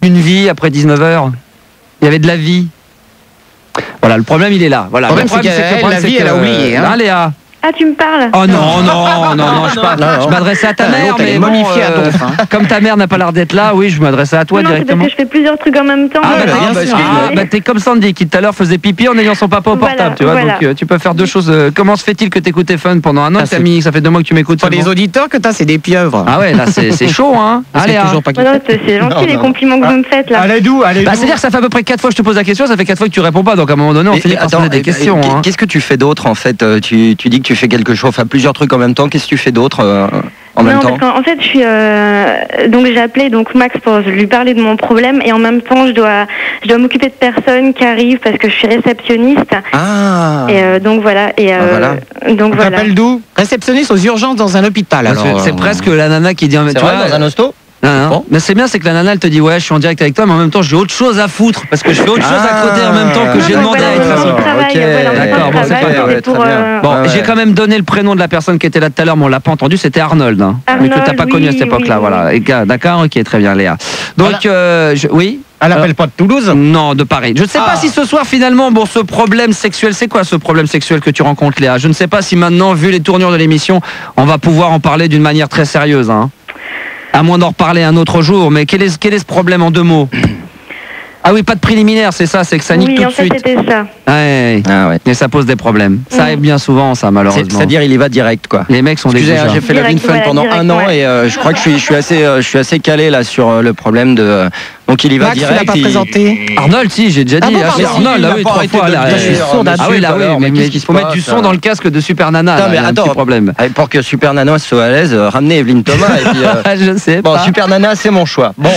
une vie après 19h. Il y avait de la vie. Voilà, le problème, il est là. Voilà. Le problème, c'est que la vie, elle a oublié. Hein. Léa. Ah, tu me parles? Oh non, je m'adressais à ta mère, mais bon, comme ta mère n'a pas l'air d'être là, oui, je m'adressais à toi directement. Parce que je fais plusieurs trucs en même temps. T'es comme Sandy qui tout à l'heure faisait pipi en ayant son papa au portable, tu vois, donc tu peux faire deux choses. Comment se fait-il que t'écoutes Fun pendant un an, ça fait 2 mois que tu m'écoutes? Pour les auditeurs que t'as, c'est des pieuvres. Ah ouais, là, c'est chaud, hein. Allez, c'est gentil les compliments que vous me faites là. Allez d'où? C'est-à-dire que ça fait à peu près 4 fois que je te pose la question, ça fait 4 fois que tu réponds pas, donc à un moment donné, on finit par se poser des questions. Qu'est-ce que tu fais d'autre en fait? Tu dis que tu fais quelque chose, plusieurs trucs en même temps. Qu'est-ce que tu fais d'autre en même temps? En fait, je suis donc j'ai appelé donc Max pour lui parler de mon problème et en même temps je dois m'occuper de personnes qui arrivent parce que je suis réceptionniste. Ah. Et donc voilà. Et donc voilà. T'appelles d'où? Réceptionniste aux urgences dans un hôpital. C'est presque la nana qui dit. C'est vrai, dans un hosto? Non. Bon. Mais c'est bien, c'est que la nana elle te dit ouais je suis en direct avec toi mais en même temps j'ai autre chose à foutre parce que je fais autre chose à côté en même temps que j'ai demandé à être d'accord, bon c'est pas grave. Bon, j'ai quand même donné le prénom de la personne qui était là tout à l'heure mais on l'a pas entendu, c'était Arnold, hein, mais que t'as pas connu à cette époque là, voilà. Et, d'accord, ok, très bien Léa. Donc oui. Elle appelle pas de Toulouse? Non, de Paris. Je ne sais pas si ce soir finalement, bon, ce problème sexuel, c'est quoi ce problème sexuel que tu rencontres Léa? Je ne sais pas si maintenant, vu les tournures de l'émission, on va pouvoir en parler d'une manière très sérieuse, hein. À moins d'en reparler un autre jour, mais quel est ce problème en 2 mots? Ah oui, pas de préliminaire, c'est ça, c'est que ça nique tout de suite. Oui, en fait, c'était ça. Ouais. Ah ouais. Et ça pose des problèmes. Ça arrive bien souvent, ça, malheureusement. C'est-à-dire, il y va direct, quoi. Les mecs sont des goujats. J'ai fait la Vin Fun pendant un an et je crois que je suis assez calé là sur le problème de. Donc il y va direct. Tu l'as pas présenté? Arnold, si, j'ai déjà dit. Arnold, là oui, 3 fois. Je suis sourd. Ah oui, là oui, mais il faut mettre du son dans le casque de Super Nana. Non mais attends, problème. Pour que Super Nana soit à l'aise, ramenez Evelyne Thomas et puis. Je sais pas. Bon, Super Nana, c'est mon choix. Bon,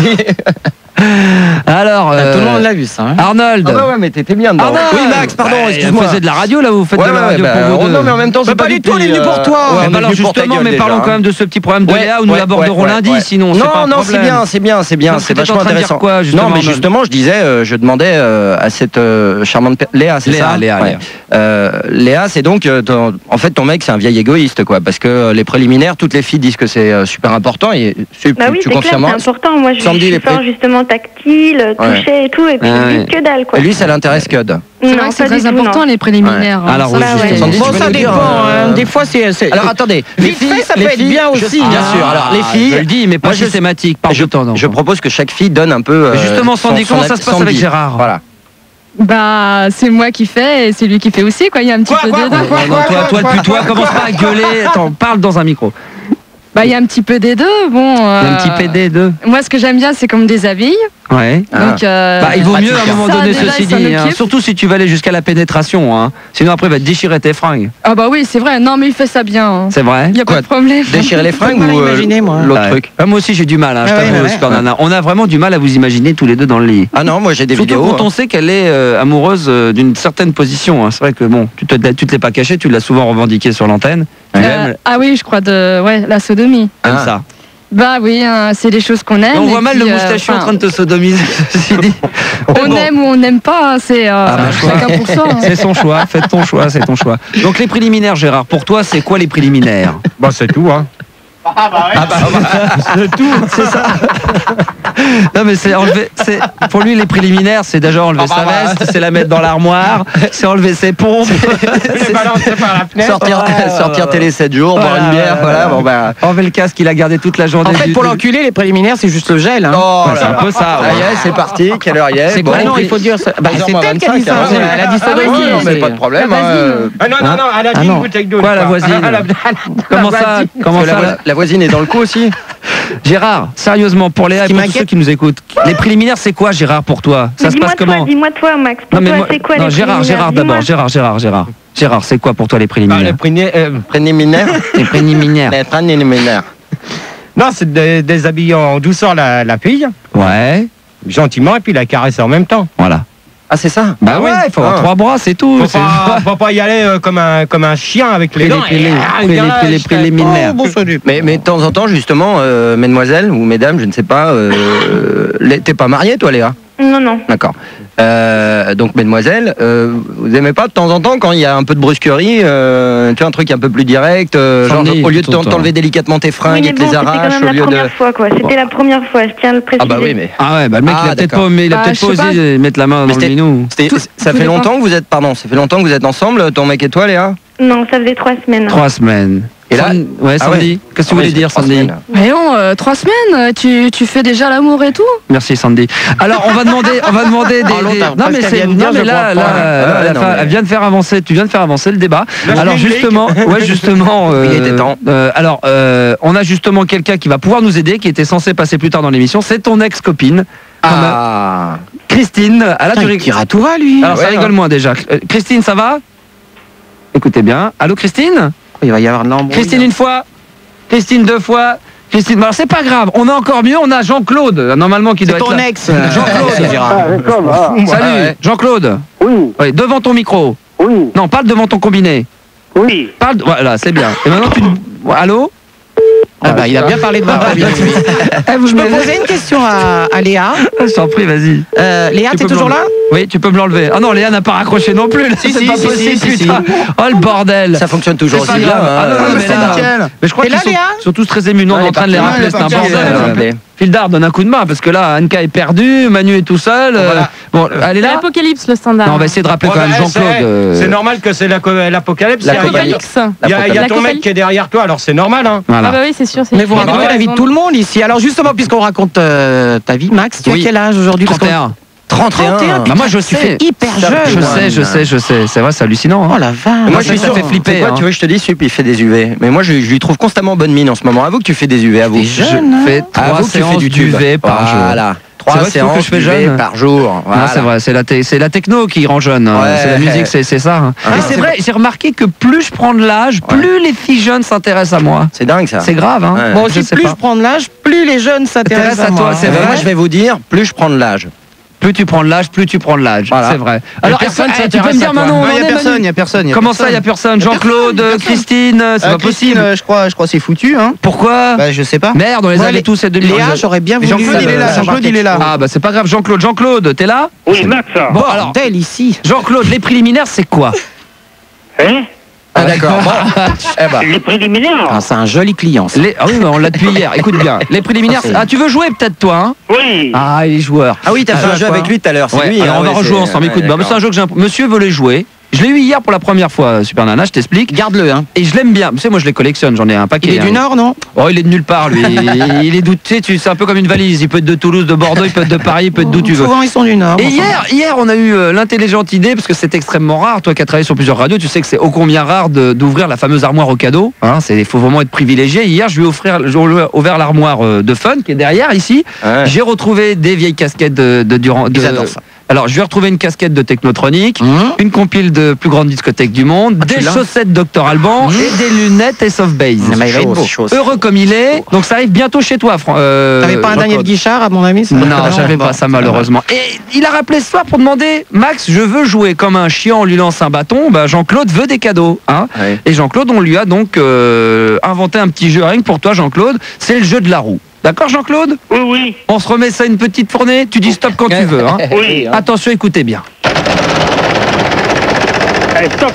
alors, tout le monde l'a vu ça. Hein. Arnold. Ah ouais, mais t'étais bien dedans. Arnold. Oui, Max, pardon, excuse-moi. Vous faites de la radio là, vous faites de la radio pour vous deux. Non, mais en même temps, c'est pas du tout, on est venu pour toi. Alors justement, mais parlons quand même de ce petit problème de Léa où nous l'aborderons lundi, sinon. Non, c'est bien, c'est vachement intéressant. Non, mais justement, je disais, je demandais à cette charmante Léa, c'est ça? Léa, c'est donc, en fait, ton mec, c'est un vieil égoïste, quoi, parce que les préliminaires, toutes les filles disent que c'est super important et tu confirmes? C'est important. Moi, je suis fort justement tactile, toucher et tout, et puis que dalle, quoi. Et lui, ça l'intéresse que de. C'est vrai que c'est très important les préliminaires. Alors ça dépend. Des fois, c'est. Alors attendez, les filles, ça peut être bien aussi. Bien sûr. Alors les filles, je le dis, mais pas systématique. Je propose que chaque fille donne un peu. Justement, Sandy, comment ça se passe avec Gérard? Voilà. Bah, c'est moi qui fais et c'est lui qui fait aussi, quoi. Il y a un petit peu des deux. Toi, commence pas à gueuler. Attends, parle dans un micro. Bah, il y a un petit peu des deux. Bon. Un petit peu des deux. Moi, ce que j'aime bien, c'est qu'on me déshabille. Ouais. Donc, il vaut mieux à un moment donné, ceci dit, hein, surtout si tu vas aller jusqu'à la pénétration, hein. Sinon après il va te déchirer tes fringues. Ah bah oui, c'est vrai, non mais il fait ça bien. Hein. C'est vrai. Il n'y a pas de problème. Déchirer les fringues ou l'autre truc? Moi aussi j'ai du mal, hein, je t'avoue, Super Nana. On a vraiment du mal à vous imaginer tous les deux dans le lit. Ah non, moi j'ai des vidéos. Surtout quand on sait qu'elle est amoureuse d'une certaine position, hein. C'est vrai que bon, tu te l'es pas caché, tu l'as souvent revendiqué sur l'antenne. Ah oui, je crois la sodomie. Comme ça. Bah oui, hein, c'est des choses qu'on aime. On voit mal le moustachu en train de te sodomiser, ceci dit. On aime ou on n'aime pas, c'est chacun pour soi. Hein. C'est son choix, faites ton choix, c'est ton choix. Donc les préliminaires, Gérard, pour toi, c'est quoi les préliminaires? Bah c'est tout, hein. C'est tout, c'est ça. Non mais pour lui les préliminaires, c'est déjà enlever sa veste, c'est la mettre dans l'armoire, c'est enlever ses pompes, sortir télé 7 jours, boire une bière, voilà. Enlever le casque qu'il a gardé toute la journée. En fait, pour l'enculer, les préliminaires, c'est juste le gel. Hein. C'est un peu ça. Ça y est, c'est parti. Quelle heure il est? C'est quoi? Non, il faut dire. C'est elle qui a dit ça. Elle a dit ça. Non, mais pas de problème. Non, elle a dit une bouteille d'eau. Quoi, la voisine? Comment ça? La voisine est dans le coup aussi. Gérard, sérieusement, pour Léa et pour tous ceux qui nous écoutent, les préliminaires, c'est quoi, Gérard, pour toi? Ça se passe comment? Dis-moi toi, Max. Pour toi, c'est quoi les préliminaires? Gérard d'abord. Gérard, c'est quoi pour toi les préliminaires? Les préliminaires. Les préliminaires. Les préliminaires. Non, c'est de déshabiller en douceur la fille. Ouais. Gentiment, et puis la caresser en même temps. Voilà. Ah, c'est ça? Bah ouais, il faut avoir 3 bras, c'est tout. Faut pas y aller comme un chien avec les dents. Les préliminaires. Mais de temps en temps, justement, mesdemoiselles ou mesdames, je ne sais pas, t'es pas mariée, toi, Léa? Non. D'accord. Donc mesdemoiselles, vous aimez pas de temps en temps quand il y a un peu de brusquerie, tu vois, un truc un peu plus direct, genre au lieu de t'enlever délicatement tes fringues et de les arraches, c'était quand même la première fois, quoi. C'était la première fois, je tiens à le préciser. Ah bah oui, mais le mec il a peut-être pas osé mettre la main dans le minou. Ça fait longtemps que vous êtes ensemble, ton mec et toi, Léa? Non, ça faisait 3 semaines. 3 semaines. Et là, Sandy, qu'est-ce que tu voulais dire, Sandy? Mais non, 3 semaines, tu fais déjà l'amour et tout. Merci, Sandy. Alors, on va demander des. Non, mais c'est. Non, mais là, elle vient de faire avancer. Tu viens de faire avancer le débat. Alors, justement, il était temps. Alors, on a justement quelqu'un qui va pouvoir nous aider, qui était censé passer plus tard dans l'émission. C'est ton ex-copine. Christine. Il tire à tout va, lui. Alors, ça rigole moins déjà. Christine, ça va? Écoutez bien. Allô, Christine? Il va y avoir de l'embrouille. Christine une fois, Christine 2 fois, Christine. Alors c'est pas grave, on a encore mieux, on a Jean-Claude normalement qui doit être là. C'est ton ex. Jean-Claude. Salut, Jean-Claude. Oui. Devant ton micro. Oui. Non, parle devant ton combiné. Oui. Voilà, c'est bien. Et maintenant tu. Allô? Il a bien parlé de moi. Je peux poser une question à Léa. Je t'en prie, vas-y. Léa, t'es toujours là? Oui, tu peux me l'enlever. Ah non, Léa n'a pas raccroché non plus. C'est pas possible, putain. Oh le bordel. Ça fonctionne toujours aussi bien. Mais je crois qu'ils sont tous très émus. Non, on est en train de les rappeler, c'est un bordel. Fildar donne un coup de main parce que là, Anka est perdu, Manu est tout seul. Bon, elle est là. L'apocalypse, le standard. Non, on va essayer de rappeler quand même Jean-Claude. C'est normal que c'est l'apocalypse. Il y a ton mec qui est derrière toi, alors c'est normal. Ah bah oui, c'est sûr. Mais vous racontez la vie de tout le monde ici. Alors justement, puisqu'on raconte ta vie, Max, tu as quel âge aujourd'hui? 31. Bah moi je suis hyper jeune. Je sais. C'est vrai, c'est hallucinant. Oh la vache. Moi ça fait flipper. Tu veux que je te dise, Sup, il fait des UV. Mais moi je lui trouve constamment bonne mine en ce moment. Avoue que tu fais des UV, avoue. Je fais 3 séances d'UV par jour. Voilà. 3 séances que je fais jeune par jour. Voilà. C'est vrai, c'est la techno qui rend jeune. C'est la musique, c'est ça. Et c'est vrai, j'ai remarqué que plus je prends de l'âge, plus les filles jeunes s'intéressent à moi. C'est dingue ça. C'est grave. Moi aussi, plus je prends de l'âge, plus les jeunes s'intéressent à toi. Moi je vais vous dire, plus je prends de l'âge. Plus tu prends de l'âge, plus tu prends de l'âge. Voilà. C'est vrai. Alors, tu peux me dire maintenant, il y a personne. Comment ça, il y a personne? Jean-Claude, Christine, c'est pas possible. Je crois c'est foutu. Pourquoi? Je sais pas. Merde, on les avait tous cette demi-heure. Léa, j'aurais bien voulu. Jean-Claude, il est là. Ah bah c'est pas grave. Jean-Claude, t'es là? Oui, Max. Bon alors, ici. Jean-Claude, les préliminaires, c'est quoi? Ah d'accord. Les préliminaires. C'est un joli client. Ah oui, on l'a depuis hier. Écoute bien. Les préliminaires. Ah, tu veux jouer peut-être toi? Oui. Ah, il est joueur. Ah oui, t'as fait un jeu avec lui tout à l'heure. C'est lui. Alors on va rejouer ensemble. Écoute, c'est un jeu que j'ai. Monsieur veut les jouer. Je l'ai eu hier pour la première fois, Super Nana, je t'explique. Garde-le, Et je l'aime bien. Tu sais, moi je les collectionne, j'en ai un paquet. Il est du Nord, non? Oh, il est de nulle part, lui. Il est d'où, tu sais, c'est un peu comme une valise. Il peut être de Toulouse, de Bordeaux, il peut être de Paris, il peut être d'où tu veux. Souvent, ils sont du Nord. Et hier, on a eu l'intelligente idée, parce que c'est extrêmement rare. Toi qui as travaillé sur plusieurs radios, tu sais que c'est ô combien rare d'ouvrir la fameuse armoire au cadeau. Il faut vraiment être privilégié. Hier, je lui ai ouvert l'armoire de Fun, qui est derrière ici. Ouais. J'ai retrouvé des vieilles casquettes de Durand. Alors, je vais retrouver une casquette de Technotronic, une compile de plus grande discothèque du monde, des chaussettes Dr Alban et des lunettes Ace of Base. Heureux comme il est. Donc, ça arrive bientôt chez toi, T'avais pas un Daniel Guichard, à mon ami? Non, j'avais pas ça, malheureusement. Et il a rappelé ce soir pour demander, Max, je veux jouer comme un chien, on lui lance un bâton. Bah, Jean-Claude veut des cadeaux. Et Jean-Claude, on lui a donc inventé un petit jeu rien que pour toi, Jean-Claude. C'est le jeu de la roue. D'accord, Jean-Claude? Oui. On se remet ça une petite fournée. Tu dis stop quand tu veux. Oui. Attention, écoutez bien. Allez, stop.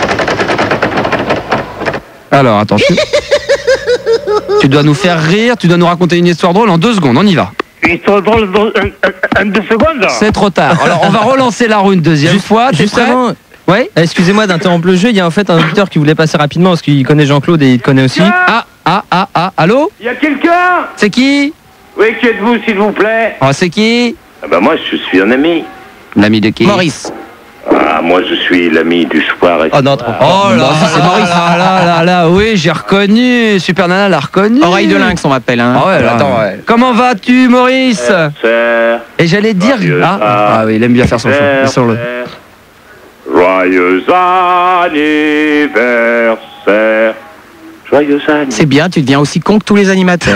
Alors, attention. Tu dois nous faire rire, tu dois nous raconter une histoire drôle en 2 secondes. On y va. Une histoire drôle dans 2 secondes. C'est trop tard. Alors, on va relancer la roue une deuxième fois. T'es prêt? Ouais. Excusez-moi d'interrompre le jeu, il y a en fait un auditeur qui voulait passer rapidement parce qu'il connaît Jean-Claude et il te connaît aussi. Allô? Il y a quelqu'un? C'est qui? Oui, qui êtes-vous, s'il vous plaît? C'est qui? Moi, je suis un ami. L'ami de qui? Maurice. Moi, je suis l'ami du soir. Oh non, c'est Maurice. Là, oui, j'ai reconnu. Super Nana l'a reconnu. Oreille de lynx, on m'appelle. Attends. Comment vas-tu, Maurice? Et j'allais dire... oui, il aime bien faire son show. Joyeux anniversaire. Joyeux anniversaire. C'est bien, tu deviens aussi con que tous les animateurs.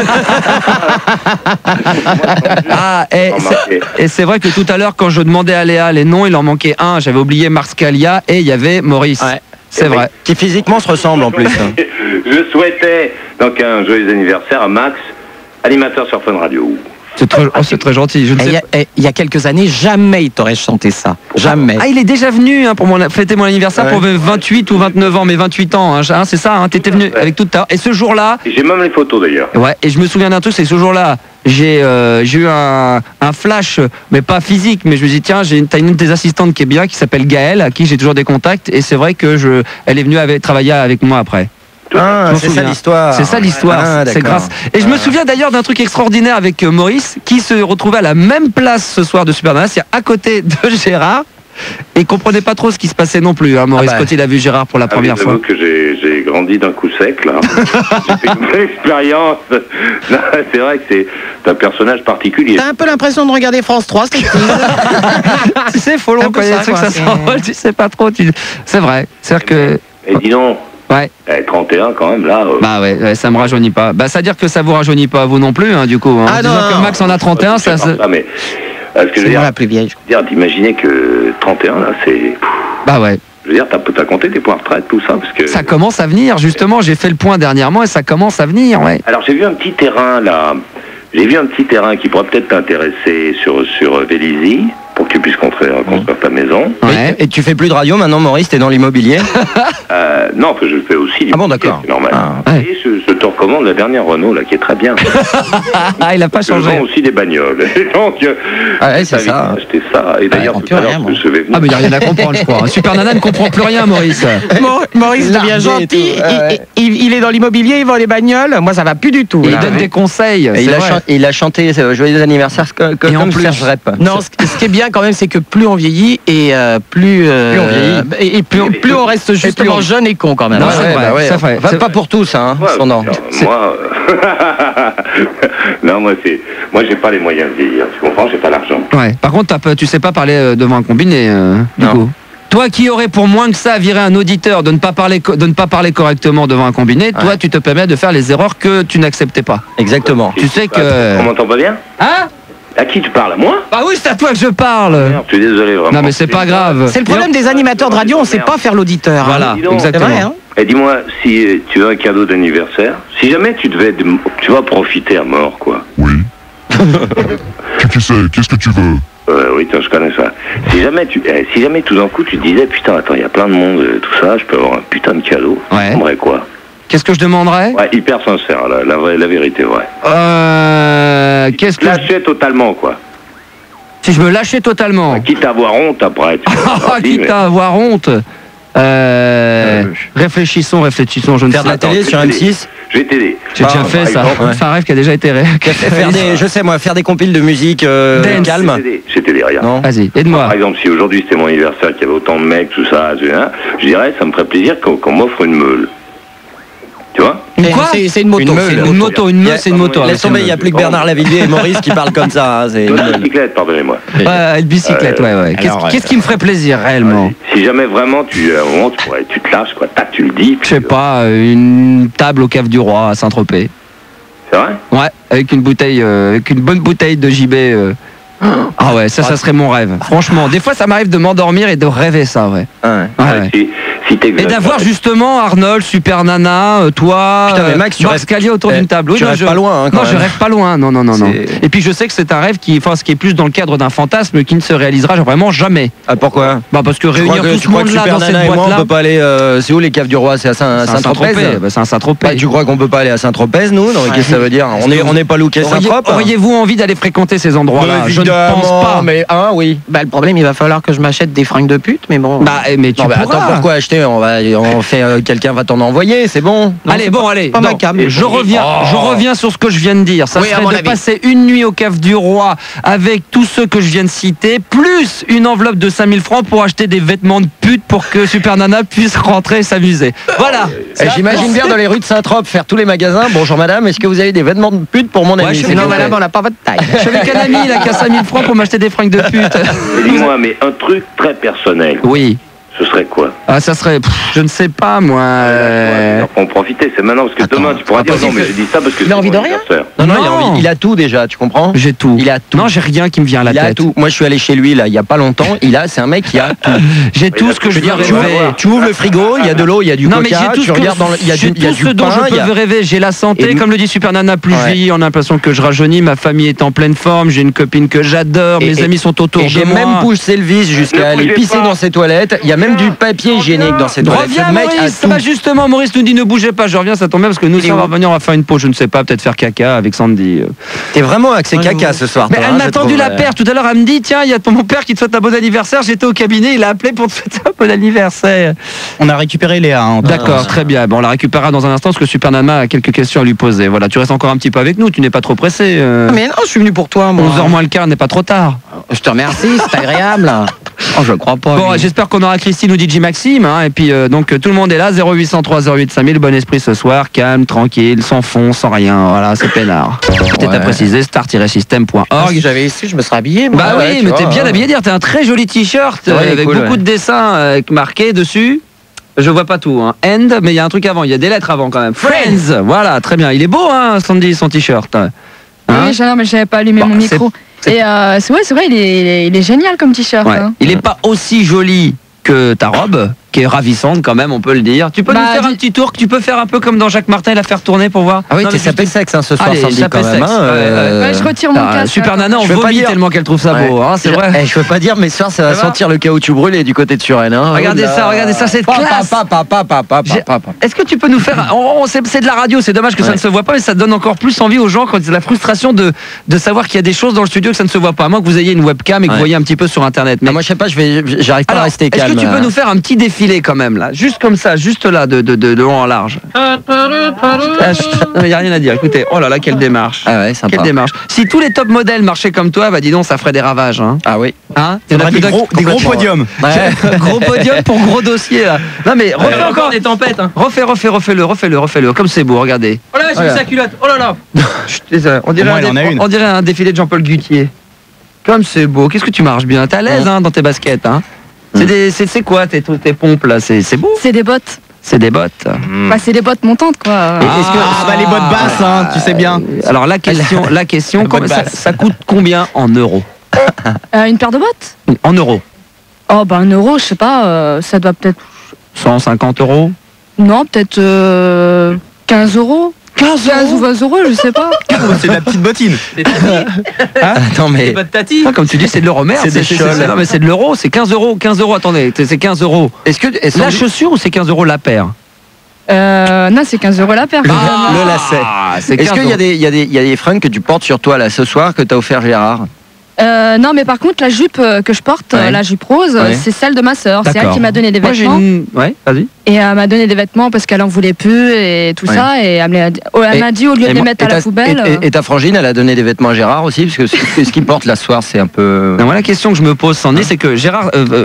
Et c'est vrai que tout à l'heure, quand je demandais à Léa les noms, il en manquait un. J'avais oublié Mars Calia et il y avait Maurice. C'est vrai. Qui physiquement se ressemble en plus. Je souhaitais donc un joyeux anniversaire à Max, animateur sur Fun Radio. C'est très gentil. Il y a quelques années, jamais il t'aurait chanté ça. Jamais. Ah, il est déjà venu pour fêter mon anniversaire pour 28 ou 29 ans, mais 28 ans, hein, c'est ça, hein, t'étais venu avec toute ta... Et ce jour-là... J'ai même les photos d'ailleurs. Ouais, et je me souviens d'un truc, c'est ce jour-là, j'ai eu un flash, mais pas physique, mais je me dis tiens, t'as une de tes assistantes qui est bien, qui s'appelle Gaëlle, à qui j'ai toujours des contacts, et c'est vrai que elle est venue travailler avec moi après. C'est ça l'histoire. C'est ça l'histoire. C'est grâce. Et je me souviens d'ailleurs d'un truc extraordinaire avec Maurice, qui se retrouvait à la même place ce soir de Super Nana, c'est à côté de Gérard. Et il comprenait pas trop ce qui se passait non plus, hein, Maurice, quand il a vu Gérard pour la première fois. Que j'ai grandi d'un coup sec, là. J'ai fait une vraie expérience. C'est vrai que c'est un personnage particulier. T'as un peu l'impression de regarder France 3, c'est tu sais, faut long, quand il y a des trucs, ça s'envole, tu sais pas trop. C'est vrai. C'est-à-dire que... Et dis donc. Ouais. 31 quand même là. Bah ouais, ça me rajeunit pas. Bah ça veut dire que ça vous rajeunit pas vous non plus, hein, du coup. Hein. Ah non. Que Max en a 31, ça. Mais ce que je veux dire, la plus vieille. D'imaginer que 31 là, c'est. Bah ouais. Je veux dire, t'as compté tes points de retraite, tout ça, parce que. Ça commence à venir, justement. J'ai fait le point dernièrement et ça commence à venir, ouais. Alors j'ai vu un petit terrain là. J'ai vu un petit terrain qui pourrait peut-être t'intéresser sur Vélizy, pour que tu puisses construire ta maison. Ouais. Et tu fais plus de radio maintenant, Maurice, t'es dans l'immobilier? Non, que je fais aussi. Ah bon, d'accord. C'est normal. Ouais. Et je te recommande la dernière Renault, là, qui est très bien. Ah, il a pas changé. Je vends aussi des bagnoles. Donc, c'est ça. acheté ça. Et d'ailleurs, tout à l'heure, je vais venir. Ah, mais il n'y a rien à comprendre, je crois. Super Nana ne comprend plus rien, Maurice. Maurice devient gentil. Il est dans l'immobilier, il vend les bagnoles. Moi, ça va plus du tout. Il donne des conseils. Il a chanté Joyeux anniversaire comme Serge Rep. Non, ce qui est bien quand même, c'est que plus on vieillit et plus on reste justement jeune et con quand même. Non, c'est vrai. Pas pour tous, hein. Moi, non, moi, j'ai pas les moyens de vieillir. Tu comprends? J'ai pas l'argent. Ouais. Par contre, tu sais pas parler devant un combiné, du coup. Toi qui aurais pour moins que ça viré un auditeur de ne pas parler correctement devant un combiné, toi tu te permets de faire les erreurs que tu n'acceptais pas. Exactement. Tu sais que... On m'entend pas bien? Hein? À qui tu parles? À moi? Bah oui, c'est à toi que je parle. Merde, je suis désolé, vraiment. Non mais c'est pas grave. C'est le problème des animateurs de radio, on sait pas faire l'auditeur. Voilà, exactement. C'est vrai, hein? Et dis-moi, si tu veux un cadeau d'anniversaire, si jamais tu vas profiter à mort, quoi. Oui. Qui c'est? Qu'est-ce que tu veux? Oui, je connais ça. Si jamais tout d'un coup tu te disais, putain, attends, il y a plein de monde, tout ça, je peux avoir un putain de cadeau. Ouais. Tu demanderais quoi? Qu'est-ce que je demanderais? Ouais, hyper sincère, la vérité, ouais. Qu'est-ce que... Lâcher totalement, quoi. Si je me lâchais totalement. Quitte à avoir honte après. Quitte à avoir honte. Réfléchissons, je ne sais pas. Faire de la télé sur M6. Je vais t'aider. J'ai déjà fait ça. C'est un rêve qui a déjà été faire des compiles de musique calme. J'ai t'aider, regarde. Non. Vas-y, aide-moi. Par exemple, si aujourd'hui c'était mon anniversaire, qu'il y avait autant de mecs, tout ça, je dirais, ça me ferait plaisir qu'on m'offre une meule. Tu vois? Quoi? C'est une moto. Une meule, c'est une moto. Laisse tomber, il n'y a plus que Bernard Lavillier et Maurice qui parlent comme ça. C'est une bicyclette, pardonnez-moi. Une bicyclette, ouais. Qu'est-ce qui me ferait plaisir réellement? Si jamais vraiment à un moment tu te lâches, quoi, tu le dis. Je sais pas, une table au Cave du Roi à Saint-Tropez. C'est vrai? Ouais, avec une bonne bouteille de JB. Ah ouais, ça serait mon rêve. Franchement, des fois ça m'arrive de m'endormir et de rêver ça, ouais. Et d'avoir justement Arnold, Super Nana, toi, Max, Marc Scalier autour d'une table. Tu rêves pas loin, hein, quand même. Je rêve pas loin, non. Et puis je sais que c'est un rêve qui est plus dans le cadre d'un fantasme qui ne se réalisera vraiment jamais. Ah pourquoi? Bah parce que réunir tout ce monde-là dans cette boîte-là... on peut pas aller... c'est où les caves du Roi? C'est à Saint-Tropez. C'est à Saint-Tropez. Tu crois qu'on peut pas aller à Saint-Tropez, nous? Qu'est-ce que ça veut dire? On n'est pas looké Saint-Tropez. Auriez-vous envie d'aller fréquenter ces endroits-là? Je ne pense pas. Mais oui. Bah le problème, il va falloir que je m'achète des fringues de pute, mais bon... mais tu pourras. Attends, pourquoi acheter? Quelqu'un va t'en envoyer, c'est bon. Allez. Pas ma cam. Je reviens sur ce que je viens de dire. Ça serait de passer une nuit au Cave du Roi avec tous ceux que je viens de citer, plus une enveloppe de 5000 francs pour acheter des vêtements de pute pour que Super Nana puisse rentrer et s'amuser. Voilà. J'imagine bien dans les rues de Saint-Trope faire tous les magasins. Bonjour madame, est-ce que vous avez des vêtements de pute pour mon ami? Non madame, on n'a pas votre taille. Je suis avec un ami qui a 5000 francs pour m'acheter des fringues de pute. Dis-moi, mais un truc très personnel. Oui. Ce serait quoi? Ça serait, je ne sais pas moi. En profiter, c'est maintenant, parce que demain tu pourras dire non, mais j'ai dit ça parce que il a envie de rien. Non, il a tout déjà, tu comprends? J'ai tout. Il a tout. Non, j'ai rien qui me vient à la tête. Il a tout. Moi, je suis allé chez lui là, il y a pas longtemps. C'est un mec qui a tout. J'ai tout ce que je veux rêver. Tu ouvres le frigo, il y a de l'eau, il y a du coca. Mais j'ai tout tu regardes dans, il y a du tout ce dont je peux rêver. J'ai la santé, comme le dit Super Nana, plus je vieillis, on a l'impression que je rajeunis. Ma famille est en pleine forme. J'ai une copine que j'adore. Mes amis sont autour de moi. J'ai même poussé le vis jusqu'à aller pisser dans ses toilettes. Il y a même du papier hygiénique dans ses toilettes. Reviens, Maurice. Justement, Maurice nous dit ne bougez pas. Je reviens, ça tombe bien parce que nous, si on va revenir, on va faire une pause. Je ne sais pas, peut-être faire caca avec Sandy. T'es vraiment axé caca ce soir. Mais elle m'a tendu la paire tout à l'heure. Elle me dit tiens, il y a mon père qui te souhaite un bon anniversaire. J'étais au cabinet, il a appelé pour te souhaiter un bon anniversaire. On a récupéré Léa. D'accord, très bien. Bon, on la récupérera dans un instant parce que Super Nana a quelques questions à lui poser. Voilà, tu restes encore un petit peu avec nous. Tu n'es pas trop pressé. Mais non, je suis venu pour toi. 11h moins le quart n'est pas trop tard. Je te remercie, c'est agréable. Oh, je crois pas. Bon, j'espère qu'on aura Christine ou DJ Maxime. Et puis, donc, tout le monde est là. 0803 08 5000. Bon esprit ce soir. Calme, tranquille, sans fond, sans rien. Voilà, c'est peinard. Tout est à préciser. star-system.org. Si j'avais ici, je me serais habillé. Moi. Bah oui, mais t'es bien habillé. T'as un très joli t-shirt avec beaucoup de dessins marqués dessus. Je vois pas tout. End, mais il y a un truc avant. Il y a des lettres avant quand même. Friends. Voilà, très bien. Il est beau, Sandy, son t-shirt. Oui, mais j'avais pas allumé mon micro. Et c'est vrai, il est génial comme t-shirt. Il est pas aussi joli que ta robe, qui est ravissante quand même, on peut le dire. Tu peux nous faire un petit tour, que tu peux faire un peu comme dans Jacques Martin, la faire tourner pour voir. Ah oui, t'es sapé sexe ce soir, Sandy, quand même. Je retire mon casque. Super Nana, on vomit tellement qu'elle trouve ça beau, c'est vrai. Je peux pas dire, mais ce soir, ça va sentir le caoutchouc brûlé du côté de Suresnes. Regardez ça, c'est classe. Est-ce que tu peux nous faire... C'est de la radio, c'est dommage que ça ne se voit pas, mais ça donne encore plus envie aux gens quand c'est la frustration de savoir qu'il y a des choses dans le studio que ça ne se voit pas. À moins que vous ayez une webcam et que vous voyez un petit peu sur Internet. Mais moi, je sais pas, j'arrive pas à rester calme. Est-ce que tu peux nous faire un petit défilé quand même là, juste comme ça, juste là, de long en large. Il n'y a rien à dire. Écoutez, oh là là, quelle démarche. Ah ouais, sympa. Quelle démarche. Si tous les top modèles marchaient comme toi, bah dis donc, ça ferait des ravages. Ah oui. Il y en a des gros podiums. Gros podium pour gros dossier là. Non mais refais encore des tempêtes. Refais-le. Comme c'est beau, regardez. Oh là, j'ai mis sa culotte. Oh là là. On dirait un défilé de Jean-Paul Gutier. Comme c'est beau. Qu'est-ce que tu marches bien. T'es à l'aise dans tes baskets. C'est quoi tes pompes là? C'est beau. C'est des bottes. C'est des bottes. Bah, c'est des bottes montantes quoi. Les bottes basses, tu sais bien. Alors la question, ça coûte combien en euros? Une paire de bottes? En euros. Oh bah 1 euro, je sais pas, ça doit peut-être... 150 euros? Non, peut-être 15 euros. 15 ou 20 euros, je sais pas. C'est de la petite bottine. Attends, mais. Comme tu dis, c'est de l'euro, merde. C'est des choles. Non, mais c'est de l'euro, c'est 15 euros. 15 euros, attendez, c'est 15 euros. Est-ce que. La chaussure ou c'est 15 euros la paire? Non, c'est 15 euros la paire. Le lacet. Est-ce qu'il y a des fringues que tu portes sur toi là ce soir que t'as offert Gérard? Non, mais par contre, la jupe que je porte, la jupe rose, c'est celle de ma sœur. C'est elle qui m'a donné des vêtements. Ouais, vas-y. Et elle m'a donné des vêtements parce qu'elle en voulait plus et tout ça. Et elle m'a dit au lieu de les mettre à la poubelle. Et ta frangine, elle a donné des vêtements à Gérard aussi, parce que ce qu'il porte là ce soir, c'est un peu. Non, moi, la question que je me pose, Sandy, c'est que Gérard.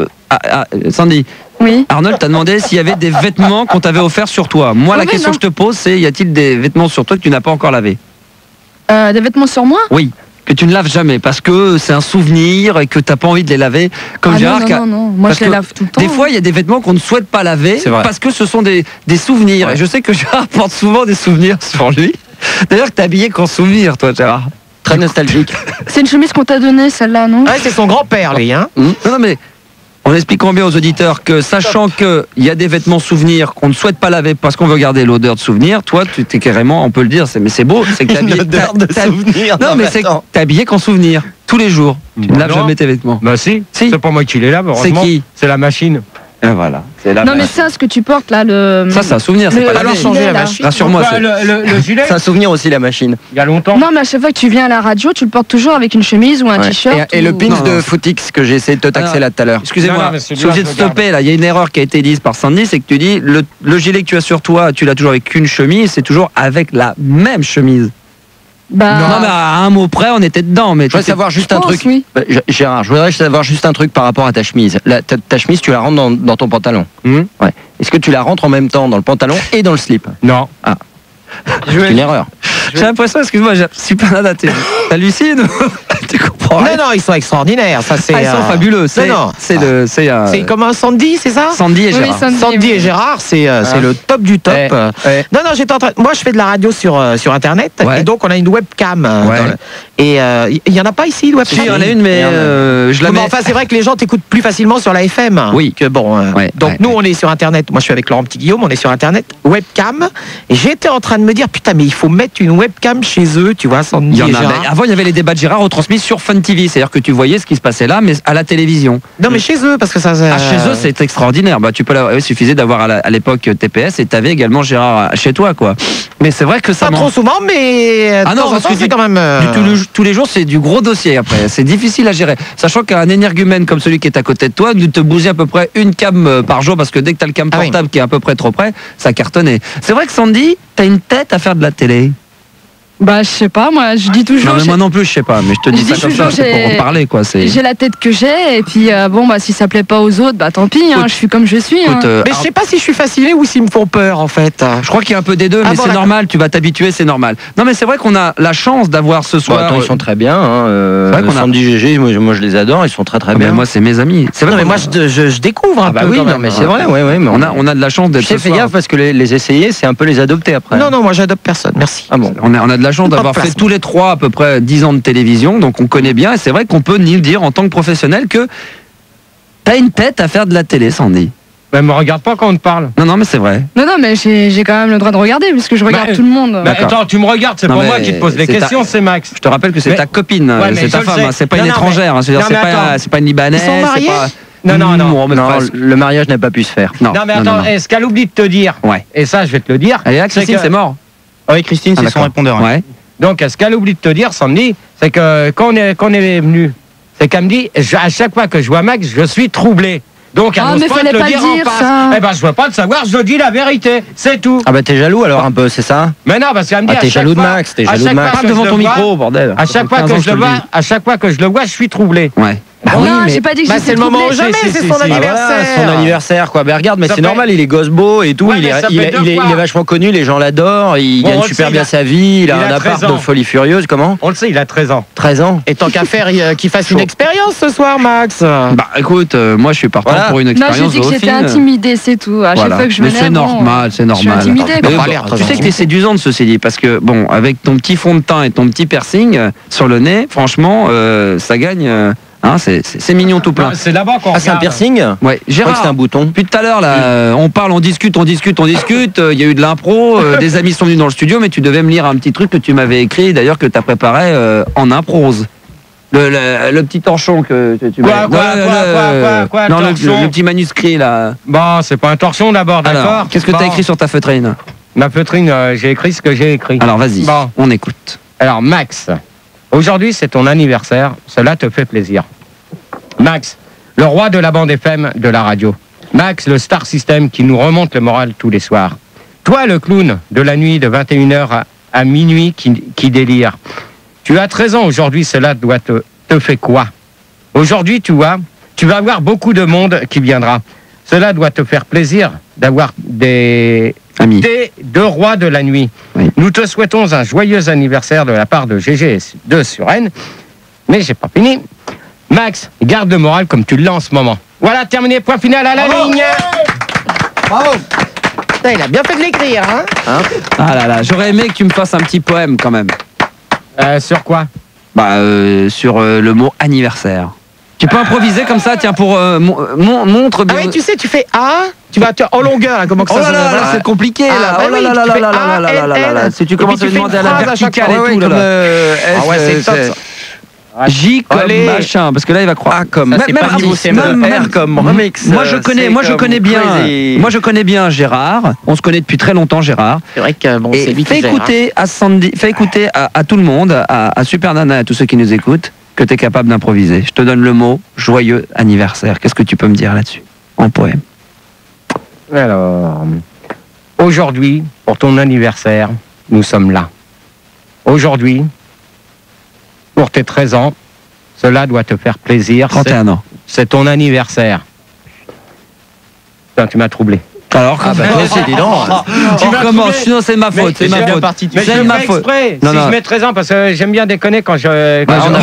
Sandy. Oui. Arnold t'a demandé s'il y avait des vêtements qu'on t'avait offerts sur toi. Moi, la question que je te pose, c'est y a-t-il des vêtements sur toi que tu n'as pas encore lavés? Des vêtements sur moi? Oui. Que tu ne laves jamais parce que c'est un souvenir et que tu n'as pas envie de les laver comme Gérard. Non, moi je les lave tout le temps. Des fois, il y a des vêtements qu'on ne souhaite pas laver parce que ce sont des souvenirs. Ouais. Et je sais que Gérard porte souvent des souvenirs sur lui. D'ailleurs, tu es habillé qu'en souvenir, toi, Gérard. Très nostalgique. C'est une chemise qu'on t'a donnée, celle-là, non? Ouais, c'est son grand-père, lui, hein. Non, mais en expliquant bien aux auditeurs que, sachant qu'il y a des vêtements souvenirs qu'on ne souhaite pas laver parce qu'on veut garder l'odeur de souvenir, toi, tu t'es carrément, on peut le dire, mais c'est beau, c'est que t'es habillé. L'odeur de souvenir. Non, mais c'est que t'es habillé qu'en souvenir, tous les jours. Tu ne laves jamais tes vêtements. Bah si. C'est pas moi qui les lave, heureusement. C'est qui? C'est la machine. Et voilà. Non, mais ça, ce que tu portes là, ça, c'est un souvenir, c'est pas lavé. changer la machine. Rassure-moi. Le gilet. C'est un souvenir aussi, la machine. Il y a longtemps. Non, mais à chaque fois que tu viens à la radio, tu le portes toujours avec une chemise ou un t-shirt. Et le pins de Footix que j'ai essayé de te taxer là tout à l'heure. Excusez-moi, je suis obligé de stopper là. Il y a une erreur qui a été dite par Sandy, c'est que tu dis le gilet que tu as sur toi, tu l'as toujours avec une chemise, c'est toujours avec la même chemise. Bah... Non, mais à un mot près, on était dedans. Mais je voudrais savoir juste un truc. Oui. Gérard, je voudrais savoir juste un truc par rapport à ta chemise. Ta chemise, tu la rentres dans ton pantalon. Ouais. Est-ce que tu la rentres en même temps dans le pantalon et dans le slip? Non. Ah. C'est une erreur. J'ai l'impression, excuse-moi, Super Nana, t'hallucines? Tu comprends rien. Non, non, ils sont extraordinaires. Ça, c'est, ils sont fabuleux. C'est comment Sandy, c'est ça? Sandy et Gérard. Oui, Sandy et Gérard, c'est le top du top. Non, j'étais en train. Moi, je fais de la radio sur Internet. Et donc, on a une webcam. Et il n'y en a pas ici, une webcam? Si, il y en a une, mais je la mets. Enfin, c'est vrai que les gens t'écoutent plus facilement sur la FM. Oui. Que bon. Donc, nous, on est sur Internet. Moi, je suis avec Laurent Petit-Guillaume. On est sur Internet. Webcam. Et j'étais en train de me dire, putain, mais il faut mettre une webcam chez eux, tu vois, Sandy et Gérard. Avant, il y avait les débats de Gérard retransmis sur Fun TV. C'est-à-dire que tu voyais ce qui se passait là, mais à la télévision. Non, mais chez eux, parce que ça. Chez eux, c'est extraordinaire. Bah, tu peux il suffisait d'avoir à l'époque TPS et tu avais également Gérard chez toi, quoi. Mais c'est vrai que ça. Pas trop souvent, mais. Ah non, parce que c'est quand même. Tous les jours, c'est du gros dossier après. C'est difficile à gérer. Sachant qu'un énergumène comme celui qui est à côté de toi, nous te bousille à peu près une cam par jour parce que dès que tu as le cam portable qui est à peu près trop près, ça cartonnait. C'est vrai que Sandy, tu as une tête à faire de la télé. Bah, je sais pas, moi, je dis toujours. Non, mais moi non plus, je sais pas, mais je te dis ça comme ça, c'est pour en parler, quoi. J'ai la tête que j'ai, et puis bon, bah, si ça plaît pas aux autres, bah tant pis, je suis comme je suis. Mais je sais pas si je suis fasciné ou s'ils me font peur, en fait. Je crois qu'il y a un peu des deux, mais c'est normal, tu vas t'habituer, c'est normal. Non, mais c'est vrai qu'on a la chance d'avoir ce soir. Attends, ils sont très bien, Sandy GG, moi je les adore, ils sont très bien. Moi, c'est mes amis. C'est vrai, mais moi je découvre un peu. Oui, non, mais c'est vrai, mais on a de la chance d'être. Fais gaffe parce que les essayer, c'est un peu les adopter après. Non, moi j'adopte personne, merci. Ah bon. On a de la chance d'avoir fait tous les trois à peu près 10 ans de télévision, donc on connaît bien, et c'est vrai qu'on peut nous dire en tant que professionnel que t'as une tête à faire de la télé, Sandy. Mais me regarde pas quand on te parle. Non, mais c'est vrai. Non, mais j'ai quand même le droit de regarder, puisque je regarde tout le monde. Attends, tu me regardes, c'est pas moi qui te pose les questions, c'est Max. Je te rappelle que c'est ta copine, c'est ta femme, c'est pas une étrangère, c'est pas une Libanaise. Ils sont mariés ? Non. Le mariage n'a pas pu se faire. Non, mais attends, ce qu'elle oublie de te dire, et ça je vais te le dire. Et là, Christine, c'est mort. Oui, Christine, c'est son répondeur. Ouais. Donc, ce qu'elle oublie de te dire, Sandy, c'est que quand on est venu, c'est qu'elle me dit, à chaque fois que je vois Max, je suis troublé. Donc, elle n'ose pas te le dire en face. Eh ben, je veux pas le savoir, je dis la vérité, c'est tout. Ah bah t'es jaloux alors un peu, c'est ça? Mais non, parce qu'elle me dit. T'es jaloux de Max, Parle devant ton micro, bordel. À chaque fois que je le vois, je suis troublé. Ouais. Bah oui, mais j'ai pas dit que c'est le moment où jamais, c'est son anniversaire. Son anniversaire, quoi. Mais regarde, mais c'est normal, il est gosse beau et tout, il est vachement connu, les gens l'adorent, il gagne super bien sa vie, il a un appart de folie furieuse, comment? On le sait, il a 13 ans. 13 ans. Et tant qu'à faire, qu'il fasse une expérience ce soir, Max. Bah écoute, moi je suis partant pour une expérience. Non, j'ai dit que j'étais intimidée, c'est tout. À chaque fois que je venais. Mais c'est normal, c'est normal. Je suis intimidée. Tu sais que t'es séduisante, ceci dit, parce que bon, avec ton petit fond de teint et ton petit piercing sur le nez, franchement, ça gagne. C'est mignon tout plein. C'est là-bas qu'on regarde. C'est un piercing? Ouais, Gérard, c'est un bouton. Depuis tout à l'heure, là, on parle, on discute. Il y a eu de l'impro, des amis sont venus dans le studio, mais tu devais me lire un petit truc que tu m'avais écrit, d'ailleurs, que tu as préparé en improse. Le petit torchon que tu m'as... Quoi, non, le petit manuscrit, là. Bon, c'est pas un torchon d'abord, d'accord. Qu'est-ce que tu as écrit sur ta feutrine? Ma feutrine, j'ai écrit ce que j'ai écrit. Alors, vas-y, on écoute. Alors, Max, aujourd'hui, c'est ton anniversaire. Cela te fait plaisir. Max, le roi de la bande FM de la radio. Max, le star system qui nous remonte le moral tous les soirs. Toi, le clown de la nuit de 21h à minuit qui délire. Tu as 13 ans aujourd'hui, cela doit te fait quoi? Aujourd'hui, tu vas avoir beaucoup de monde qui viendra. Cela doit te faire plaisir d'avoir des deux rois de la nuit. Oui. Nous te souhaitons un joyeux anniversaire de la part de GG2 sur N. Mais j'ai pas fini. Max, garde le moral comme tu l'as en ce moment. Voilà, terminé, point final à la ligne. Bravo. Putain, il a bien fait de l'écrire, hein? Ah là là, j'aurais aimé que tu me fasses un petit poème quand même. Sur quoi? Sur le mot anniversaire. Tu peux improviser comme ça, tiens, pour montre bien. Ah oui, tu sais, tu fais A, tu vas en longueur, là, comment que ça se là, c'est compliqué, là. Oh là là là là là là. Si tu commences à demander à la verticale et tout, là. Ah ouais, c'est top. J comme machin, parce que là il va croire. A comme. R comme remix. Moi je connais bien Gérard. On se connaît depuis très longtemps, Gérard. C'est vrai que bon, c'est lui qui gère. Fais écouter à tout le monde, à Super Nana et à tous ceux qui nous écoutent, que tu es capable d'improviser. Je te donne le mot joyeux anniversaire. Qu'est-ce que tu peux me dire là-dessus en poème? Alors, aujourd'hui, pour ton anniversaire, nous sommes là. Aujourd'hui, pour tes 13 ans, cela doit te faire plaisir. 31 ans. C'est ton anniversaire. Putain, tu m'as troublé. Alors, bah toi aussi, dis donc. Tu commences, sinon c'est ma faute. C'est ma faute. Mais c'est ma faute. Si je mets 13 ans, parce que j'aime bien déconner quand je.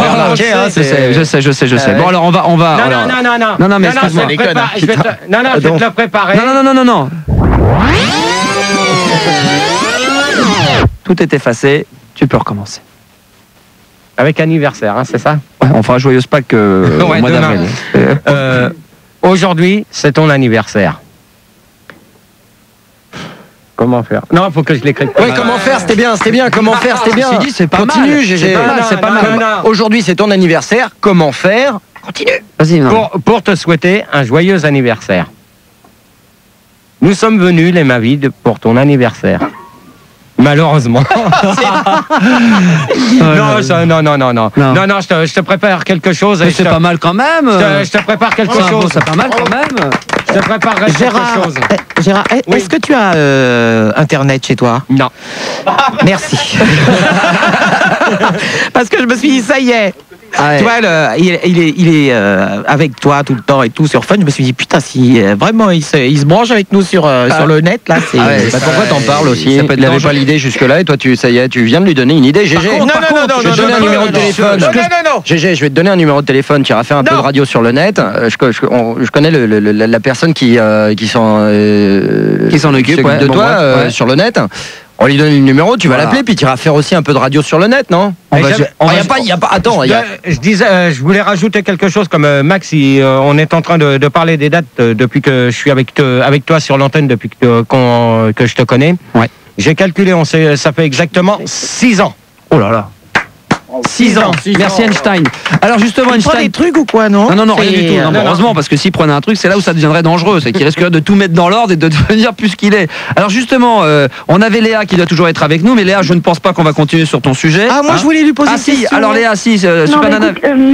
Je sais. Bon, alors on va. Non, mais excuse-moi. Je vais te le préparer. Non. Tout est effacé. Tu peux recommencer. Avec anniversaire, c'est ça? Ouais, on fera joyeuse Pâques au mois d'avril. Aujourd'hui, c'est ton anniversaire. Comment faire? Non, il faut que je l'écrive. Oui, comment faire? C'était bien. Comment faire? C'était bien. C'est pas Continue, mal. C'est pas mal. Aujourd'hui, c'est ton anniversaire. Comment faire? Continue. Vas-y. Pour te souhaiter un joyeux anniversaire. Nous sommes venus, les Mavides, pour ton anniversaire. Malheureusement. Non, je te prépare quelque chose. Mais c'est pas mal quand même. Je te prépare quelque chose. C'est pas mal quand même. Je te préparerai quelque chose. Gérard, est-ce que tu as Internet chez toi? Non. Merci. Parce que je me suis dit, ça y est. Ah ouais. Tu vois, il est avec toi tout le temps et tout sur Fun. Je me suis dit, putain, si vraiment il se branche avec nous sur le net, là, c'est. Pourquoi t'en parles aussi? Il n'avait pas l'idée jusque-là et toi, ça y est, tu viens de lui donner une idée. GG. Non, je vais te donner un numéro de téléphone. GG, je vais te donner un numéro de téléphone. Tu iras faire un peu de radio sur le net. Je connais la personne qui s'en occupe de toi sur le net. On lui donne le numéro, tu vas l'appeler, puis tu iras faire aussi un peu de radio sur le net, non? Attends, je voulais rajouter quelque chose, comme Max, on est en train de parler des dates depuis que je suis avec toi sur l'antenne, depuis que je te connais. Ouais. J'ai calculé, ça fait exactement 6 ans. Oh là là. 6 ans. Merci Einstein. Alors justement, Einstein. Il prend des trucs ou quoi, non? Non, rien du tout. Heureusement, parce que s'il prenait un truc, c'est là où ça deviendrait dangereux. C'est qu'il risquerait de tout mettre dans l'ordre et de devenir plus qu'il est. Alors justement, on avait Léa qui doit toujours être avec nous, mais Léa, je ne pense pas qu'on va continuer sur ton sujet. Ah, moi je voulais lui poser une question. Alors Léa, Super Nana.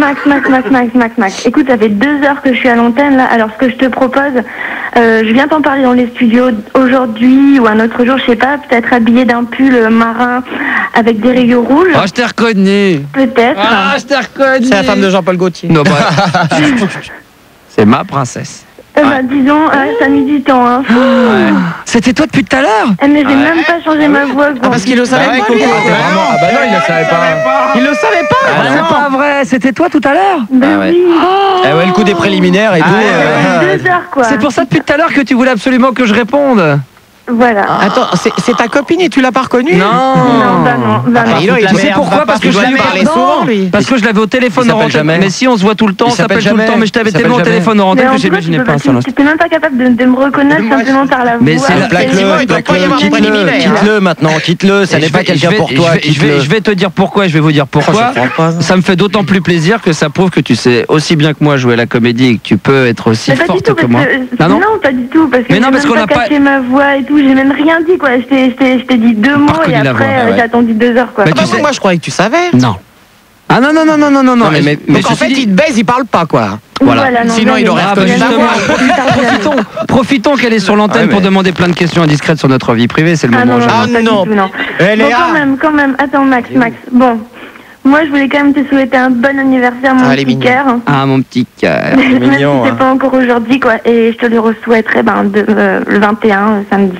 Max. Écoute, ça fait 2 heures que je suis à l'antenne là. Alors ce que je te propose, je viens t'en parler dans les studios aujourd'hui ou un autre jour, je sais pas, peut-être habillé d'un pull marin avec des rayures rouges. Ah, je t'ai reconnu. Peut-être. Ah, je t'ai reconnu. C'est la femme de Jean-Paul Gaultier. Non, c'est ma princesse. Disons, ça a mis du temps. Hein. C'était toi depuis tout à l'heure? Mais j'ai même pas changé ma voix. Parce qu'il le savait pas. Ah bah non, il le savait pas. Il le savait pas. C'est pas vrai. C'était toi tout à l'heure? Oui. Le coup des préliminaires et tout. 2 heures, quoi. C'est pour ça depuis tout à l'heure que tu voulais absolument que je réponde. Voilà. Attends, c'est ta copine et tu l'as pas reconnue? Non. C'est pourquoi? Parce que je l'avais souvent, lui. Parce que je l'avais au téléphone en antenne. Mais si on se voit tout le temps, on s'appelle tout le temps. Mais je t'avais tellement au téléphone en antenne que j'imaginais pas ça. Tu n'étais même pas capable de me reconnaître simplement par la voix. Mais c'est quitte-le maintenant, quitte-le. Ça n'est pas quelqu'un pour toi. Je vais te dire pourquoi. Je vais vous dire pourquoi. Ça me fait d'autant plus plaisir que ça prouve que tu sais aussi bien que moi jouer à la comédie et que tu peux être aussi forte que moi. Non, pas du tout. Parce que j'ai même pas caché ma voix et tout. J'ai même rien dit, quoi. Je t'ai dit 2 mots et après j'ai attendu 2 heures, quoi. Moi je croyais que tu savais. Non. Ah non. Mais donc en fait il te baise, il parle pas, quoi. Voilà. Sinon il aurait reconnu ta voix. Profitons qu'elle est sur l'antenne pour demander plein de questions indiscrètes sur notre vie privée. C'est le moment. Non. Quand même. Attends, Max. Bon. Moi, je voulais quand même te souhaiter un bon anniversaire, mon petit cœur. Ah, mon petit cœur. Même si c'est pas encore aujourd'hui, quoi. Et je te le souhaiterai le 21, samedi.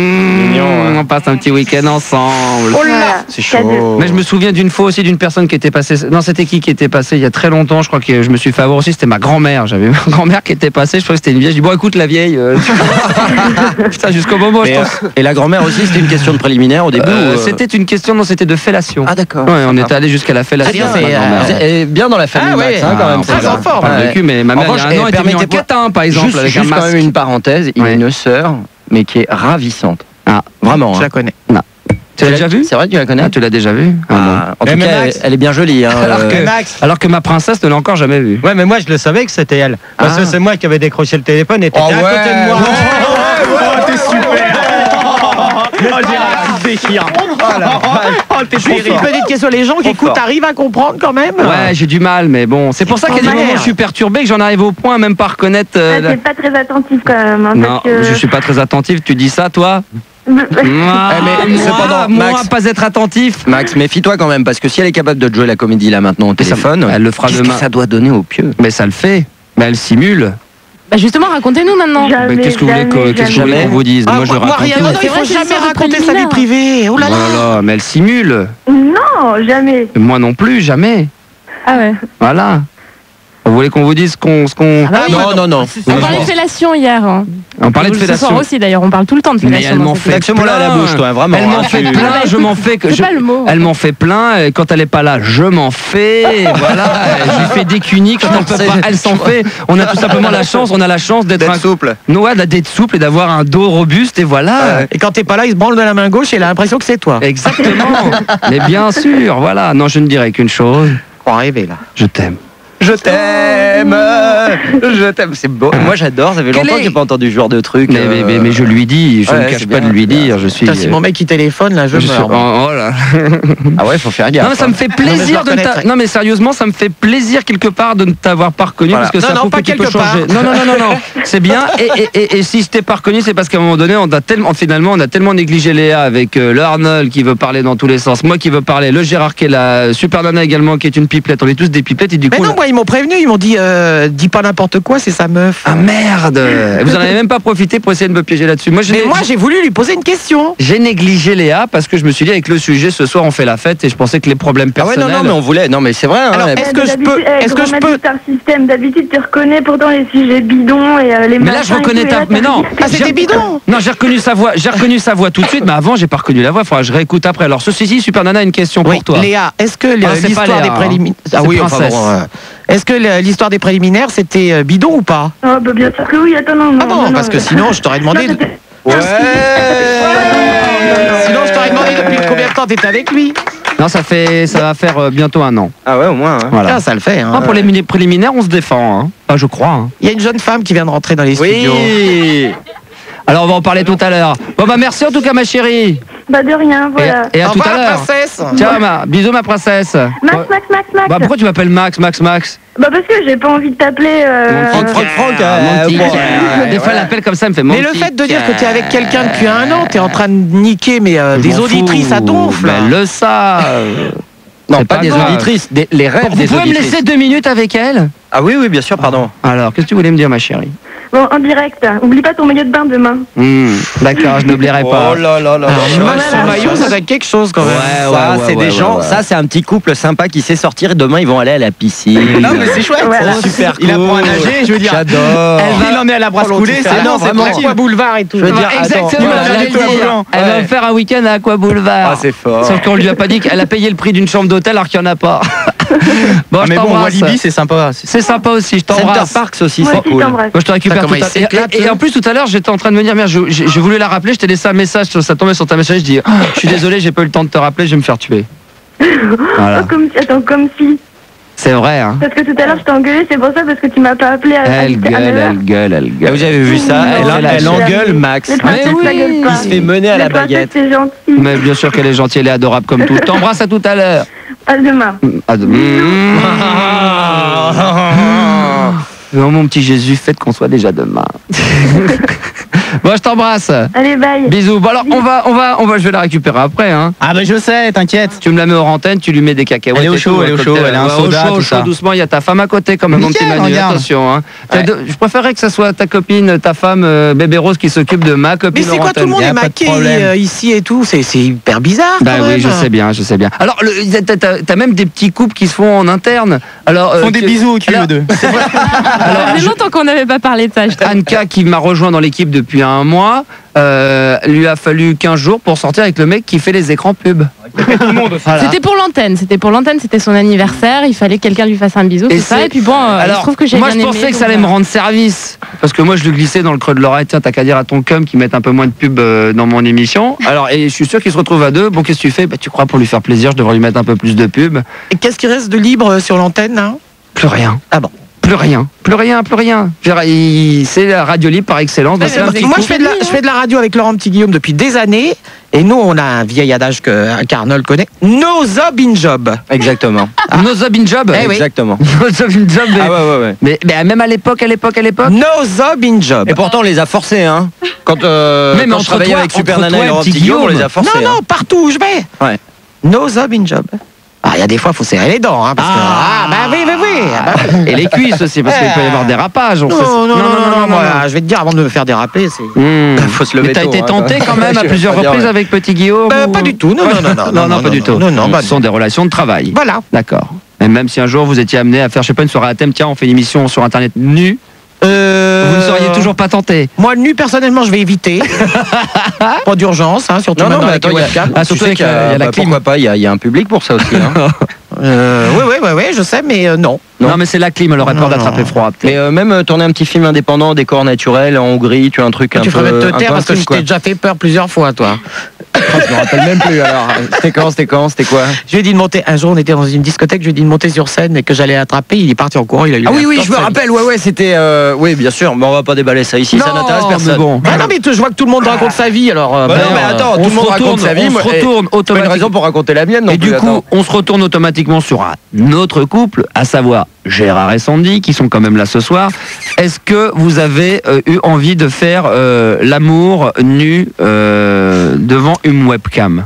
On passe un petit week-end ensemble. Oh là, c'est chaud. Mais je me souviens d'une fois aussi d'une personne qui était passée. Non, c'était qui était passé il y a très longtemps. Je crois que je me suis fait avoir aussi. C'était ma grand-mère. J'avais ma grand-mère qui était passée. Je crois que c'était une vieille. Je dis bon, écoute la vieille. Putain, jusqu'au moment. Et la grand-mère aussi, c'était une question de préliminaire au début. C'était une question. Non, c'était de fellation. Ah d'accord. Ouais, on était allé jusqu'à la fellation. Elle est bien dans la famille Max, quand même. Très en forme. Mais ma mère il y a un an était venue en catin, par exemple, avec un masque. Juste quand même une parenthèse. Il y a une sœur, mais qui est ravissante. Ah, vraiment. Je la connais. Non. Tu l'as déjà vue? C'est vrai que tu la connais? Tu l'as déjà vue? En tout cas, elle est bien jolie. Alors que ma princesse ne l'a encore jamais vue. Ouais, mais moi je le savais que c'était elle. Parce que c'est moi qui avais décroché le téléphone et t'étais à côté de moi. T'es super. Juste une petite question, les gens qui écoutent arrivent à comprendre quand même? Ouais, j'ai du mal, mais bon, c'est pour ça qu'il y a des moments où je suis perturbé, que j'en arrive au point même pas reconnaître. T'es pas très attentif quand même. Non, je suis pas très attentif. Tu dis ça, toi? Moi, pas être attentif. Max, méfie-toi quand même, parce que si elle est capable de jouer la comédie là maintenant au téléphone, elle le fera demain. Ça doit donner au pieu. Mais ça le fait. Mais elle simule. Bah justement, racontez-nous maintenant. Qu'est-ce que vous voulez qu'on vous dise? Moi, je raconte. Il faut jamais raconter sa vie privée. Oh là là. Mais elle simule. Non, jamais. Moi non plus, jamais. Ah ouais. Voilà. Vous voulez qu'on vous dise ce qu'on... Non. On parlait de fellation hier. On parlait de fellation. Ce soir aussi d'ailleurs, on parle tout le temps de fellation. Mais elle m'en fait plein à la bouche, toi, vraiment. Elle m'en fait plein, je m'en fais que... C'est pas le mot. Elle m'en fait plein, et quand elle est pas là, je m'en fais. Voilà, je lui fais des cunis, quand elle peut pas, elle s'en fait. On a tout simplement la chance d'être souple. D'être souple et d'avoir un dos robuste, et voilà. Et quand t'es pas là, il se branle de la main gauche et il a l'impression que c'est toi. Exactement. Mais bien sûr, voilà. Non, je ne dirais qu'une chose. Faut rêver là. Je t'aime. Je t'aime, c'est beau. Moi j'adore, ça fait longtemps que j'ai pas entendu ce genre de truc. Mais je lui dis, je ne cache pas de lui dire, je suis... Si mon mec il téléphone là, je meurs. Oh là. Ah ouais, faut faire gaffe. Non mais ça me fait plaisir non mais sérieusement, ça me fait plaisir quelque part de ne t'avoir pas reconnu parce que ça prouve que tu peux changer. Non, c'est bien. Et si je t'ai pas reconnu, c'est parce qu'à un moment donné, on a tellement négligé Léa avec le Arnold qui veut parler dans tous les sens, moi qui veux parler, le Gérard qui est là, Super Nana également qui est une pipelette, on est tous des pipelettes et du coup... Ils m'ont prévenu, ils m'ont dit dis pas n'importe quoi, c'est sa meuf. Ah merde. Vous en avez même pas profité pour essayer de me piéger là-dessus. Moi j'ai voulu lui poser une question. J'ai négligé Léa parce que je me suis dit avec le sujet ce soir on fait la fête et je pensais que les problèmes personnels. Ah ouais, non mais on voulait. Non mais c'est vrai. Alors est-ce que je peux Star System, d'habitude tu reconnais pourtant les sujets bidons et les mais là je reconnais mais non. Ah c'était bidon. Non, j'ai reconnu sa voix tout de suite mais avant j'ai pas reconnu la voix, faudra que je réécoute après. Alors ceci dit, Super Nana a une question pour toi. Léa, est-ce que l'histoire des préliminaires est-ce que l'histoire des préliminaires, c'était bidon ou pas? Oh, bah bien sûr que oui, attends, non. Ah bon, parce que sinon, je t'aurais demandé... Ouais. Sinon, je t'aurais demandé depuis combien de temps t'étais avec lui. Non, ça va faire bientôt 1 an. Ah ouais, au moins. Hein. Voilà. Ah, ça le fait. Hein. Ah, pour les préliminaires, on se défend. Hein. Enfin, je crois. Hein. Il y a une jeune femme qui vient de rentrer dans les studios. Oui. Alors, on va en parler tout à l'heure. Bon, bah merci en tout cas, ma chérie. Bah de rien, voilà. Et à tout à l'heure. Princesse. Tiens, bisous ma princesse. Max. Bah pourquoi tu m'appelles Max? Bah parce que j'ai pas envie de t'appeler... Franck, des fois l'appel comme ça me fait Mais le fait de dire que t'es avec quelqu'un depuis 1 an, t'es en train de niquer des auditrices à donf. Mais le savent. Non, pas des auditrices, les rêves des auditrices. Vous pouvez me laisser 2 minutes avec elle? Ah oui, bien sûr, pardon. Alors, qu'est-ce que tu voulais me dire, ma chérie? Bon, en direct, oublie pas ton maillot de bain demain. D'accord, je n'oublierai pas. Oh là. Son maillot, ça doit être quelque chose quand même. Ouais, c'est des gens. Ça, c'est un petit couple sympa qui sait sortir. Demain, ils vont aller à la piscine. Non, mais c'est chouette. Voilà. Super cool. Il apprend à nager, je veux dire. J'adore. Il en est à la brasse coulée. C'est vraiment Aqua Boulevard et tout. Je veux dire, exactement. Elle va faire un week-end à Aqua Boulevard. Ah, c'est fort. Sauf qu'on lui a pas dit qu'elle a payé le prix d'une chambre d'hôtel alors qu'il n'y en a pas. Bon, mais bon, Walibi, c'est sympa. C'est sympa aussi, je t'embrasse. Center Parks aussi, Moi c'est aussi, cool. t'embrasse. Moi, je te récupère tout à l'heure. Et en plus, tout à l'heure, j'étais en train de me dire, merde, je voulais la rappeler, je t'ai laissé un message, ça tombait sur ta message, je dis, je suis désolé, j'ai pas eu le temps de te rappeler, je vais me faire tuer. Voilà. Comme si. C'est vrai, hein. Parce que tout à l'heure, je t'ai engueulé, c'est pour ça, parce que tu m'as pas appelé à Elle gueule. Vous avez vu ça? Elle engueule Max. Mais oui, il se fait mener à la baguette. C'est gentil. Mais bien sûr qu'elle est gentille, elle est adorable comme tout. T'embrasse à tout à l'heure. À demain. À demain. Oh mon petit Jésus, faites qu'on soit déjà demain. Bon, je t'embrasse. Allez, bye. Bisous. Bon alors, on va, je vais la récupérer après, hein. Ah bah je sais, t'inquiète. Tu me la mets aux antennes, tu lui mets des cacahuètes. Elle est au chaud, elle a un soda, tout ça. Doucement, il y a ta femme à côté quand même, mon petit Manu. Attention, hein. Ouais. Je préférerais que ça soit ta copine, ta femme, bébé Rose, qui s'occupe de ma copine. Mais c'est quoi, tout le monde est maqué ici et tout? C'est hyper bizarre. Bah oui, je sais bien. Alors, t'as même des petits couples qui se font en interne. Alors, font des bisous au cul, eux deux. Alors, ça fait longtemps qu'on n'avait pas parlé de ça. Anka, qui m'a rejoint dans l'équipe depuis 1 mois, lui a fallu 15 jours pour sortir avec le mec qui fait les écrans pubs. Voilà. C'était pour l'antenne, c'était son anniversaire, il fallait que quelqu'un lui fasse un bisou, tout ça, et puis bon, alors, je trouve que j'ai bien aimé. Moi je pensais que ça allait me rendre service, parce que moi je lui glissais dans le creux de l'oreille, tiens, t'as qu'à dire à ton cum qu'il mette un peu moins de pub dans mon émission. Alors, et je suis sûr qu'ils se retrouvent à 2, bon qu'est-ce que tu fais? Bah tu crois, pour lui faire plaisir, je devrais lui mettre un peu plus de pub. Et qu'est-ce qui reste de libre sur l'antenne, hein? Plus rien. Ah bon? Plus rien. C'est la radio libre par excellence. Moi, je fais de la radio avec Laurent Petit-Guillaume depuis des années. Et nous, on a un vieil adage qu'Arnold connaît. No job in job. Exactement. No job in job. Exactement. No job in job. Ouais. Mais même à l'époque. No job in job. Et pourtant, on les a forcés, hein. Quand je travaillais avec Super Nana et Laurent Petit-Guillaume, on les a forcés. Non, partout où je vais. Ouais. No job in job. Ah, il y a des fois, il faut serrer les dents. Hein, parce que, oui. Et les cuisses aussi, parce qu'il peut y avoir des rapages. Non, moi, je vais te dire, avant de me faire déraper, c'est... faut se lever. Mais t'as été tenté quand même à plusieurs reprises avec Petit Guillaume Pas du tout, non, pas du tout. Ce sont des relations de travail. Voilà. D'accord. Et même si un jour vous étiez amené à faire, je sais pas, une soirée à thème, tiens, on fait une émission sur Internet nu. Vous ne seriez toujours pas tenté? Moi, nu, personnellement, je vais éviter. Pas d'urgence, hein, surtout maintenant avec les webcams. Surtout qu'il y a la clim. Pourquoi pas, il y a un public pour ça aussi. Hein. Oui, je sais, mais non. Non, mais c'est la clim, elle aurait peur d'attraper froid. Mais même tourner un petit film indépendant, décor naturel, en Hongrie, tu as un truc un peu... Tu ferais te taire parce que je t'ai déjà fait peur plusieurs fois, toi. Je me rappelle même plus alors. C'était quoi? Je lui ai dit de monter. Un jour, on était dans une discothèque, je lui ai dit de monter sur scène et que j'allais attraper. Il est parti en courant. Oui, je me rappelle. Ouais, c'était. Oui, bien sûr. Mais on va pas déballer ça ici. Ça n'intéresse personne. Bon. Non, mais je vois que tout le monde raconte sa vie. Alors. Non, mais attends, tout le monde raconte sa vie. On se retourne automatiquement. Pas une raison pour raconter la mienne. Et du coup, on se retourne automatiquement sur un autre couple, à savoir Gérard et Sandy, qui sont quand même là ce soir. Est-ce que vous avez eu envie de faire l'amour nu devant une webcam?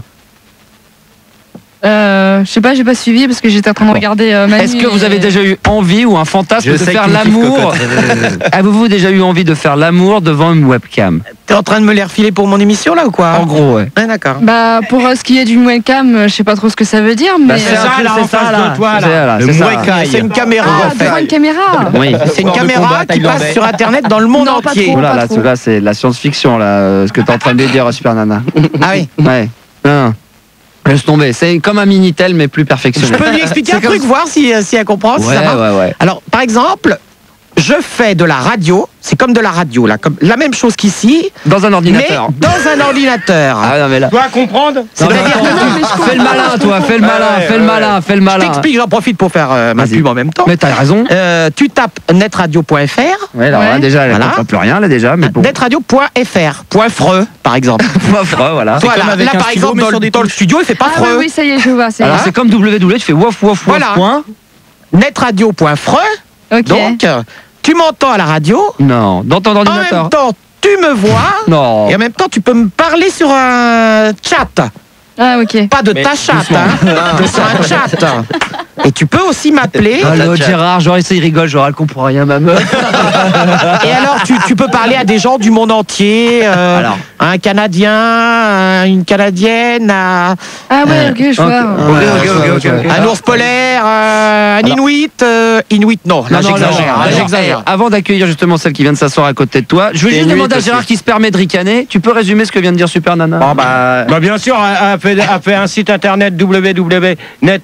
Je sais pas, j'ai pas suivi parce que j'étais en train de regarder Manu. Est-ce que vous avez déjà eu envie ou un fantasme de faire l'amour? Avez-vous déjà eu envie de faire l'amour devant une webcam? T'es en train de me les refiler pour mon émission là ou quoi? En gros, ouais. D'accord. Bah pour ce qui est d'une webcam, je sais pas trop ce que ça veut dire, mais c'est ça là en face de toi là. C'est une caméra. Ah, devant une caméra. Oui. C'est une caméra qui passe sur Internet dans le monde entier. Là, c'est la science-fiction là, ce que t'es en train de dire, Super Nana. Ah oui. Ouais. Non. Laisse tomber, c'est comme un Minitel mais plus perfectionné. Je peux lui expliquer un truc, voir si elle comprend. Si ça va. Ouais. Alors, par exemple, je fais de la radio, c'est comme de la radio, là, comme la même chose qu'ici. Dans un ordinateur. Mais dans un ordinateur. Ah non, mais là. Tu dois comprendre. Fais le malin, toi, fais le malin. Je t'explique, j'en profite pour faire ma pub en même temps. Mais t'as raison. Tu tapes netradio.fr. Ouais, alors là, déjà, elle ne comprend plus rien, là, déjà. Mais bon. Netradio.fr. .freux, par exemple. .freux, voilà. Toi, là, par exemple, dans le studio, il fait pas freux. Oui, ça y est, je vois. Alors, c'est comme www, tu fais wouf. Voilà. Netradio.freux. Donc, tu m'entends à la radio. Non, dans ton ordinateur. En même temps, tu me vois. Non. Et en même temps, tu peux me parler sur un chat. Ah, ok. Pas de ta chatte, hein. Sur un chat. Et tu peux aussi m'appeler. Allô, Gérard, genre, il rigole, genre, elle comprend rien, ma meuf. Et alors, tu peux parler à des gens du monde entier. Un Canadien, une Canadienne. Ah ouais, ok, je vois. Ok. Un ours polaire, un Inuit. Inuit, non, là j'exagère. Avant d'accueillir justement celle qui vient de s'asseoir à côté de toi, je veux juste demander à Gérard qui se permet de ricaner. Tu peux résumer ce que vient de dire Super Nana? Bah bien sûr, a fait un site internet www.net.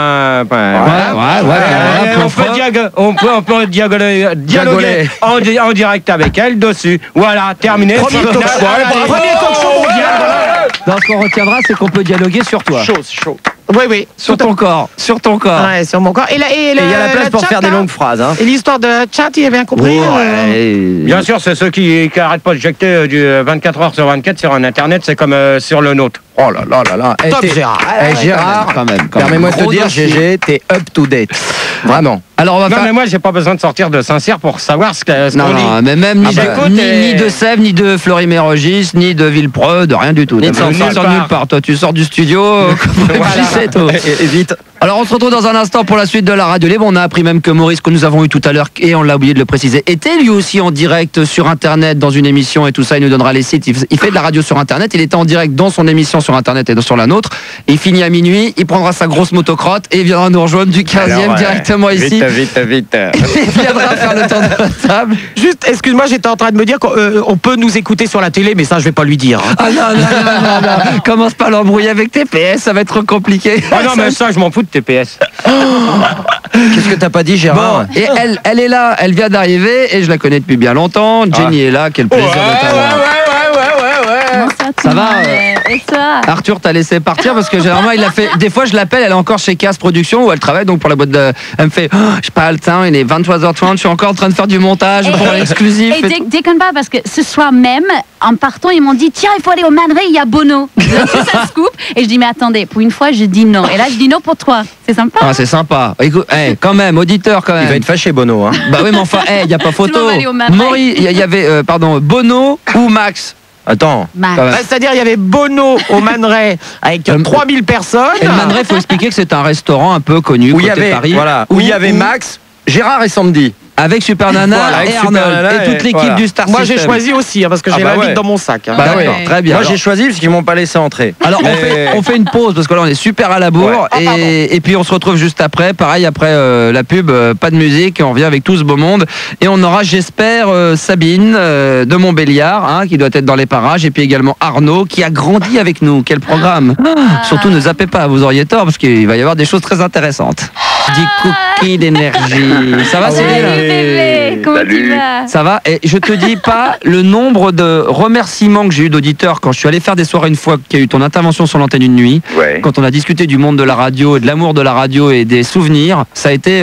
On peut dialoguer en direct avec elle dessus. Voilà, terminé. Premier talk show mondial. Donc ce qu'on retiendra, c'est qu'on peut dialoguer sur toi. Chaud. Oui. Sur ton corps. Ouais, sur mon corps. Et il y a la place pour faire des longues phrases. Hein. Et l'histoire de chat, il a bien compris. Bien sûr, c'est ceux qui n'arrêtent pas de jeter du 24 heures sur 24 sur un internet, c'est comme sur le nôtre. Oh là. Top Gérard. Gérard, quand même. Permets-moi de te dire, GG, t'es up to date. Vraiment. Alors on va mais moi j'ai pas besoin de sortir de Saint-Cyr pour savoir ce qu'on dit. Non, mais même ni de Sèvres, ni de Fleury-Mérogis, ni de Villepreux, de rien du tout. Ni de nulle part. Toi, tu sors du studio, et vite. Alors on se retrouve dans un instant pour la suite de la radio libre. On a appris même que Maurice, que nous avons eu tout à l'heure, et on l'a oublié de le préciser, était lui aussi en direct sur Internet dans une émission et tout ça. Il nous donnera les sites. Il fait de la radio sur Internet. Il était en direct dans son émission sur Internet et sur la nôtre. Il finit à minuit. Il prendra sa grosse motocrotte et il viendra nous rejoindre du 15e directement ici. Vite. Il viendra faire le tour de la table. Juste, excuse-moi, j'étais en train de me dire qu'on peut nous écouter sur la télé, mais ça, je vais pas lui dire. Ah non. Commence pas à l'embrouiller avec TPS, ça va être compliqué. Ah non, mais ça, je m'en fous de TPS. Qu'est-ce que t'as pas dit, Gérard? Bon, et elle est là, elle vient d'arriver et je la connais depuis bien longtemps. Jenny est là, quel plaisir de t'avoir. Ça va Et toi Arthur t'a laissé partir parce que généralement il a fait. Des fois je l'appelle, elle est encore chez Casse Productions où elle travaille donc pour la boîte de. Elle me fait j'ai pas le temps, il est 23h30, je suis encore en train de faire du montage pour l'exclusif. Et déconne pas parce que ce soir même, en partant, ils m'ont dit tiens, il faut aller au Man Ray, il y a Bono. Ça se coupe. Et je dis mais attendez, pour une fois je dis non. Et là je dis non pour toi. C'est sympa. Ah, c'est sympa. Écoute, quand même, auditeur quand même. Il va être fâché Bono. Hein. Bah oui mais enfin, il n'y a pas photo. Maurice, il y avait Bono ou Max. Attends. C'est-à-dire, il y avait Bono au Man Ray avec 3000 personnes. Et le Man Ray, il faut expliquer que c'est un restaurant un peu connu où côté il y avait, Paris. Voilà, où il y avait Max, Gérard et Sandy. Avec Super Nana et Arnold et toute l'équipe du Star System. Moi j'ai choisi aussi parce que j'ai la vie dans mon sac. D'accord, très bien. Moi j'ai choisi parce qu'ils m'ont pas laissé entrer. Alors on fait une pause parce que là on est super à la bourre et puis on se retrouve juste après. Pareil après la pub, pas de musique, on revient avec tout ce beau monde et on aura j'espère Sabine de Montbéliard qui doit être dans les parages et puis également Arnaud qui a grandi avec nous. Quel programme. Surtout ne zappez pas, vous auriez tort parce qu'il va y avoir des choses très intéressantes. Des cookies d'énergie. Ça va Cyril? Bébé, comment tu vas? Ça va? Et je te dis pas le nombre de remerciements que j'ai eu d'auditeurs quand je suis allé faire des soirées une fois qu'il y a eu ton intervention sur l'antenne une nuit, quand on a discuté du monde de la radio et de l'amour de la radio et des souvenirs, ça a été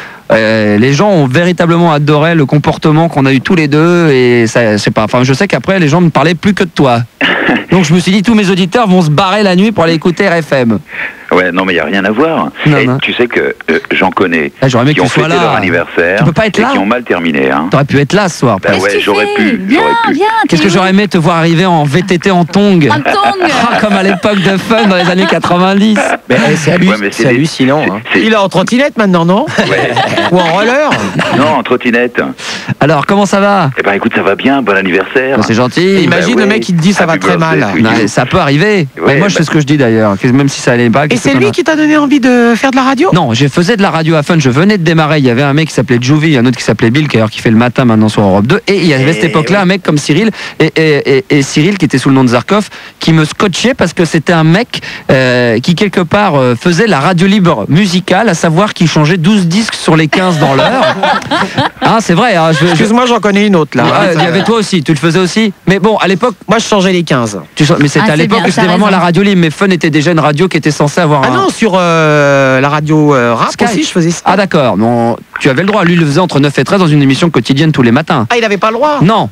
les gens ont véritablement adoré le comportement qu'on a eu tous les deux et ça, je sais qu'après les gens ne parlaient plus que de toi. Donc je me suis dit tous mes auditeurs vont se barrer la nuit pour aller écouter RFM. Ouais, non mais il n'y a rien à voir. Non. Tu sais que j'en connais qui ont fêté leur anniversaire et qui ont mal terminé. T'aurais pu être là ce soir. J'aurais pu. Qu'est-ce que j'aurais aimé te voir arriver en VTT en tongs. En tongs comme à l'époque de Fun dans les années 90. C'est hallucinant. Il est en trottinette maintenant, non? Ou en roller? Non, en trottinette. Alors, comment ça va? Eh ben écoute, ça va bien, bon anniversaire. C'est gentil. Imagine le mec qui te dit ça va très mal. Ça peut arriver. Moi, je sais ce que je dis d'ailleurs, même si ça allait pas. Et c'est lui qui t'a donné envie de faire de la radio? Non, je faisais de la radio à Fun, je venais de démarrer. Il y avait un mec qui s'appelait Jovi, un autre qui s'appelait Bill, qui fait le matin maintenant sur Europe 2. Et il y avait à cette époque-là un mec comme Cyril, et Cyril qui était sous le nom de Zarkov, qui me scotchait parce que c'était un mec qui quelque part faisait la radio libre musicale, à savoir qu'il changeait 12 disques sur les 15 dans l'heure. C'est vrai. Excuse-moi, j'en connais une autre là. Il y avait toi aussi, tu le faisais aussi. Mais bon, à l'époque... Moi je changeais les 15. Mais c'était à l'époque que c'était vraiment la radio libre. Mais Fun était déjà une radio qui était censée avoir non, sur la radio rap Sky. Aussi, je faisais ça. Ah d'accord, bon, tu avais le droit. Lui, il le faisait entre 9 et 13 dans une émission quotidienne tous les matins. Ah, il n'avait pas le droit? Non.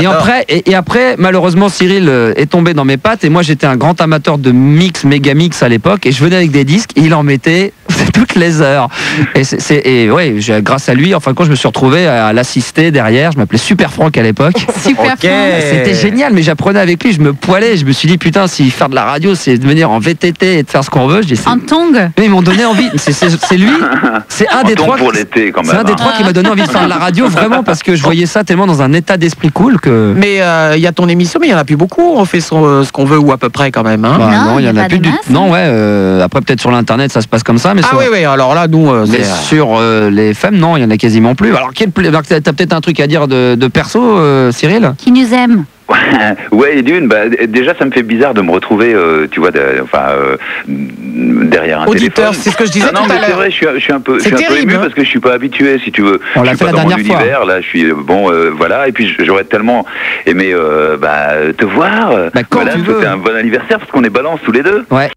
Et après, malheureusement, Cyril est tombé dans mes pattes. Et moi, j'étais un grand amateur de mix, méga mix à l'époque. Et je venais avec des disques et il en mettait toutes les heures. Et grâce à lui, enfin, quand je me suis retrouvé à l'assister derrière, je m'appelais Super Franck à l'époque. Super Franck. C'était génial, mais j'apprenais avec lui, je me poilais. Je me suis dit, putain, si faire de la radio, c'est de venir en VTT et de faire ce qu'on veut. En tongs. Ils m'ont donné envie. C'est lui. C'est un des trois. Pour l'été, quand même. C'est un des trois qui m'a donné envie de faire de la radio, vraiment, parce que je voyais ça tellement dans un état d'esprit cool que. Mais il y a ton émission, mais il y en a plus beaucoup. On fait ce qu'on veut ou à peu près quand même. Non, il y en a plus du. Non, après peut-être sur l'internet, ça se passe comme ça, mais. Oui. Alors là, nous. Mais sur les femmes, non, il y en a quasiment plus. Alors, t'as peut-être un truc à dire de perso, Cyril? Qui nous aime? Ouais, d'une, déjà ça me fait bizarre de me retrouver, tu vois, derrière un auditeur, téléphone. c'est ce que je disais tout à l'heure. C'est vrai, je suis un peu ému parce que je suis pas habitué, si tu veux. On l'a fait la dernière fois. Là, je suis voilà, et puis j'aurais tellement aimé te voir. Quand tu veux. C'était un bon anniversaire parce qu'on est balance tous les deux. Ouais.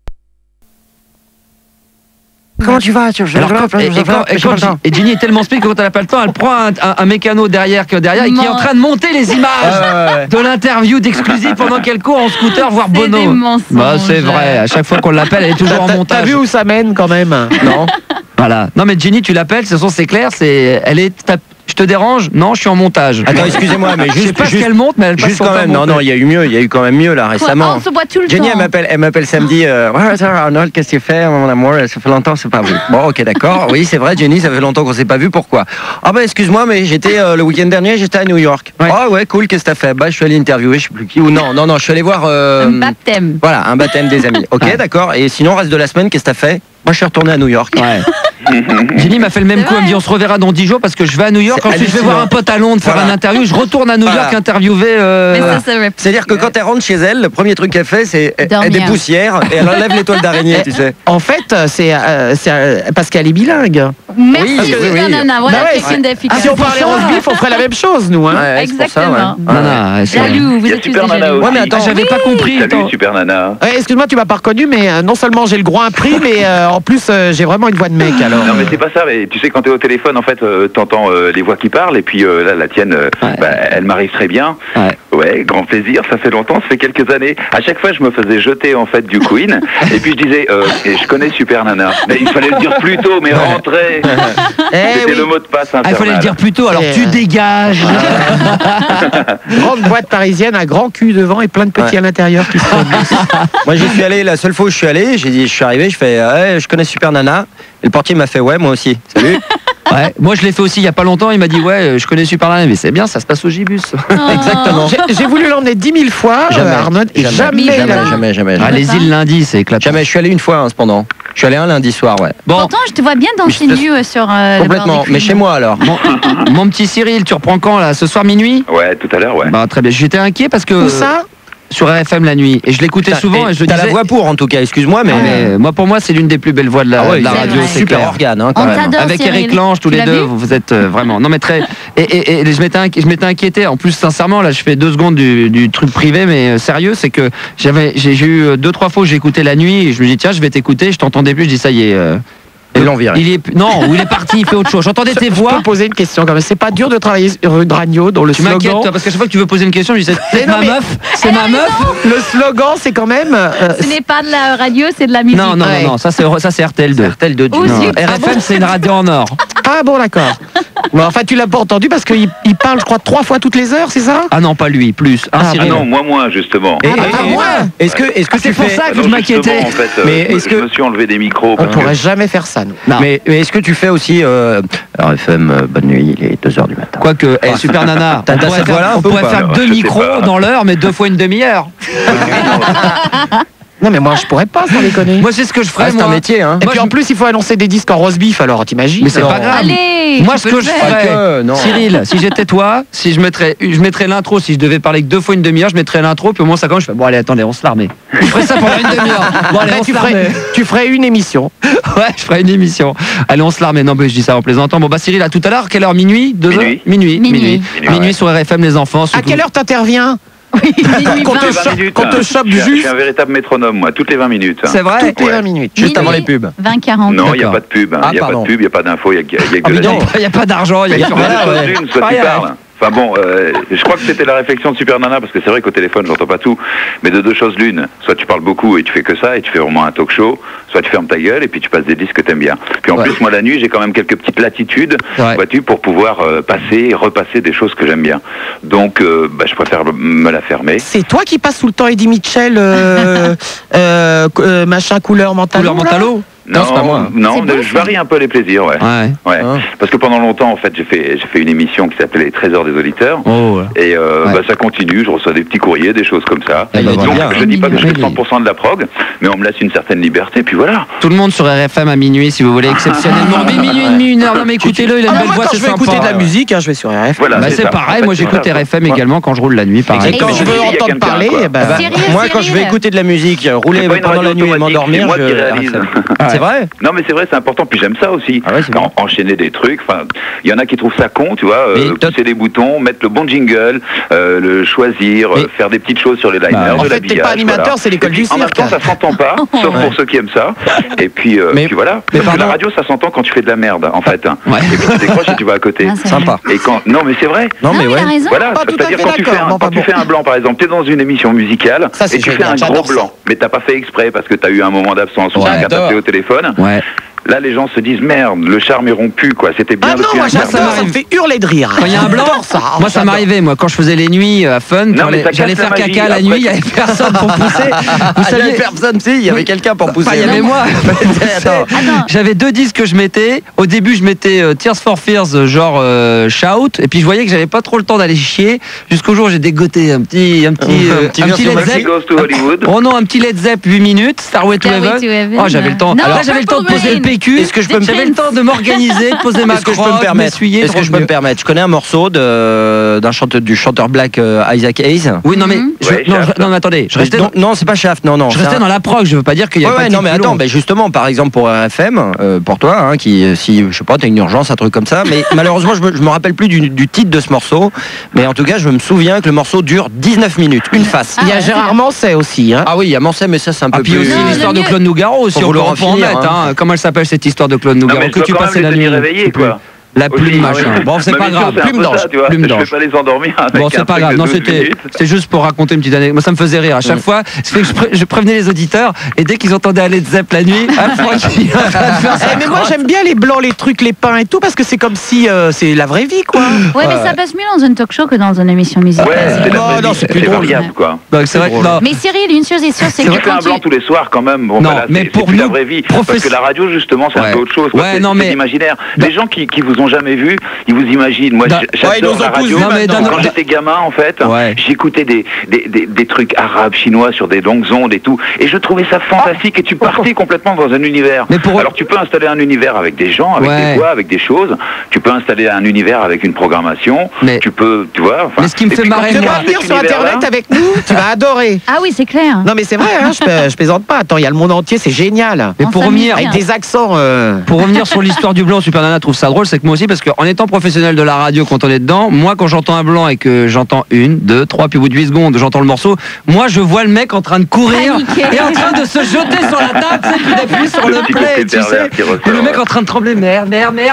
Comment tu vas? Et Ginny est tellement speed que quand elle n'a pas le temps, elle prend un mécano derrière et qui est en train de monter les images de l'interview d'exclusif pendant qu'elle court en scooter voir Bono. C'est vrai, à chaque fois qu'on l'appelle, elle est toujours en montage. T'as vu où ça mène quand même? Non. Voilà. Non mais Ginny, tu l'appelles, c'est clair, je te dérange? Non, je suis en montage. Attends, excusez-moi, mais je sais pas ce qu'elle monte, mais elle passe quand même. Non, il y a eu quand même mieux là récemment. On se voit tout le Jenny, temps. elle m'appelle samedi. Arnold, qu'est-ce que tu fais, mon amour? Ça fait longtemps, c'est pas vu. Bon, ok, d'accord. Oui, c'est vrai, Jenny, ça fait longtemps qu'on s'est pas vu. Pourquoi? Excuse-moi, mais j'étais le week-end dernier, j'étais à New York. Ouais, cool. Qu'est-ce que t'as fait? Je suis allé interviewer, je sais plus qui. Ou non, je suis allé voir. Un baptême. Voilà, un baptême des amis. Ok, d'accord. Et sinon, reste de la semaine, qu'est-ce que t'as fait? Moi, je suis retourné à New York. Jenny m'a fait le même coup, elle me dit on se reverra dans 10 jours parce que je vais à New York, ensuite je vais voir un pote à Londres faire une interview, je retourne à New York interviewer. C'est-à-dire que quand elle rentre chez elle, le premier truc qu'elle fait, c'est elle dépoussière et elle enlève l'étoile d'araignée, tu sais. En fait, c'est parce qu'elle est bilingue. Merci, si on parlait roast beef, on ferait la même chose, nous. Exactement. Jaloux, vous êtes Super Nana aussi. Ouais, mais attends, j'avais pas compris. Salut, Super Nana. Excuse-moi, tu m'as pas reconnu, mais non seulement j'ai le groin pris, mais en plus j'ai vraiment une voix de mec. alors. Non mais c'est pas ça, mais tu sais quand t'es au téléphone en fait t'entends les voix qui parlent et puis là la tienne elle m'arrive très bien. Ouais, grand plaisir, ça fait longtemps, ça fait quelques années. À chaque fois je me faisais jeter en fait du Queen et puis je disais je connais Super Nana. Mais il fallait le dire plus tôt, mais rentrer. C'était le mot de passe infernal. Il fallait le dire plus tôt, alors tu dégages. Grande boîte parisienne, un grand cul devant et plein de petits à l'intérieur qui se Moi j'y suis allé, la seule fois où je suis allé, je suis arrivé, je fais je connais Super Nana. Et le portier m'a fait ouais moi aussi. Salut. Ouais, moi je l'ai fait aussi il y a pas longtemps, il m'a dit ouais je connais Super Nana, mais c'est bien, ça se passe au Gibus. Exactement. J'ai voulu l'emmener 10 000 fois, Arnaud, et jamais. Les îles lundi, c'est éclatant. Jamais, je suis allé une fois cependant. Je suis allé un lundi soir, ouais. Bon. Pourtant, je te vois bien danser nu sur complètement, mais chez moi alors. Mon petit Cyril, tu reprends quand là? Ce soir minuit? Ouais, tout à l'heure, ouais. Bah très bien, j'étais inquiet parce que... Où ça? Sur RFM la nuit, et je l'écoutais souvent et je disais... T'as la voix pour en tout cas, excuse-moi, mais... moi pour moi c'est l'une des plus belles voix de la radio, c'est super clair. organe, quand même. Avec Eric Lange, tous les deux, vous êtes vraiment... Non mais très... Et je m'étais inquiété, en plus sincèrement, là je fais 2 secondes du truc privé, mais sérieux, c'est que j'ai eu 2-3 fois où j'ai écouté la nuit, et je me dis tiens je vais t'écouter, je t'entendais plus, je dis ça y est... Ils l'ont viré. Il est parti, il fait autre chose. J'entendais tes voix. Je peux poser une question quand même. C'est pas dur de travailler sur une radio dont le slogan... Tu m'inquiètes, toi, parce qu'à chaque fois que tu veux poser une question, je dis c'est ma meuf, c'est ma meuf. Le slogan, c'est quand même... Ce n'est pas de la radio, c'est de la musique. Non, ça c'est RTL2. RTL2. RFM, c'est une radio en or. Ah bon, d'accord. Bon, enfin, tu l'as pas entendu parce qu'il parle, je crois, 3 fois toutes les heures, c'est ça? Ah non, pas lui, plus. Non, moi, justement. Est-ce que tu c'est pour ça que je m'inquiétais. En fait, mais je me suis enlevé des micros. On pourrait jamais faire ça, nous. Mais est-ce que tu fais aussi RFM, bonne nuit, il est 2h du matin. Quoique, Super Nana, on pourrait faire 2 micros dans l'heure, mais 2 fois une demi-heure. Non mais moi je pourrais pas sans déconner. Moi c'est ce que je ferais. C'est un métier hein. Et puis en plus il faut annoncer des disques en roast beef alors t'imagines. Mais c'est pas grave. Allez, moi ce que je ferais, Cyril, si j'étais toi, si je mettrais l'intro, si je devais parler que 2 fois une demi-heure, je mettrais l'intro puis au moins ça commence, je fais bon allez attendez on se l'armée. Je ferais ça pendant une demi-heure. Bon allez on se l'armée. Tu ferais une émission. Ouais je ferais une émission. Allez on se l'armée. Non mais je dis ça en plaisantant. Bon bah Cyril à tout à l'heure. Quelle heure? Minuit? 2 heures? Minuit sur RFM les enfants. À quelle heure t'interviens? Qu'on te chope juste. Je suis un véritable métronome, moi, toutes les 20 minutes. C'est vrai? Toutes les 20 minutes. Juste avant les pubs. 20-40. Non, il n'y a pas de pub. Il n'y a pas de pub, il n'y a pas d'info, il n'y a que de la vie. Il n'y a pas d'argent, il n'y a que rien. Soit tu parles. Enfin bon, je crois que c'était la réflexion de Super Nana, parce que c'est vrai qu'au téléphone, j'entends pas tout, mais de 2 choses l'une. Soit tu parles beaucoup et tu fais que ça, et tu fais vraiment un talk show, soit tu fermes ta gueule et puis tu passes des disques que t'aimes bien. Puis en plus, moi, la nuit, j'ai quand même quelques petites latitudes, vois-tu, pour pouvoir passer et repasser des choses que j'aime bien. Donc, je préfère me la fermer. C'est toi qui passes tout le temps Eddie Mitchell, machin couleur mentalo. Couleur mentalo. Non, c'est pas moi. Non, je varie un peu les plaisirs, ouais. Parce que pendant longtemps, en fait, j'ai fait une émission qui s'appelait Les Trésors des auditeurs. Et ça continue, je reçois des petits courriers, des choses comme ça. Donc je dis pas que je fais 100% de la prog, mais on me laisse une certaine liberté, puis voilà. Tout le monde sur RFM à minuit, si vous voulez, exceptionnellement. Minuit et demi, 1 heure. Non mais écoutez-le, il a une belle voix, c'est sympa. Je vais écouter de la musique, je vais sur RFM. Voilà, c'est pareil, moi j'écoute RFM également quand je roule la nuit, pareil. Et quand je veux entendre parler, moi quand je vais écouter de la musique, rouler pendant la nuit et m'endormir, c'est vrai. Non mais c'est vrai, c'est important, puis j'aime ça aussi. Enchaîner des trucs, enfin, il y en a qui trouvent ça con, tu vois, pousser les boutons, mettre le bon jingle, le choisir, faire des petites choses sur les liners, en fait, t'es pas animateur, c'est l'école du cirque. En même temps, ça s'entend pas, sauf pour ceux qui aiment ça. Et puis voilà. Parce que la radio, ça s'entend quand tu fais de la merde, en fait. Et puis tu décroches et tu vas à côté. Sympa. Et quand... Non, mais c'est vrai. Non, mais ouais. Voilà, c'est-à-dire quand tu fais un blanc, par exemple, t'es dans une émission musicale et tu fais un gros blanc, mais t'as pas fait exprès parce que t'as eu un moment d'absence ou t'as tapé au téléphone. Là, les gens se disent merde, le charme est rompu, quoi. C'était bien depuis un quart d'heure. Ça me fait hurler de rire. Quand il y a un blanc, moi ça m'arrivait, moi, quand je faisais les nuits à Fun, j'allais faire caca la nuit, il n'y avait personne pour pousser. Vous savez, personne, si, il y avait quelqu'un pour pousser. Il y avait moi. J'avais 2 disques que je mettais. Au début, je mettais Tears for Fears, genre Shout, et puis je voyais que j'avais pas trop le temps d'aller chier, jusqu'au jour où j'ai dégoté un petit Led Zepp. Oh non, un petit Led Zepp 8 minutes, Starway to Heaven. Oh, j'avais le temps. Là, j'avais le temps de poser le PQ. Est-ce que je peux me J'avais le temps de m'organiser, de poser ma crotte, m'essuyer. Est-ce que je peux me permettre? Je connais un morceau du chanteur black Isaac Hayes. Oui, non mais non, attendez, je restais non, c'est pas Shaft, non. Je restais dans la prog, je veux pas dire qu'il y a pas de. Non mais attends, justement par exemple pour RFM, pour toi qui si je sais pas, t'as une urgence, un truc comme ça, mais malheureusement je me rappelle plus du titre de ce morceau, mais en tout cas je me souviens que le morceau dure 19 minutes, une face. Il y a Gérard Manset aussi, hein. Ah oui, il y a Manset, mais ça c'est un peu plus. Puis aussi l'histoire de Claude Nougaro aussi, on peut en mettre, comment elle s'appelle rappelle cette histoire de Claude Nougaro que tu passais la nuit réveillé, quoi. La plume, machin. Bon, c'est pas grave. Plume d'ange. Je vais pas les endormir. Bon, c'est pas grave. Non, c'était juste pour raconter une petite anecdote. Moi, ça me faisait rire. À chaque fois, je prévenais les auditeurs et dès qu'ils entendaient aller de Zepp la nuit, mais moi, j'aime bien les blancs, les trucs, les pains et tout parce que c'est comme si c'est la vraie vie, quoi. Ouais, mais ça passe mieux dans un talk show que dans une émission musicale. Ouais, non, c'est plus drôle, quoi. C'est vrai. Mais Cyril, une chose est sûre, c'est que tu fais un blanc tous les soirs quand même. Bon, non, mais pour nous, la vraie vie. Parce que la radio, justement, c'est un peu autre chose. Ouais, non, mais imaginaire. Les gens qui vous ont jamais vu, ils vous imaginent. Moi, j'adore la radio. Quand j'étais gamin, en fait, j'écoutais des trucs arabes, chinois sur des longues ondes et tout, et je trouvais ça fantastique. Et tu partais complètement dans un univers. Alors, tu peux installer un univers avec des gens, avec des voix, avec des choses. Tu peux installer un univers avec une programmation. Tu peux, tu vois. Mais ce qui me fait marrer, tu vas venir sur Internet avec nous, tu vas adorer. Ah oui, c'est clair. Non, mais c'est vrai, je plaisante pas. Attends, il y a le monde entier, c'est génial. Mais pour revenir avec des accents. Pour revenir sur l'histoire du blanc, Super Nana trouve ça drôle, c'est que moi aussi, parce qu'en étant professionnel de la radio, quand on est dedans, moi quand j'entends un blanc et que j'entends 1, 2, 3, puis au bout de 8 secondes, j'entends le morceau, moi je vois le mec en train de courir et en train de se jeter sur la table, tu sais, puis d'appuyer sur le play, tu sais, et le mec en train de trembler, merde.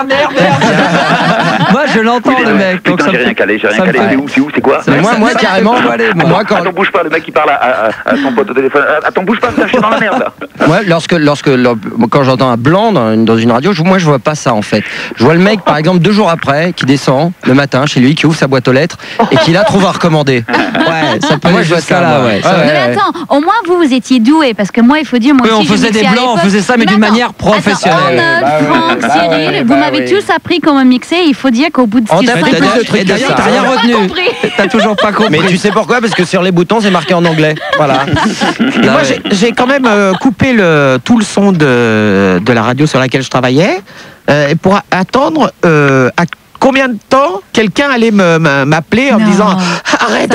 Moi je l'entends le mec. Donc j'ai rien calé, c'est où, c'est quoi? Moi carrément, moi quand... Attends, bouge pas, le mec il parle à son pote au téléphone, attends, bouge pas, je suis dans la merde là. Moi, quand j'entends un blanc dans une radio, moi je vois pas ça en fait. Je vois le mec par exemple 2 jours après qui descend le matin chez lui, qui ouvre sa boîte aux lettres et qui la trouve à recommander. Ouais, ça peut. Moi je vois ça là, ouais. Mais attends, au moins vous étiez doués parce que moi il faut dire moi aussi on faisait des blancs, on faisait ça mais d'une manière professionnelle. Arnold, Franck, Cyril, vous m'avez tous appris comment mixer. Il faut dire qu'au bout de 5 ans, et d'ailleurs t'as rien retenu. T'as toujours pas compris. Mais tu sais pourquoi? Parce que sur les boutons c'est marqué en anglais. Voilà. Et moi j'ai quand même coupé tout le son de la radio sur laquelle je travaillais pour attendre à combien de temps quelqu'un allait m'appeler en me disant arrête.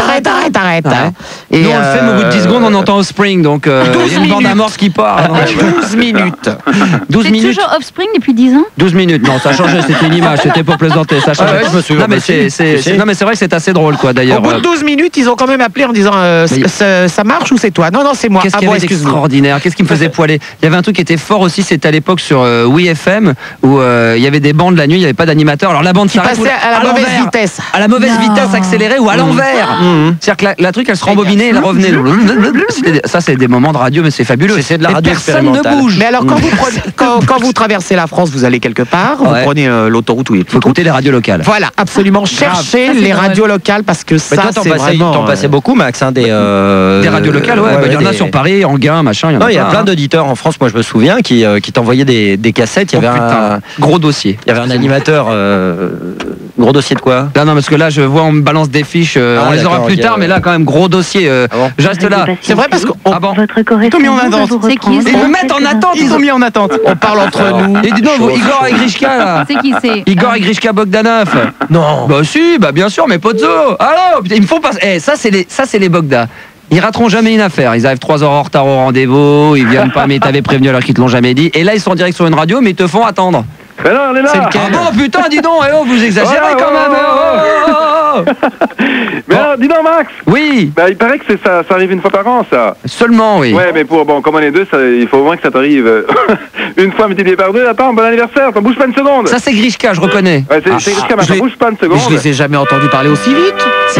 Et nous on le fait, mais au bout de 10 secondes on entend Offspring, donc il y a une bande amorce qui part. 12 minutes. 12 minutes. C'est toujours Offspring depuis 10 ans 12 minutes, non ça a changé, c'était une image, c'était pour plaisanter, ça a changé. Je me souviens. Non mais c'est vrai que c'est assez drôle quoi d'ailleurs. Au bout de 12 minutes ils ont quand même appelé en disant ça marche ou c'est toi? Non c'est moi. Qu'est-ce qu'il y avait d'extraordinaire? Qu'est-ce qui me faisait poiler? Il y avait un truc qui était fort aussi, c'était à l'époque sur Oui FM où il y avait des bandes la nuit, il n'y avait pas d'animateur. Alors la bande qui passait à la mauvaise vitesse. À la mauvaise vitesse accélérée ou à l'envers. C'est-à-dire que la truc elle se rembobinait et elle revenait. Ça c'est des moments de radio mais c'est fabuleux. C'est de la radio expérimentale. Personne ne bouge. Mais alors quand vous traversez la France, vous allez quelque part, vous prenez l'autoroute où il faut écouter les radios locales. Voilà, absolument. Cherchez les radios locales parce que ça c'est vraiment... T'en passais beaucoup Max des radios locales, ouais. Il y en a sur Paris, Enghien, machin. Il y a plein d'auditeurs en France, moi je me souviens, qui t'envoyaient des cassettes. Il y avait un gros dossier. Il y avait un animateur. Gros dossier de quoi? Non, parce que là, je vois, on me balance des fiches, on les aura plus tard, mais là, quand même, gros dossier. Je reste là. C'est vrai parce que Ils t'ont mis en attente. C'est qui? Ils me mettent en attente. Ils ont mis en attente. On parle entre nous. Et dis donc, Igor et Grishka, là. C'est qui c'est? Igor et Grishka Bogdanov. Non. Bah si, bah bien sûr, mes potes. Alors, ils me font passer. Ça, c'est les Bogda. Ils rateront jamais une affaire. Ils arrivent 3 heures en retard au rendez-vous. Ils viennent pas, mais ils t'avaient prévenu alors qu'ils te l'ont jamais dit. Et là, ils sont en direct sur une radio, mais ils te font attendre. Mais non, on est là. Bon, putain, dis donc, vous exagérez quand même. Mais alors, dis donc, Max. Oui. Bah, il paraît que ça arrive une fois par an, ça. Seulement, oui. Ouais, mais comme on est deux, il faut au moins que ça t'arrive une fois multiplié par 2. Attends, bon anniversaire, t'en bouge pas une seconde. Ça, c'est Grishka, je reconnais. Ouais, c'est Grishka, mais t'en bouge pas une seconde. Je les ai jamais entendus parler aussi vite. Si.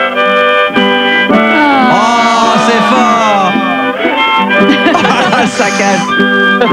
Oh, c'est fort. Ça casse.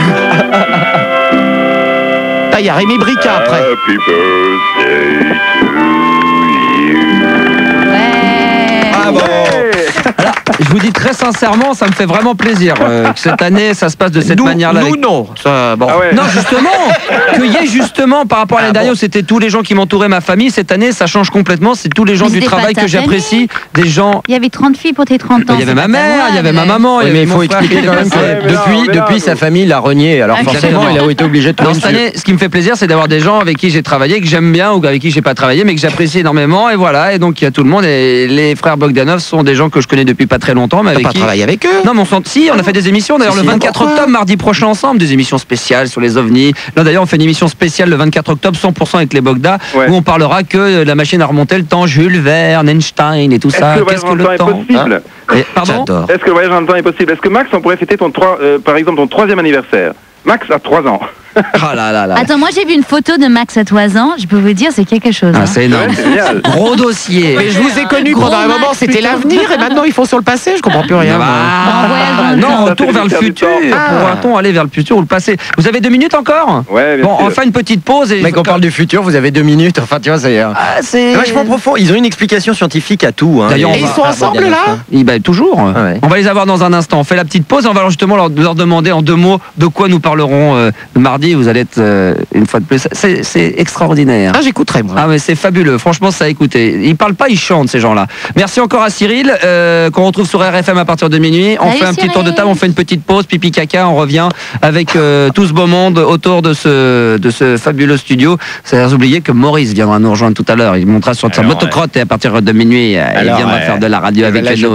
Il y a Rémi Brica après. Happy birthday to you. Ah bon. Alors, je vous dis très sincèrement, ça me fait vraiment plaisir que cette année, ça se passe de cette manière-là. Nous, non. Ça, bon. Non, justement, qu'il y ait justement, par rapport à l'année dernière où c'était tous les gens qui m'entouraient, ma famille, cette année, ça change complètement. C'est tous les gens du travail que j'apprécie. Des gens... Il y avait 30 filles pour tes 30 ans. Il y avait ma mère, il y avait ma maman. Mais il faut expliquer quand même que depuis sa famille l'a renié. Alors forcément, il a été obligé de tourner. Cette année, ce qui me fait plaisir, c'est d'avoir des gens avec qui j'ai travaillé, que j'aime bien ou avec qui j'ai pas travaillé, mais que j'apprécie énormément. Et voilà, et donc il y a tout le monde. Et les frères Bogdanov sont des gens que je connais depuis pas très longtemps, mais avec qui travaillé avec eux. Non, mais on a fait des émissions. D'ailleurs, le 24 octobre, mardi prochain, ensemble, des émissions spéciales sur les ovnis. Là, d'ailleurs, on fait une émission spéciale le 24 octobre, 100% avec les Bogda, où on parlera que de la machine à remonter le temps, Jules Verne, Einstein et tout ça. Qu'est-ce que le temps est possible? Pardon? Est-ce que le voyage dans le temps est possible? Est-ce que Max, on pourrait fêter par exemple ton 3e anniversaire? Max a 3 ans. Ah là là là. Attends, moi j'ai vu une photo de Max à 3 ans, je peux vous dire, c'est quelque chose. Ah, c'est énorme. Ouais, gros dossier. Mais je vous ai connu pendant un moment, c'était l'avenir et maintenant ils font sur le passé, je comprends plus rien. Non, on tourne vers le futur. Pourra-t-on aller vers le futur ou le passé? Vous avez 2 minutes encore? Ouais, bien bon, sûr. on fait une petite pause. Mais quand on parle du futur, vous avez 2 minutes. Enfin, tu vois, c'est vachement profond. Ils ont une explication scientifique à tout. Hein. D'ailleurs, ils sont ensemble là? Toujours. Ouais. On va les avoir dans un instant. On fait la petite pause et on va justement leur demander en 2 mots de quoi nous parlerons mardi. Vous allez être une fois de plus. C'est extraordinaire. Ah, j'écouterai moi. Ah, mais c'est fabuleux. Franchement, ça a écouté. Ils parlent pas, ils chantent ces gens-là. Merci encore à Cyril, qu'on retrouve sur RFM à partir de minuit. On fait un petit tour de table, on fait une petite pause, pipi caca, on revient avec tout ce beau monde autour de ce fabuleux studio. Sans oublier que Maurice viendra nous rejoindre tout à l'heure. Il montera sur sa motocrotte et à partir de minuit, il viendra faire de la radio avec nous.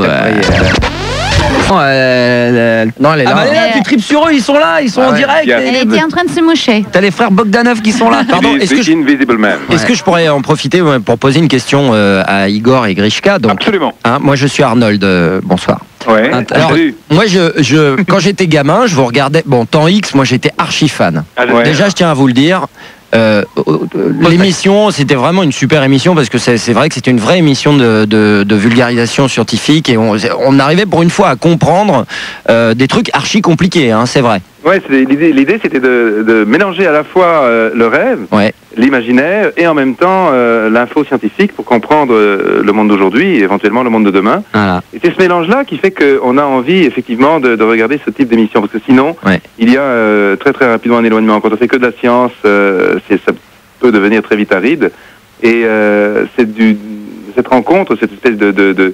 Non, elle est là. Tu tripes sur eux, ils sont là, ils sont en direct. Elle était en train de se moucher. T'as les frères Bogdanov qui sont là. Pardon, est-ce que je pourrais en profiter pour poser une question à Igor et Grishka? Donc, absolument. Moi, je suis Arnold. Bonsoir. Ouais. Alors, moi, quand j'étais gamin, je vous regardais. Bon, temps X, moi, j'étais archi fan. Déjà, je tiens à vous le dire. L'émission, c'était vraiment une super émission parce que c'est vrai que c'était une vraie émission de vulgarisation scientifique et on arrivait pour une fois à comprendre des trucs archi compliqués, hein, c'est vrai. Ouais, l'idée c'était de mélanger à la fois le rêve, l'imaginaire et en même temps l'info scientifique pour comprendre le monde d'aujourd'hui et éventuellement le monde de demain. Voilà. Et c'est ce mélange-là qui fait qu'on a envie effectivement de regarder ce type d'émission parce que sinon il y a très très rapidement un éloignement. Quand on fait que de la science, ça peut devenir très vite aride et cette rencontre, cette espèce de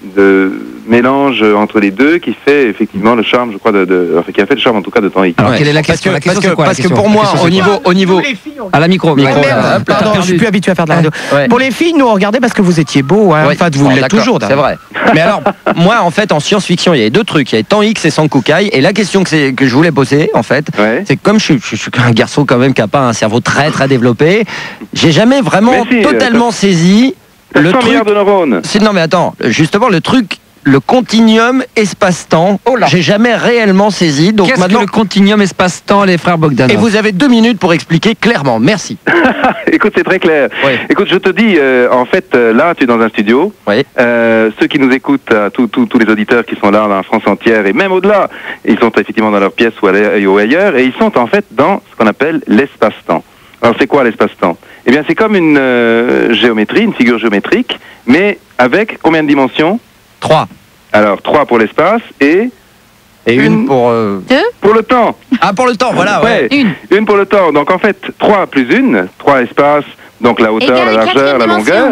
mélange entre les deux qui fait effectivement le charme, je crois, qui a fait le charme en tout cas de temps X. Alors quelle est la question? Parce que pour moi, au niveau à la micro. Pardon, je suis plus habitué à faire de la radio. Pour les filles, nous on regardait parce que vous étiez beau. Hein. Enfin, vous l'êtes toujours. C'est vrai. Mais alors, moi, en fait, en science-fiction, il y avait 2 trucs. Il y avait temps X et Sankukai. Et la question que je voulais poser, en fait, c'est que comme je suis un garçon quand même qui n'a pas un cerveau très très développé, j'ai jamais vraiment totalement saisi. Le truc de neurones. Non mais attends, justement le continuum espace-temps, j'ai jamais réellement saisi. Donc maintenant que le continuum espace-temps, les frères Bogdanov? Et vous avez 2 minutes pour expliquer clairement. Merci. Écoute, c'est très clair. Écoute, je te dis, en fait, là, tu es dans un studio. Ceux qui nous écoutent, tous les auditeurs qui sont là dans la France entière et même au-delà, ils sont effectivement dans leur pièce ou ailleurs, et ils sont en fait dans ce qu'on appelle l'espace-temps. Alors, c'est quoi l'espace-temps? Eh bien, c'est comme une géométrie, une figure géométrique, mais avec combien de dimensions? 3. Alors, 3 pour l'espace et une pour... 2 pour le temps. Ah, pour le temps, voilà. Une pour le temps. Donc, en fait, 3 plus 1, 3 espaces, donc la hauteur, la largeur, la longueur.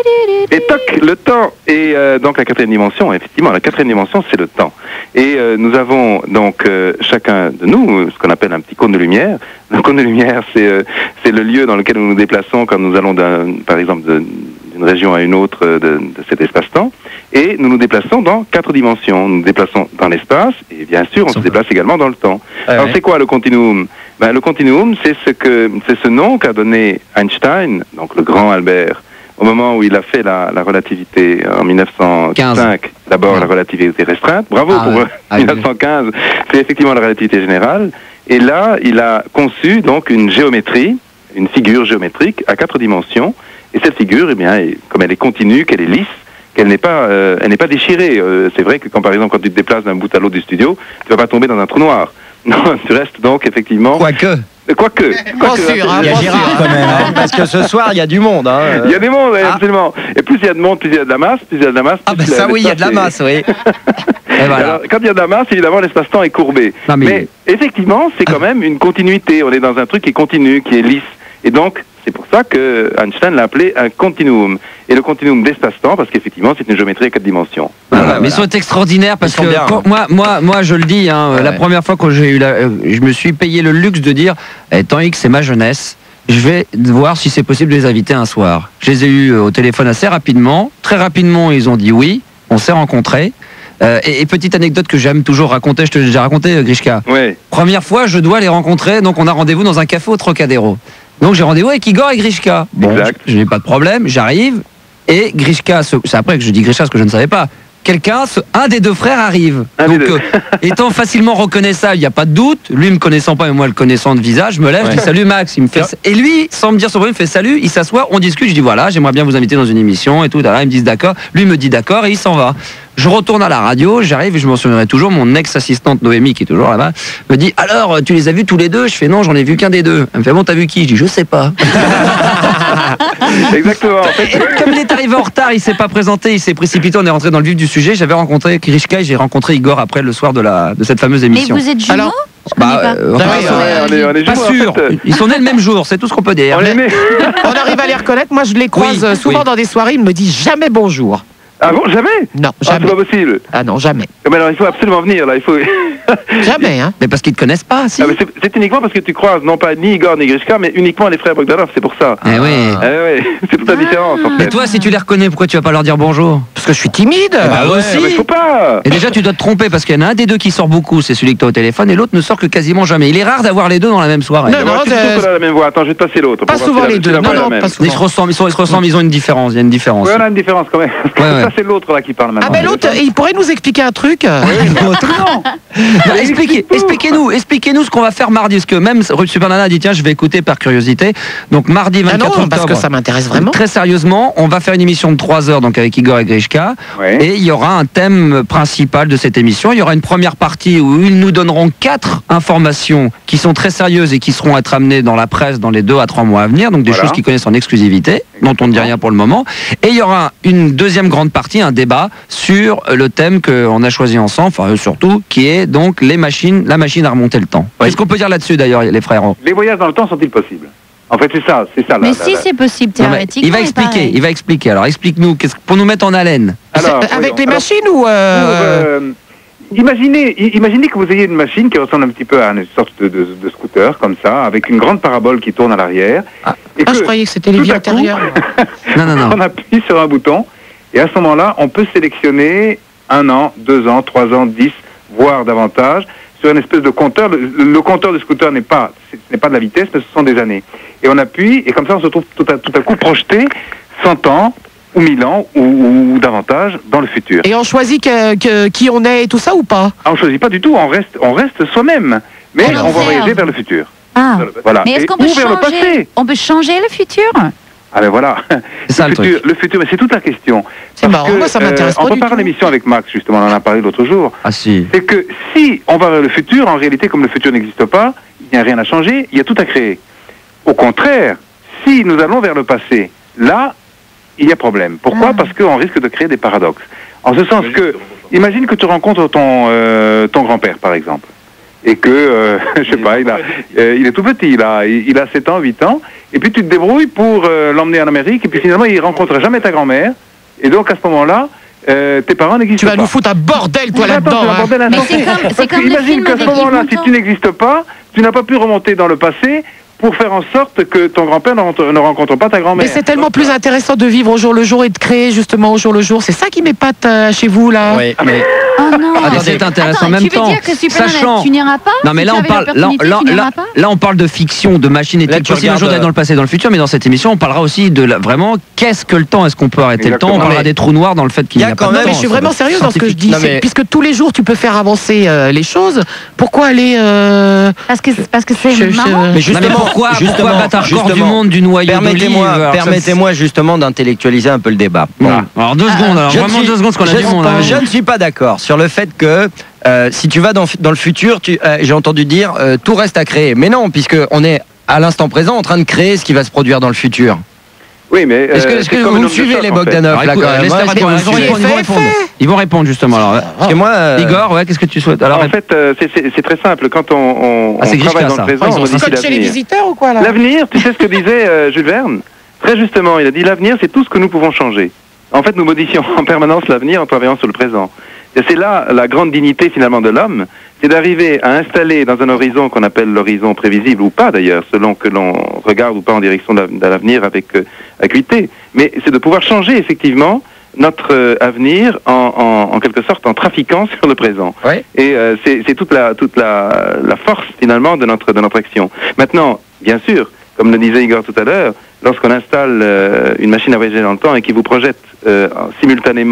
Et toc, le temps. Et donc, la 4e dimension, effectivement, la 4e dimension, c'est le temps. Et nous avons donc chacun de nous ce qu'on appelle un petit cône de lumière. Le cône de lumière, c'est le lieu dans lequel nous nous déplaçons quand nous allons, par exemple, d'une région à une autre de cet espace-temps. Et nous nous déplaçons dans 4 dimensions. Nous nous déplaçons dans l'espace et bien sûr, on se déplace également dans le temps. Alors, c'est quoi le continuum? Le continuum, c'est ce nom qu'a donné Einstein, donc le grand Albert, au moment où il a fait la relativité en 1905. D'abord la relativité restreinte. Bravo pour 1915. C'est effectivement la relativité générale. Et là, il a conçu donc une géométrie, une figure géométrique à 4 dimensions. Et cette figure, eh bien, comme elle est continue, qu'elle est lisse, qu'elle n'est pas, elle n'est pas déchirée. C'est vrai que par exemple, quand tu te déplaces d'un bout à l'autre du studio, tu vas pas tomber dans un trou noir. Non, tu restes donc effectivement. Quoique. Pas sûr, hein, il y a Gérard quand même, hein, parce que ce soir il y a du monde. Hein. Il y a du monde, absolument. Et plus il y a de monde, plus il y a de la masse, plus il y a de la masse. Ah, ben ça oui, il y a de la masse, oui. Voilà. Alors, quand il y a de la masse, évidemment, l'espace-temps est courbé. Non, mais effectivement, c'est quand même une continuité. On est dans un truc qui est continu, qui est lisse. Et donc, c'est pour ça que Einstein l'a appelé un continuum. Et le continuum d'espace-temps, parce qu'effectivement, c'est une géométrie à 4 dimensions. Mais ils sont extraordinaires parce que moi, je le dis, hein, la première fois que j'ai eu je me suis payé le luxe de dire, temps X, c'est ma jeunesse. Je vais voir si c'est possible de les inviter un soir. Je les ai eus au téléphone assez rapidement. Très rapidement, ils ont dit oui. On s'est rencontrés. Et petite anecdote que j'aime toujours raconter, je te l'ai déjà raconté, Grishka. Oui. Première fois, je dois les rencontrer, donc on a rendez-vous dans un café au Trocadéro. Donc j'ai rendez-vous avec Igor et Grishka. Bon, je n'ai pas de problème, j'arrive, et Grishka, c'est après que je dis Grishka, parce que je ne savais pas, un des deux frères arrive. Donc, étant facilement reconnaissable, il n'y a pas de doute. Lui me connaissant pas, mais moi le connaissant de visage, je me lève, je dis salut Max. Il me fait, et lui, sans me dire son problème, il me fait salut, il s'assoit, on discute, je dis voilà, j'aimerais bien vous inviter dans une émission et tout. Ils me disent d'accord. Lui me dit d'accord et il s'en va. Je retourne à la radio, j'arrive et je m'en souviendrai toujours, mon ex-assistante Noémie, qui est toujours là-bas, me dit alors, tu les as vus tous les deux? Je fais non, j'en ai vu qu'un des deux. Elle me fait bon, t'as vu qui? Je dis je sais pas. Exactement. En fait. Comme il est arrivé en retard, il s'est pas présenté, il s'est précipité, on est rentré dans le vif du sujet. J'avais rencontré Grishka et j'ai rencontré Igor après le soir de cette fameuse émission. Mais vous êtes jumeaux? On est pas sûr. Ils sont nés le même jour, c'est tout ce qu'on peut dire. On arrive à les reconnaître. Moi, je les croise souvent dans des soirées. Ils me disent jamais bonjour. Ah bon, jamais? Non, jamais. C'est pas possible. Ah non, jamais. Mais alors, il faut absolument venir, là. Il faut... Jamais, hein. Mais parce qu'ils te connaissent pas, si. Ah, c'est uniquement parce que tu croises, non pas ni Igor ni Grishka, mais uniquement les frères Bogdanov, c'est pour ça. Eh oui. C'est toute la différence, en fait. Mais toi, si tu les reconnais, pourquoi tu vas pas leur dire bonjour? Parce que je suis timide. Bah aussi. Mais faut pas. Et déjà, tu dois te tromper parce qu'il y en a un des deux qui sort beaucoup, c'est celui que tu as au téléphone, et l'autre ne sort que quasiment jamais. Il est rare d'avoir les deux dans la même soirée. Non, tu trouves qu'on a la même voix. Attends, je vais te passer l'autre. Pas souvent les deux. Non, pas souvent. Ils se ressemblent, ils ont une différence. Il y a une différence. Oui, on a une différence quand même. Ça, c'est l'autre là qui parle maintenant. Ah ben l'autre, il pourrait nous expliquer un truc. Expliquez-nous ce qu'on va faire mardi, parce que même Super Nana a dit tiens, je vais écouter par curiosité. Donc mardi 24 octobre. Parce que ça m'intéresse vraiment. Très sérieusement, on va faire une émission de 3 heures donc avec Igor et Grishka. Et il y aura un thème principal de cette émission. Il y aura une première partie où ils nous donneront 4 informations qui sont très sérieuses et qui seront à être amenées dans la presse dans les 2 à 3 mois à venir. Donc des choses qu'ils connaissent en exclusivité, dont on ne dit rien pour le moment. Et il y aura une deuxième grande partie, un débat sur le thème qu'on a choisi ensemble, enfin surtout, qui est donc la machine à remonter le temps. Qu'est-ce qu'on peut dire là-dessus d'ailleurs, les frères? Les voyages dans le temps sont-ils possibles? En fait, c'est ça. Mais si c'est possible théoriquement. Il va expliquer. Alors explique-nous, pour nous mettre en haleine. Alors, avec les machines ou Imaginez que vous ayez une machine qui ressemble un petit peu à une sorte de scooter, comme ça, avec une grande parabole qui tourne à l'arrière. Je croyais que c'était les vies antérieures. Non. On appuie sur un bouton, et à ce moment-là, on peut sélectionner 1 an, 2 ans, 3 ans, 10, voire davantage, sur une espèce de compteur. Le compteur du scooter n'est pas de la vitesse, mais ce sont des années. Et on appuie, et comme ça, on se trouve tout à coup projeté 100 ans, ou 1000 ans, ou davantage, dans le futur. Et on choisit qui on est et tout ça ou pas? On ne choisit pas du tout, on reste soi-même. Mais on va voyager vers le futur. Ah. Voilà. Mais est-ce qu'on peut changer le futur? Ah ben voilà, le futur, mais c'est toute la question. C'est marrant, moi ça m'intéresse pas du tout. On préparant l'émission avec Max, justement, on en a parlé l'autre jour. Ah si. C'est que si on va vers le futur, en réalité, comme le futur n'existe pas, il n'y a rien à changer, il y a tout à créer. Au contraire, si nous allons vers le passé, là, il y a problème. Pourquoi? Parce qu'on risque de créer des paradoxes. En ce sens que, imagine que tu rencontres ton grand-père, par exemple. Et que, je sais pas, il est tout petit, il a 7 ans, 8 ans, et puis tu te débrouilles pour l'emmener en Amérique, et puis finalement il rencontre jamais ta grand-mère, et donc à ce moment-là, tes parents n'existent pas. Tu vas nous foutre un bordel, toi, là-dedans. Mais c'est comme imagine qu'à ce moment-là, si tu n'existes pas, tu n'as pas pu remonter dans le passé pour faire en sorte que ton grand-père ne rencontre pas ta grand-mère. Mais c'est tellement plus intéressant de vivre au jour le jour et de créer justement au jour le jour. C'est ça qui m'épate chez vous, là. Oui, mais... Oh non. C'est intéressant en même temps. Tu veux dire que Super tu n'iras pas? Non mais là on parle de fiction, de machine. Est-il possible un jour d'aller dans le passé, dans le futur? Mais dans cette émission, on parlera aussi de vraiment qu'est-ce que le temps? Est-ce qu'on peut arrêter le temps? On parlera des trous noirs dans le fait qu'il n'y a pas de temps. Mais je suis vraiment sérieux dans ce que je dis. Puisque tous les jours tu peux faire avancer les choses, pourquoi aller Parce que c'est marrant. Mais pourquoi battre un record du monde du noyau d'olive? Permettez-moi justement d'intellectualiser un peu le débat. Alors 2 secondes, vraiment 2 secondes, ce qu'on a du monde. Je ne suis pas d'accord sur le fait que si tu vas dans le futur, j'ai entendu dire tout reste à créer. Mais non, puisque on est à l'instant présent en train de créer ce qui va se produire dans le futur. Oui, mais est-ce que vous me suivez les Bogdanov là quand même? Ils vont répondre justement. Alors, parce que moi, Igor, qu'est-ce que tu souhaites? Alors en fait, c'est très simple. Quand on travaille dans le présent, on modifie chez les visiteurs ou quoi là? L'avenir, tu sais ce que disait Jules Verne? Très justement, il a dit l'avenir, c'est tout ce que nous pouvons changer. En fait, nous modifions en permanence l'avenir en travaillant sur le présent. Et c'est là la grande dignité finalement de l'homme, c'est d'arriver à installer dans un horizon qu'on appelle l'horizon prévisible ou pas d'ailleurs, selon que l'on regarde ou pas en direction de l'avenir avec acuité. Mais c'est de pouvoir changer effectivement notre avenir en quelque sorte en trafiquant sur le présent. Ouais. Et c'est toute la force finalement de notre action. Maintenant, bien sûr, comme le disait Igor tout à l'heure, lorsqu'on installe une machine à voyager dans le temps et qui vous projette simultanément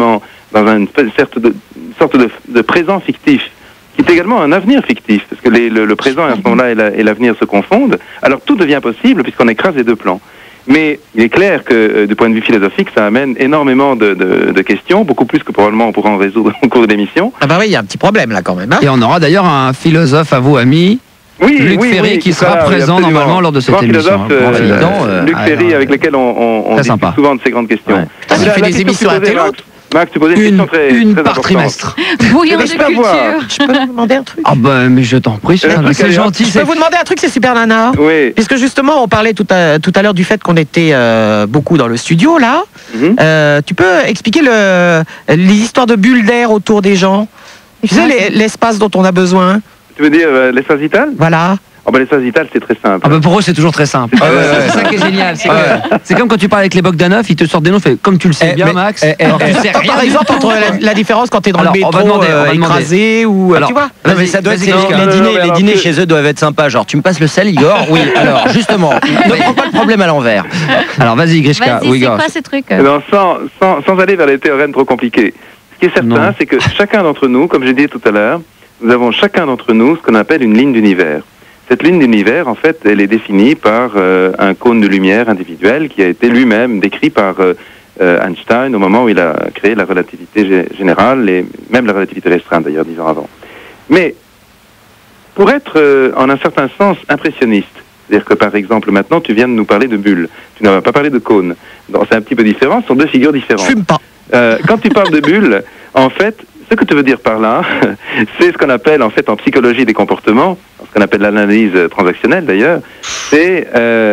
dans une sorte de présent fictif, qui est également un avenir fictif, parce que le présent à ce moment-là et l'avenir se confondent, alors tout devient possible puisqu'on écrase les deux plans. Mais il est clair que, du point de vue philosophique, ça amène énormément de questions, beaucoup plus que probablement on pourra en résoudre au cours de l'émission. Ah bah oui, il y a un petit problème là quand même. Hein. Et on aura d'ailleurs un philosophe à vous, ami, Luc Ferry, qui sera présent normalement lors de cette émission. Luc Ferry, avec lequel on discute souvent de ces grandes questions. Ouais. Putain, il fait des émissions à télé. Max, tu posais une question très par trimestre. Bouillon de culture. Je peux vous demander un truc? Ah ben, mais je t'en prie, c'est gentil. Je peux vous demander un truc, c'est Super Nana? Oui. Puisque justement, on parlait tout à l'heure du fait qu'on était beaucoup dans le studio, là. Tu peux expliquer les histoires de bulles d'air autour des gens? Tu sais, l'espace dont on a besoin? Tu veux dire l'espace vital? Voilà. Oh ben l'espace vital, c'est très simple. Ah ben pour eux, c'est toujours très simple. C'est ça qui est génial. C'est comme quand tu parles avec les Bogdanov, ils te sortent des noms, comme tu le sais bien, Max. Alors, tu sais rien. Par exemple, entre la différence quand tu es dans le métro, écrasé ou. Alors, tu vois? Non, mais ça doit être les dîners chez eux doivent être sympas. Genre, tu me passes le sel, Igor? Oui, alors, justement, ne prends pas le problème à l'envers. Alors, vas-y, Grishka. C'est quoi ces trucs? Sans aller vers les théorèmes trop compliqués. Ce qui est certain, c'est que chacun d'entre nous, comme j'ai dit tout à l'heure, nous avons chacun d'entre nous ce qu'on appelle une ligne d'univers. Cette ligne d'univers, en fait, elle est définie par un cône de lumière individuel qui a été lui-même décrit par Einstein au moment où il a créé la relativité générale et même la relativité restreinte, d'ailleurs, 10 ans avant. Mais pour être, en un certain sens, impressionniste, c'est-à-dire que, par exemple, maintenant, tu viens de nous parler de bulles. Tu n'as pas parlé de cône. C'est un petit peu différent, ce sont deux figures différentes. Je fume pas. Quand tu parles de bulles, en fait, ce que tu veux dire par là, c'est ce qu'on appelle en fait en psychologie des comportements, ce qu'on appelle l'analyse transactionnelle d'ailleurs, c'est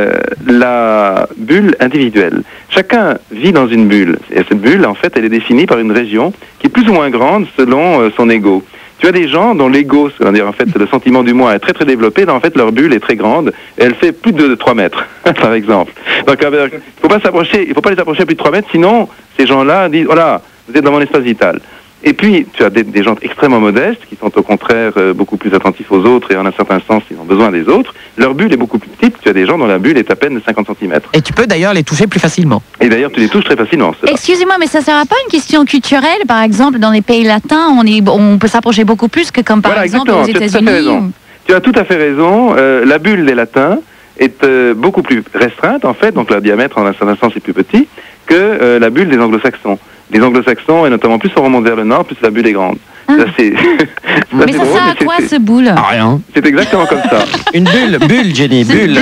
la bulle individuelle. Chacun vit dans une bulle, et cette bulle en fait elle est définie par une région qui est plus ou moins grande selon son ego. Tu as des gens dont l'ego, c'est-à-dire en fait le sentiment du moi est très très développé, en fait leur bulle est très grande et elle fait plus de 3 mètres, par exemple. Donc il ne faut pas les approcher à plus de 3 mètres, sinon ces gens-là disent voilà, vous êtes dans mon espace vital. Et puis, tu as des gens extrêmement modestes qui sont au contraire beaucoup plus attentifs aux autres et en un certain sens, ils ont besoin des autres. Leur bulle est beaucoup plus petite. Tu as des gens dont la bulle est à peine de 50 cm. Et tu peux d'ailleurs les toucher plus facilement. Et d'ailleurs, tu les touches très facilement. Excusez-moi, mais ça ne sera pas une question culturelle? Par exemple, dans les pays latins, on peut s'approcher beaucoup plus que comme par exemple aux États-Unis. Tu as tout à fait raison. La bulle des latins est beaucoup plus restreinte, en fait. Donc, le diamètre, en un certain sens, est plus petit que la bulle des anglo-saxons. Les anglo-saxons, et notamment plus on remonte vers le nord, plus la bulle est grande. Ça, mais ça sert à quoi ce boule? Rien. C'est exactement comme ça. Une bulle, Jenny, bulle.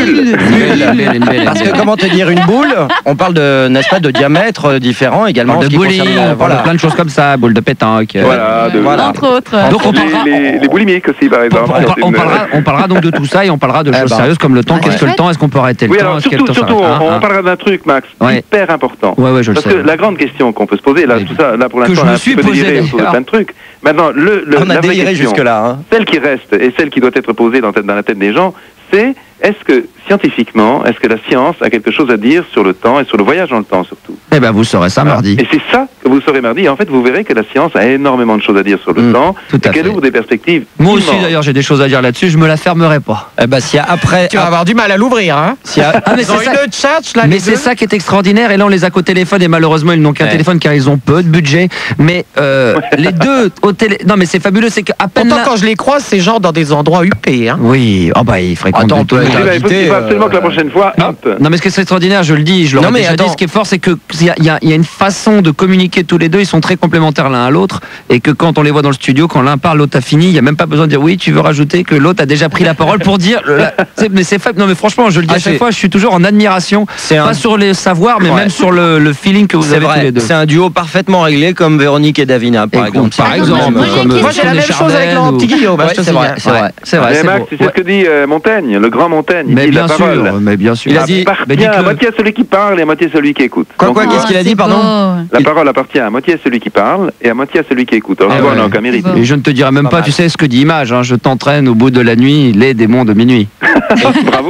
Parce que comment te dire une boule? On parle de, n'est-ce pas, de diamètre différent également. De bowling, on parle de plein de choses comme ça, boule de pétanque. Voilà. Entre autres. Donc on parlera, les boulimiques aussi, par exemple. On parlera donc de tout ça et on parlera de choses sérieuses comme le temps. Qu'est-ce que le temps? Est-ce qu'on peut arrêter le temps? Surtout, on parlera d'un truc, Max, hyper important. Ouais, je le sais. Parce que la grande question qu'on peut se poser, là, tout ça, là pour l'instant, on a un petit peu déliré autour de plein de trucs. Maintenant, on a déliré jusque-là. Celle qui reste et celle qui doit être posée dans la tête des gens, c'est est-ce que scientifiquement, est-ce que la science a quelque chose à dire sur le temps et sur le voyage dans le temps surtout? Eh bien, vous saurez ça mardi. Et c'est ça que vous saurez mardi. Et en fait, vous verrez que la science a énormément de choses à dire sur le temps et qu'elle ouvre des perspectives. Moi aussi, d'ailleurs, j'ai des choses à dire là-dessus. Je me la fermerai pas. Eh ben, si après, tu vas avoir du mal à l'ouvrir, hein. Mais c'est ça qui est extraordinaire. Et là, on les a qu'au téléphone et malheureusement, ils n'ont qu'un téléphone car ils ont peu de budget. Mais les deux au télé. Non, mais c'est fabuleux. C'est qu'à peine. Pourtant, quand je les croise, c'est genre dans des endroits huppés, hein. Oui. Oh bah, ils fréquentent. Il faut absolument que la prochaine fois. Non, mais ce qui est extraordinaire, je le dis, je l'aurais déjà dit, ce qui est fort, c'est qu'il y a une façon de communiquer tous les deux, ils sont très complémentaires l'un à l'autre, et que quand on les voit dans le studio, quand l'un parle, l'autre a fini, il n'y a même pas besoin de dire oui, tu veux rajouter que l'autre a déjà pris la parole pour dire. Mais c'est faible. Non, mais franchement, je le dis à chaque fois, je suis toujours en admiration, pas sur les savoirs, mais même sur le feeling que vous avez tous les deux. C'est un duo parfaitement réglé comme Véronique et Davina, par exemple. Moi, j'ai la même chose avec Laurent Petit-Guillaume. C'est vrai. Max, tu sais ce que dit Montaigne, le grand Montaigne. Mais bien sûr. Mais bien sûr. Il a dit à moitié à celui qui parle et à moitié à celui qui écoute. Qu'est-ce qu'il a dit, pardon? La parole appartient à moitié à celui qui parle et à moitié à celui qui écoute. Alors, on n'a aucun mérite. Et je ne te dirai même pas, tu sais ce que dit Image, je t'entraîne au bout de la nuit, les démons de minuit. Bravo.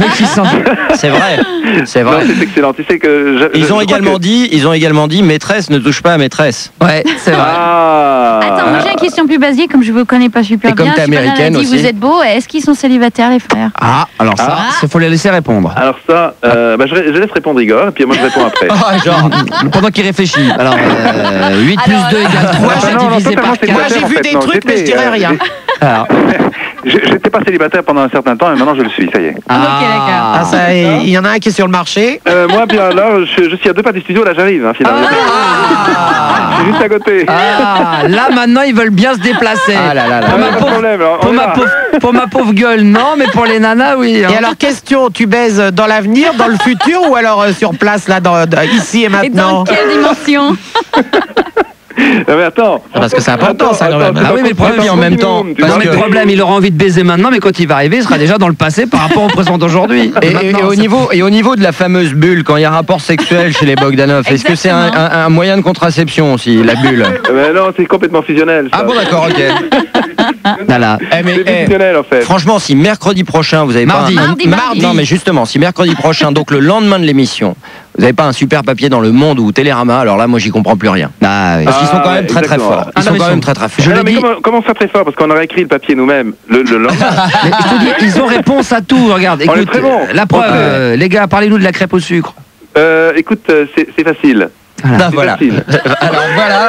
C'est vrai. C'est vrai. C'est excellent. Tu sais que ils ont également dit maîtresse ne touche pas à maîtresse. Ouais, c'est vrai. Attends, moi j'ai une question plus basique, comme je vous connais pas super bien. Comme t'es américaine aussi. Vous êtes beau. Est-ce qu'ils sont célibataires, les frères? Ah. Alors ça, il faut les laisser répondre. Alors ça, je laisse répondre Igor, et puis moi je réponds après. Genre, pendant qu'il réfléchit. Alors, 8 plus 2 égale 3, divisé par 4. Moi j'ai vu des trucs, mais je dirais rien. J'étais pas célibataire pendant un certain temps, et maintenant je le suis, ça y est. Ok, d'accord. Il y en a un qui est sur le marché. Moi, bien là, je suis à 2 pas du studio, là j'arrive, finalement. Je suis juste à côté. Là maintenant ils veulent bien se déplacer. Pour ma pauvre gueule, non, mais pour les nanas, oui. Et alors, question, tu baises dans l'avenir, dans le futur, ou alors sur place, là, ici et maintenant? Et dans quelle dimension? Non mais attends. Parce que c'est important ça quand même. Ah oui, mais le problème en même temps. Parce que le problème, il aura envie de baiser maintenant, mais quand il va arriver, il sera déjà dans le passé par rapport au présent d'aujourd'hui. Et au niveau de la fameuse bulle, quand il y a rapport sexuel chez les Bogdanov, est-ce que c'est un moyen de contraception aussi, la bulle? Non, c'est complètement fusionnel. Ça. Ah bon, d'accord, ok. Voilà. C'est fusionnel en fait. Franchement, si mercredi prochain, vous avez mardi. Non, mais justement, si mercredi prochain, donc le lendemain de l'émission, vous n'avez pas un super papier dans Le Monde ou Télérama, alors là, moi, j'y comprends plus rien. Parce qu'ils sont quand même très forts. Ils sont quand même très forts. Comment ça très fort? Parce qu'on aurait écrit le papier nous-mêmes le lendemain. Mais je te dis, ils ont réponse à tout. Regarde, écoute, la preuve, les gars, parlez-nous de la crêpe au sucre. Écoute, c'est facile. Voilà. Alors voilà.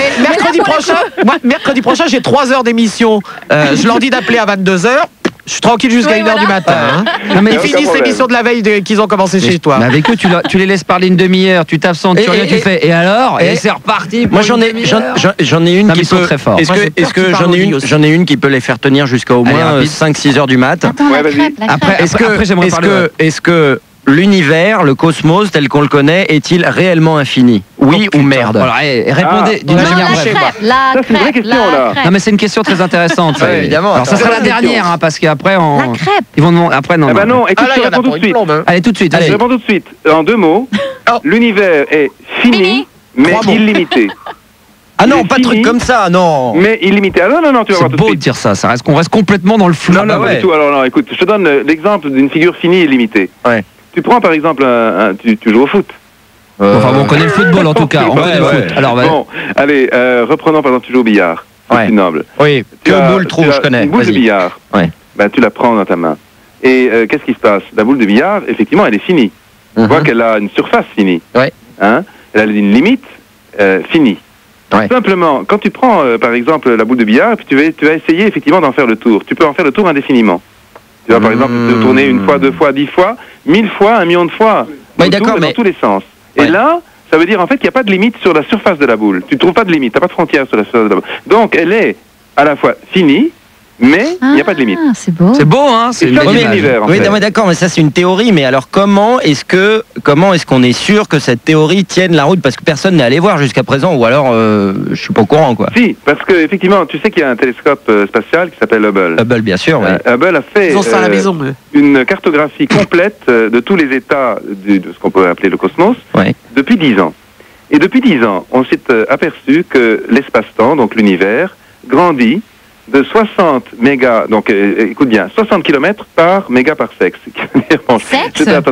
Attends, mercredi prochain, j'ai 3 heures d'émission. Je leur dis d'appeler à 22h. Je suis tranquille jusqu'à 1h du matin. Non, mais ils finissent l'émission de la veille qu'ils ont commencé chez toi. Mais avec eux, tu les laisses parler une demi-heure, tu t'absentes, tu reviens, tu fais. Et alors? Et c'est reparti. Moi, j'en ai une qui peut. Très fort. Est-ce que j'en ai une qui peut les faire tenir jusqu'à au moins 5-6 heures du mat? Après, j'aimerais parler. Est-ce que l'univers, le cosmos tel qu'on le connaît, est-il réellement infini? Oui ou merde? Alors, répondez d'une manière brève. Ça, c'est une vraie question là. Non, mais c'est une question très intéressante. Évidemment. Alors ça sera la dernière, parce qu'après La crêpe. ils vont demander. Après non. Non, écoute, je réponds tout de suite. Allez, tout de suite. Je réponds tout de suite. En 2 mots, l'univers est fini, mais illimité. Ah non, pas de truc comme ça, non. Mais illimité. Ah non, tu vas voir tout de suite. C'est beau de dire ça. On reste complètement dans le flou. Non, pas du tout. Alors non, écoute, je te donne l'exemple d'une figure finie et illimitée. Ouais. Tu prends par exemple, tu joues au foot. Enfin bon, on connaît le football en tout cas. On connaît le foot. Alors, bon, allez, reprenons par exemple, tu joues au billard. C'est noble. Oui, que boule trou, je connais. Une boule de billard. Ouais. Tu la prends dans ta main. Et qu'est-ce qui se passe? La boule de billard, effectivement, elle est finie. Tu vois qu'elle a une surface finie. Ouais. Elle a une limite finie. Ouais. Simplement, quand tu prends par exemple la boule de billard, puis tu vas essayer effectivement d'en faire le tour. Tu peux en faire le tour indéfiniment. Tu vas par exemple te tourner 1 fois, 2 fois, 10 fois, 1000 fois, 1 million de fois. Oui, d'accord, mais dans tous les sens. Et là, ça veut dire en fait qu'il n'y a pas de limite sur la surface de la boule. Tu ne trouves pas de limite, tu n'as pas de frontière sur la surface de la boule. Donc elle est à la fois finie, mais il n'y a pas de limite. C'est beau. C'est beau, hein? C'est une univers. Oui, d'accord, mais ça c'est une théorie. Mais alors comment est-ce qu'on est sûr que cette théorie tienne la route? Parce que personne n'est allé voir jusqu'à présent, ou alors je suis pas au courant, quoi. Si, parce que effectivement, tu sais qu'il y a un télescope spatial qui s'appelle Hubble. Hubble, bien sûr. Oui. Hubble a fait une cartographie complète de tous les états de ce qu'on peut appeler le cosmos depuis 10 ans. Et depuis 10 ans, on s'est aperçu que l'espace-temps, donc l'univers, grandit de 60 mégas, donc écoute bien, 60 km par méga par sexe. Attends.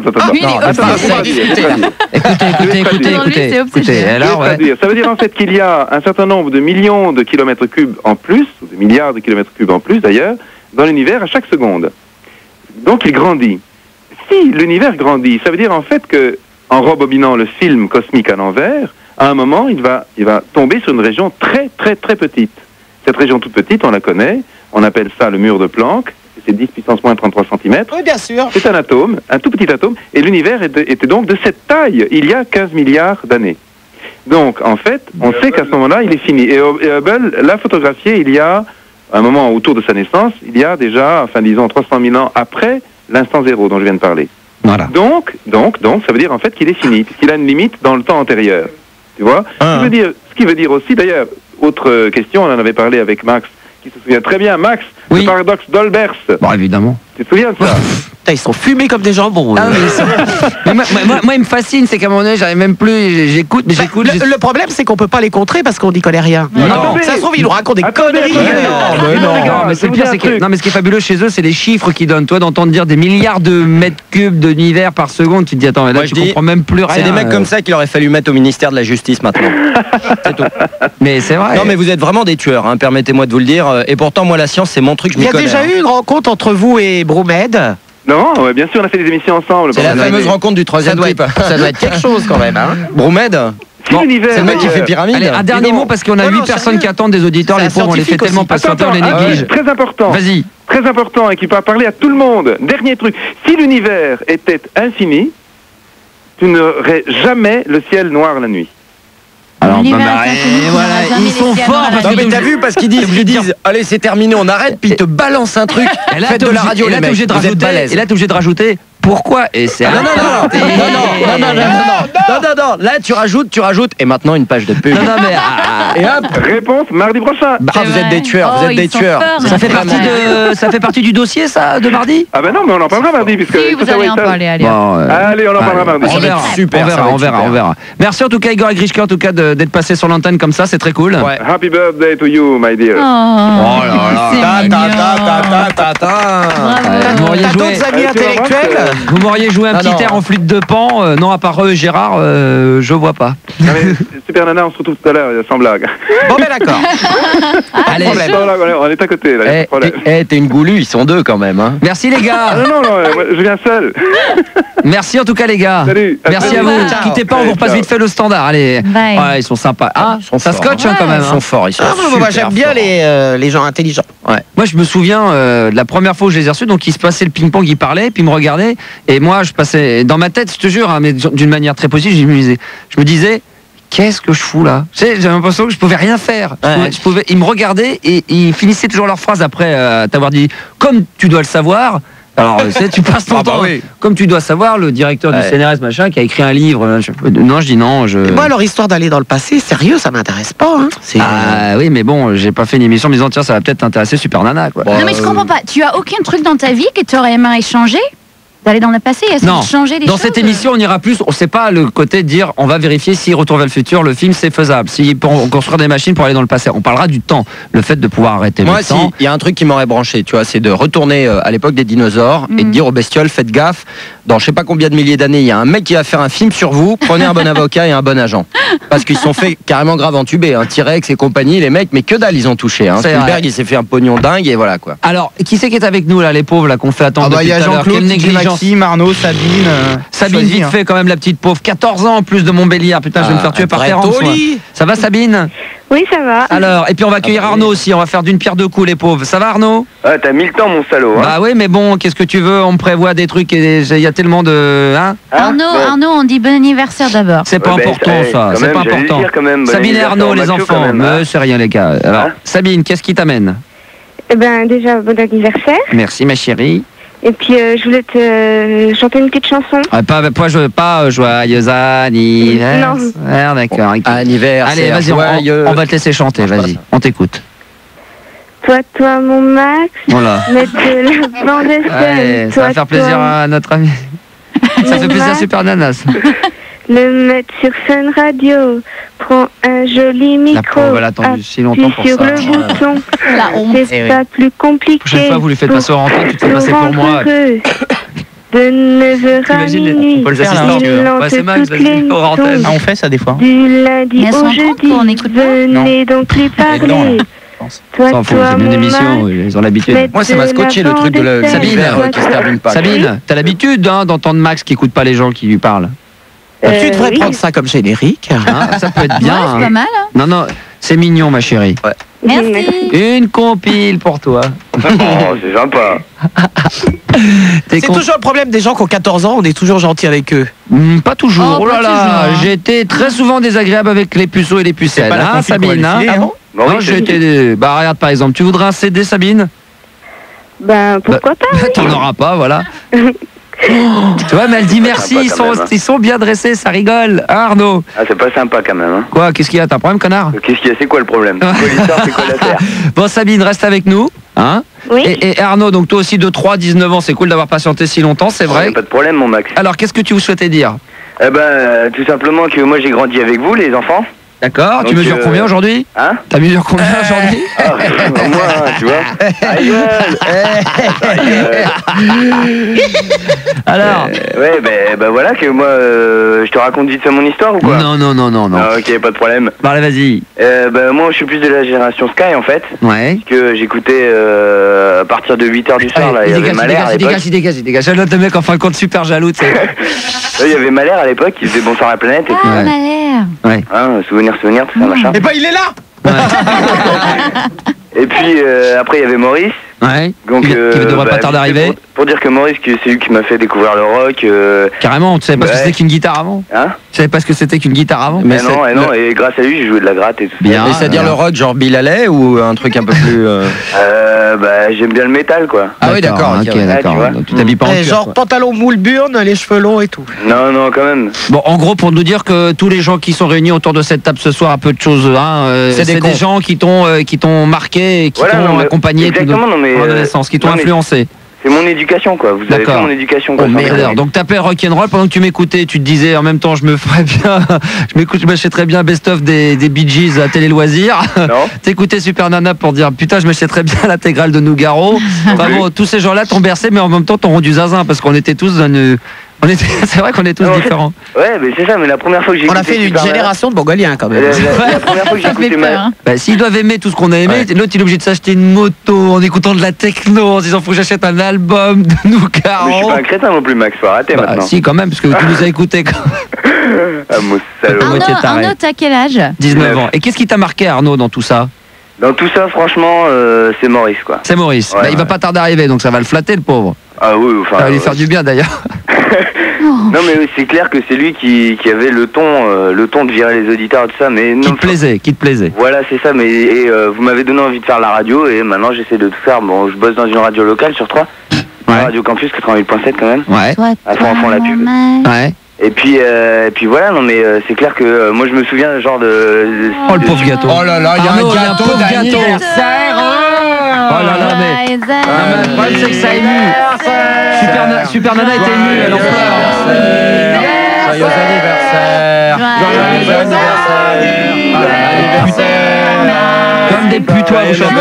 Écoutez. Alors, ça veut dire en fait qu'il y a un certain nombre de millions de kilomètres cubes en plus, ou de milliards de kilomètres cubes en plus d'ailleurs, dans l'univers à chaque seconde. Donc il grandit. Si l'univers grandit, ça veut dire en fait que, en rebobinant le film cosmique à l'envers, à un moment, il va tomber sur une région très très très petite. Cette région toute petite, on la connaît, on appelle ça le mur de Planck, c'est 10 puissance moins 33 cm. Oui, bien sûr. C'est un atome, un tout petit atome, et l'univers était donc de cette taille, il y a 15 milliards d'années. Donc, en fait, on sait qu'à ce moment-là, il est fini. Et Hubble l'a photographié il y a, un moment autour de sa naissance, il y a déjà, enfin disons 300 000 ans après l'instant zéro dont je viens de parler. Voilà. Donc, ça veut dire en fait qu'il est fini, puisqu'il a une limite dans le temps antérieur. Tu vois ce qui veut dire aussi, d'ailleurs, autre question, on en avait parlé avec Max, qui se souvient très bien. Max, le paradoxe d'Olbers. Bon, évidemment. Tu te souviens de ça? Ils sont fumés comme des jambons. Mais moi, il me fascine, c'est qu'à un moment donné, j'arrive même plus, j'écoute. Le problème, c'est qu'on peut pas les contrer parce qu'on n'y connaît rien. Non. Ça se trouve, ils nous racontent des conneries. Mais c'est pire, c'est que ce qui est fabuleux chez eux, c'est les chiffres qu'ils donnent. Toi, d'entendre dire des milliards de mètres cubes d'univers par seconde, tu te dis attends, mais là, tu comprends même plus rien. C'est des mecs comme ça qu'il aurait fallu mettre au ministère de la Justice maintenant. C'est tout. Mais c'est vrai. Non, mais vous êtes vraiment des tueurs, permettez-moi de vous le dire. Et pourtant, moi, la science, c'est mon truc. Il y a déjà eu une rencontre entre vous et Bromed. Non, ouais, bien sûr, on a fait des émissions ensemble. C'est la fameuse rencontre du troisième type. Ça doit être quelque chose quand même. Hein. Bromède. Si l'univers, c'est le mec qui fait pyramide. Allez, un dernier mot parce qu'on a 8 personnes qui attendent des auditeurs. Les pauvres, on les fait tellement patienter, on les néglige. Très important. Vas-y. Très important et qui peut parler à tout le monde. Dernier truc. Si l'univers était infini, tu n'aurais jamais le ciel noir la nuit. Alors, voilà, ils sont forts parce que t'as vu parce qu'ils disent allez c'est terminé on arrête puis ils te balancent un truc. Faites de la radio les mecs. Et là t'es obligé de rajouter pourquoi et c'est non. Là tu rajoutes et maintenant une page de pub. Et hop, réponse mardi prochain. Vous êtes des tueurs, vous êtes des tueurs. Ça fait partie du dossier ça de mardi. Ah ben non mais on en parlera mardi puisque vous allez en parler. Allez on en parlera mardi. On verra. Merci en tout cas Igor et Grishka en tout cas d'être passé sur l'antenne comme ça, c'est très cool. Happy birthday to you my dear. Oh là là. D'autres amis intellectuels. Vous m'auriez joué un petit air en flûte de Pan. Non, à part Gérard, je vois pas. Super Nana, on se retrouve tout à l'heure, sans blague. Bon, ben d'accord. Allez, on est à côté, là, y a pas de problème. T'es une goulue, ils sont deux quand même. Hein. Merci les gars. Non, je viens seul. Merci en tout cas les gars. Salut. Merci à vous. Quittez pas, on vous repasse vite fait le standard. Allez. Ouais, ils sont sympas. Ah, ça scotche quand même. Ils sont forts, ils sont moi j'aime bien les gens intelligents. Ouais. Moi je me souviens de la première fois où je les ai reçus, donc il se passait le ping-pong, ils parlaient, puis ils me regardaient, et moi je passais dans ma tête, je te jure, hein, mais d'une manière très positive, je me disais qu'est-ce que je fous là? J'avais l'impression que je pouvais rien faire. Ils me regardaient et ils finissaient toujours leur phrase après t'avoir dit comme tu dois le savoir. Alors, tu passes ton temps. Oui. Comme tu dois savoir, le directeur du CNRS, machin, qui a écrit un livre. Non, je dis non. Et moi, leur histoire d'aller dans le passé, sérieux, ça m'intéresse pas. Hein. Oui, mais bon, j'ai pas fait une émission en me disant, tiens, ça va peut-être t'intéresser Super Nana, quoi. Non, mais je comprends pas. Tu as aucun truc dans ta vie que tu aurais aimé changer? D'aller dans le passé, est-ce que changer les choses? Dans cette émission, on ira plus. On sait pas le côté de dire, on va vérifier si Retour vers le futur, le film, c'est faisable. Si on construire des machines pour aller dans le passé, on parlera du temps. Le fait de pouvoir arrêter le temps. Moi, il y a un truc qui m'aurait branché, tu vois, c'est de retourner à l'époque des dinosaures et de dire aux bestioles, faites gaffe. Dans je sais pas combien de milliers d'années, il y a un mec qui va faire un film sur vous. Prenez un bon avocat et un bon agent, parce qu'ils se sont fait carrément grave entubés. Hein. T-Rex et compagnie, les mecs, mais que dalle, ils ont touché. Hein. Spielberg, il s'est fait un pognon dingue et voilà quoi. Alors, qui c'est qui est avec nous là, les pauvres là qu'on fait attendre? Il y a Jean-Claude, Maxime, Arnaud, Sabine, vite fait quand même la petite pauvre, 14 ans en plus de Montbéliard. Putain, je vais me faire tuer par Terence. Ça va Sabine? Oui, ça va. Alors, et puis on va accueillir Arnaud aussi, on va faire d'une pierre deux coups les pauvres. Ça va Arnaud? Ouais, t'as mis le temps mon salaud. Hein. Bah oui, mais bon, qu'est-ce que tu veux? On me prévoit des trucs et il y a tellement de... Hein Arnaud, on dit bon anniversaire d'abord. C'est pas important ça, c'est pas important. Sabine et Arnaud, les enfants, c'est rien les gars. Alors, Sabine, qu'est-ce qui t'amène? Eh ben déjà, bon anniversaire. Merci ma chérie. Et puis je voulais te chanter une petite chanson. Pas joyeux anniversaire. Non. D'accord. Anniversaire. Allez, vas-y, on va te laisser chanter, vas-y. On t'écoute. Toi, mon Max. Voilà. Mettre de la bande FM. Ça va faire plaisir à notre ami. Ça fait plaisir à Super Nanas. Le mettre sur Fun Radio. Prends un joli micro. On va l'attendre si longtemps pour sur ça. Le bouton. C'est pas plus compliqué. Prochaine fois, vous lui faites passer au rentrée, tu te fais passer pour moi. De 9h à minuit. Faut le faire, c'est Max, vas-y, au rentrée. On fait ça des fois. Du lundi au jeudi. Venez donc lui parler. Toi, c'est une émission, ils ont l'habitude. Moi, ça m'a scotché le truc de Sabine, qui se termine pas. Sabine, t'as l'habitude d'entendre Max qui écoute pas les gens qui lui parlent. Tu devrais prendre ça comme générique. Ça peut être bien. C'est pas mal. Non, c'est mignon, ma chérie. Merci. Une compile pour toi. Oh, c'est sympa. C'est toujours le problème des gens qui ont 14 ans, on est toujours gentil avec eux. Pas toujours. Oh là là, j'ai été très souvent désagréable avec les puceaux et les pucelles. Hein, Sabine, Ah bon? Non, j'ai été... Bah regarde par exemple, tu voudrais un CD, Sabine? Ben pourquoi pas? T'en auras pas, voilà. Tu vois, mais elle dit merci, ils sont bien dressés, ça rigole. Hein, Arnaud? Ah, c'est pas sympa quand même. Hein. Quoi? Qu'est-ce qu'il y a? T'as un problème, connard? Qu'est-ce qu'il y a? C'est quoi le problème? C'est quoi l'histoire? C'est quoi l'affaire? Bon, Sabine, reste avec nous. Hein? Oui. Et Arnaud, donc toi aussi de 3-19 ans, c'est cool d'avoir patienté si longtemps, c'est vrai. Pas de problème, mon Max. Alors, qu'est-ce que tu vous souhaitais dire? Eh ben, tout simplement que moi j'ai grandi avec vous, les enfants. D'accord, tu mesures combien aujourd'hui? Hein? T'as mesures combien aujourd'hui? Moi, tu vois. Alors ouais, ben voilà que moi, je te raconte vite fait mon histoire ou quoi? Non. Ah, ok, pas de problème. Allez, vas-y. Moi, je suis plus de la génération Sky en fait. Ouais. Parce que j'écoutais à partir de 8h du soir, là, il y avait Malher à l'époque. Il dégage. Le mec, en fin de compte, super jaloux, tu sais. Il y avait Malher à l'époque qui faisait Bonsoir la planète. Ah, Malher. Ouais. Hein, souvenir, tout ça, machin. Et bah, il est là. Et puis après il y avait Maurice. Ouais. Donc, qui devrait pas tarder d'arriver. Pour dire que Maurice, c'est lui qui m'a fait découvrir le rock. Carrément, tu savais pas ce que c'était qu'une guitare avant? Hein? Tu savais pas ce que c'était qu'une guitare avant? Mais non, et grâce à lui j'ai joué de la gratte et tout ça. Bien. C'est-à-dire le rock genre Bill Haley ou un truc un peu plus... j'aime bien le métal quoi. Ah oui d'accord, ok, d'accord. Tu t'habilles pas en cuir, genre pantalon moule burn, les cheveux longs et tout. Non, quand même. Bon, en gros, pour nous dire que tous les gens qui sont réunis autour de cette table ce soir, un peu de choses, c'est des gens qui t'ont marqué et qui t'ont accompagné toute l'adolescence, qui t'ont influencé. C'est mon éducation quoi, vous avez fait mon éducation quoi. Donc t'appelles rock'n'roll pendant que tu m'écoutais, tu te disais en même temps je me ferais bien, je m'achèterais bien best-of des Bee Gees à Télé Loisirs. T'écoutais Super Nana pour dire putain je m'achèterais bien l'intégrale de Nougaro. Enfin bon, tous ces gens-là t'ont bercé mais en même temps t'ont rendu zinzin parce qu'on était tous dans une... C'est vrai qu'on est tous différents. Ouais, mais c'est ça, mais la première fois que j'ai écouté... On a fait une génération de Mongoliens quand même. La première fois que j'ai écouté s'ils doivent aimer tout ce qu'on a aimé, l'autre il est obligé de s'acheter une moto en écoutant de la techno, en disant faut que j'achète un album de Nougaro. Mais je suis pas un crétin non plus, Max, faut arrêter maintenant. Si, quand même, parce que tu nous as écouté quand même. Ah, mon salaud. Arnaud, t'as quel âge? 19 ans. Et qu'est-ce qui t'a marqué, Arnaud, dans tout ça? Dans tout ça, franchement, c'est Maurice, quoi. C'est Maurice. Ouais, il va pas tarder à arriver, donc ça va le flatter, le pauvre. Ah oui, enfin... Ça va lui faire du bien, d'ailleurs. Non mais oui, c'est clair que c'est lui qui avait le ton de virer les auditeurs et tout ça, mais non. Qui te plaisait. Voilà, c'est ça. Mais vous m'avez donné envie de faire la radio et maintenant j'essaie de tout faire. Bon, je bosse dans une radio locale sur 3, Radio Campus 88.7 quand même. Ouais. À fond la pub. Ouais. Et puis voilà, non mais c'est clair que moi je me souviens genre de... Oh le pauvre gâteau. Oh là là, il y a un gâteau d'anniversaire. Oh là là, mais... le problème c'est que ça ému. Super Nana était émue, elle en pleure. Joyeux anniversaire. Joyeux anniversaire. Comme des putois, vous chantez.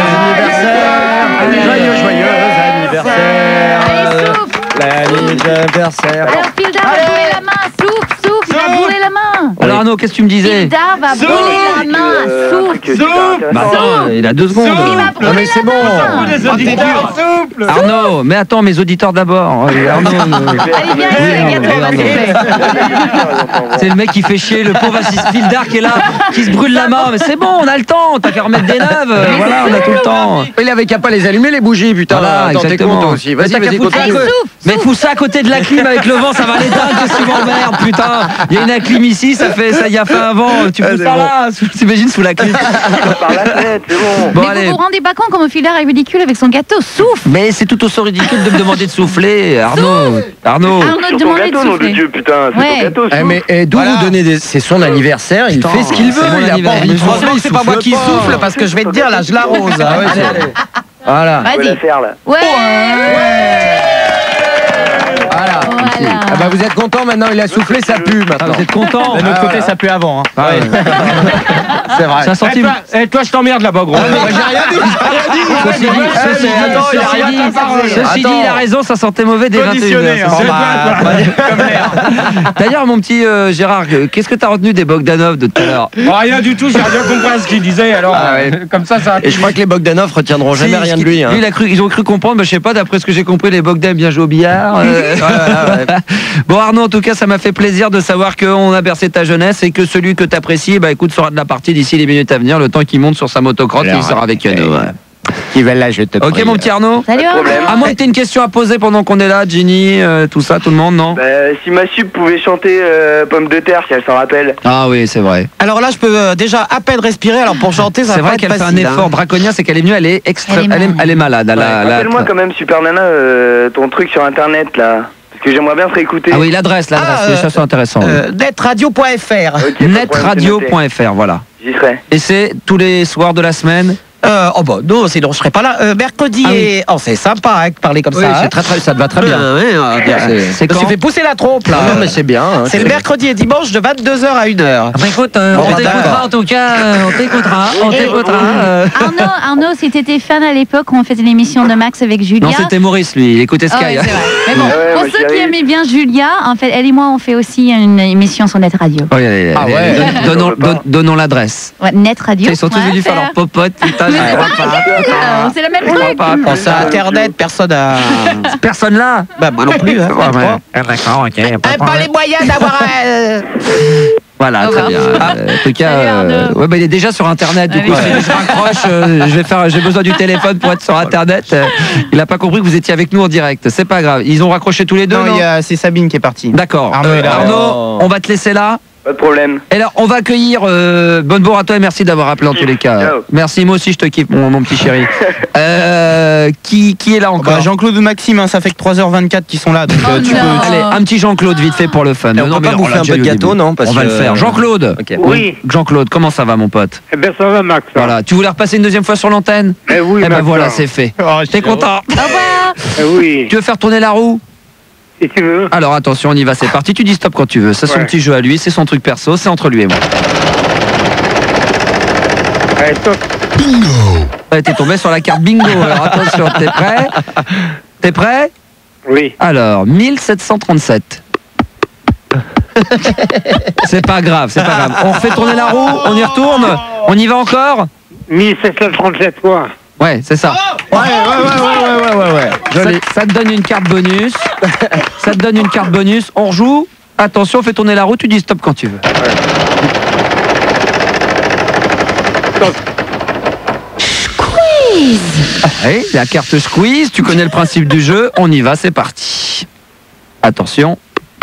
Joyeux anniversaire. L'anniversaire. Alors Pildar va brûler la main, souffle, il va brûler la main. Alors Arnaud, qu'est-ce que tu me disais? Pildar va brûler la main, souffle. Bah attends, il a 2 secondes. Non mais c'est bon. Arnaud, mais attends, mes auditeurs d'abord. Allez, viens, c'est le mec qui fait chier, le pauvre Assis Pildar qui est là, qui se brûle la main. Mais c'est bon, on a le temps, t'as qu'à remettre des neuves. Voilà, on a tout le temps. Il avait qu'à pas les allumer les bougies, putain. Voilà, exactement. Aussi. Vas-y, continue. Mais fous ça à côté de la clim avec le vent, ça va l'éteindre, qu'est-ce que tu m'emmerdes, putain. Il y a une clim ici, ça y a fait un vent, tu fous ça là, t'imagines sous la clim. Par la fenêtre, c'est bon. Mais vous vous rendez pas compte comment Pildar est ridicule avec son gâteau, souffle. Mais c'est tout aussi ridicule de me demander de souffler, Arnaud. Arnaud, demandez de souffler. Dieu, putain, c'est ton gâteau. Mais d'où vous donnez des... C'est son anniversaire, il fait ce qu'il veut, il a pas envie de souffler. C'est pas moi qui souffle parce que je vais te dire là, je l'arrose. Voilà. Vas-y. Ouais. Voilà. Ah bah vous êtes content maintenant, il a soufflé, ça pue maintenant. Vous êtes content? De notre côté, ça pue avant. C'est vrai. Ça sentit... toi, je t'emmerde là-bas, gros. J'ai rien dit. Ceci dit, il a raison, ça sentait mauvais dès 21h. D'ailleurs, mon petit Gérard, qu'est-ce que t'as retenu des Bogdanov de tout à l'heure? Rien du tout, j'ai rien compris à ce qu'il disait, alors comme ça... Et je crois que les Bogdanov retiendront jamais rien de lui. Ils ont cru comprendre, je sais pas, d'après ce que j'ai compris, les Bogdan bien joué au billard. Bon Arnaud, en tout cas ça m'a fait plaisir de savoir qu'on a bercé ta jeunesse et que celui que t'apprécies, bah écoute, sera de la partie d'ici les minutes à venir, le temps qu'il monte sur sa motocross, il sera avec nous. Qui va là, je te Ok mon petit Arnaud. Salut Arnaud. À moins que t'aies une question à poser pendant qu'on est là, Ginny, tout ça, tout le monde, non? Si ma sub pouvait chanter Pomme de terre, si elle s'en rappelle. Ah oui, c'est vrai. Alors là, je peux déjà à peine respirer, alors pour chanter, ça va pas être facile. C'est vrai qu'elle fait un effort draconien, c'est qu'elle est venue, elle est malade. Rappelle-moi quand même, Super Nana, ton truc sur internet là. Parce que j'aimerais bien te réécouter. Ah oui, l'adresse, les choses sont intéressantes. Netradio.fr. Netradio.fr, voilà. J'y serai. Et c'est tous les soirs de la semaine Oh bah non, sinon je serais pas là. Mercredi et... Oh, c'est sympa de parler comme ça. C'est très, ça te va très bien. C'est quand tu fais pousser la trompe là. Non mais c'est bien. C'est le mercredi et dimanche de 22h à 1h. Écoute, on t'écoutera en tout cas. On t'écoutera. Arnaud, si t'étais fan à l'époque où on faisait l'émission de Max avec Julia. Non, c'était Maurice lui, il écoutait Sky. Ouais, c'est vrai. Mais bon, pour ceux qui aimaient bien Julia, en fait, elle et moi on fait aussi une émission sur Net Radio. Donnons l'adresse. Ouais, Net Radio. Ils sont tous venus faire leur popote, putain. C'est la même truc. Pensez à Internet, personne à... Personne là. Bah moi non plus. D'accord, ok. Pas les moyens d'avoir... Voilà, très bien. En tout cas, il est déjà sur Internet. Du coup, je raccroche. J'ai besoin du téléphone pour être sur Internet. Il n'a pas compris que vous étiez avec nous en direct. C'est pas grave. Ils ont raccroché tous les deux. Non, c'est Sabine qui est partie. D'accord. Arnaud, on va te laisser là. Pas de problème. Et alors, on va accueillir bonne bourre à toi et merci d'avoir appelé en tous les cas. Ciao. Merci, moi aussi je te kiffe, mon petit chéri. Qui est là encore? Jean-Claude ou Maxime, hein, ça fait que 3h24 qu'ils sont là. Donc, tu peux... Allez, un petit Jean-Claude vite fait pour le fun. On peut pas bouffer un peu de gâteau, non? On va le faire. Jean-Claude. Oui. Jean-Claude, comment ça va mon pote? Eh bien ça va Max. Voilà, tu voulais repasser une deuxième fois sur l'antenne? Eh oui. Eh ben Max, voilà, c'est fait. T'es content? Au revoir. Eh oui. Tu veux faire tourner la roue? Si tu veux. Alors attention, on y va, c'est parti. Tu dis stop quand tu veux. C'est son petit jeu à lui, c'est son truc perso, c'est entre lui et moi. Allez, stop. Bingo. T'es tombé sur la carte bingo. Alors attention, t'es prêt? T'es prêt? Oui. Alors, 1737. C'est pas grave, c'est pas grave. On refait tourner la roue, on y retourne, on y va encore? 1737 quoi. Ouais, c'est ça. Ouais. Ça te donne une carte bonus. Ça te donne une carte bonus. On rejoue. Attention, on fait tourner la roue, tu dis stop quand tu veux. Stop. Squeeze. Oui, la carte squeeze, tu connais le principe du jeu. On y va, c'est parti. Attention.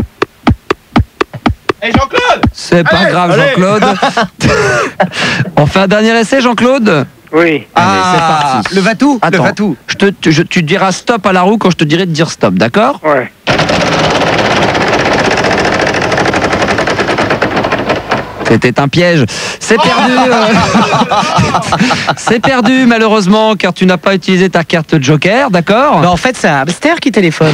Hey Jean-Claude! C'est pas grave, Jean-Claude. On fait un dernier essai, Jean-Claude? Oui. Allez, c'est parti. Le va-tout. Attends, le va-tout. Tu diras stop à la roue quand je te dirai de dire stop, d'accord? Ouais. C'était un piège. C'est perdu. C'est perdu malheureusement car tu n'as pas utilisé ta carte Joker, d'accord? Mais en fait, c'est un hamster qui téléphone.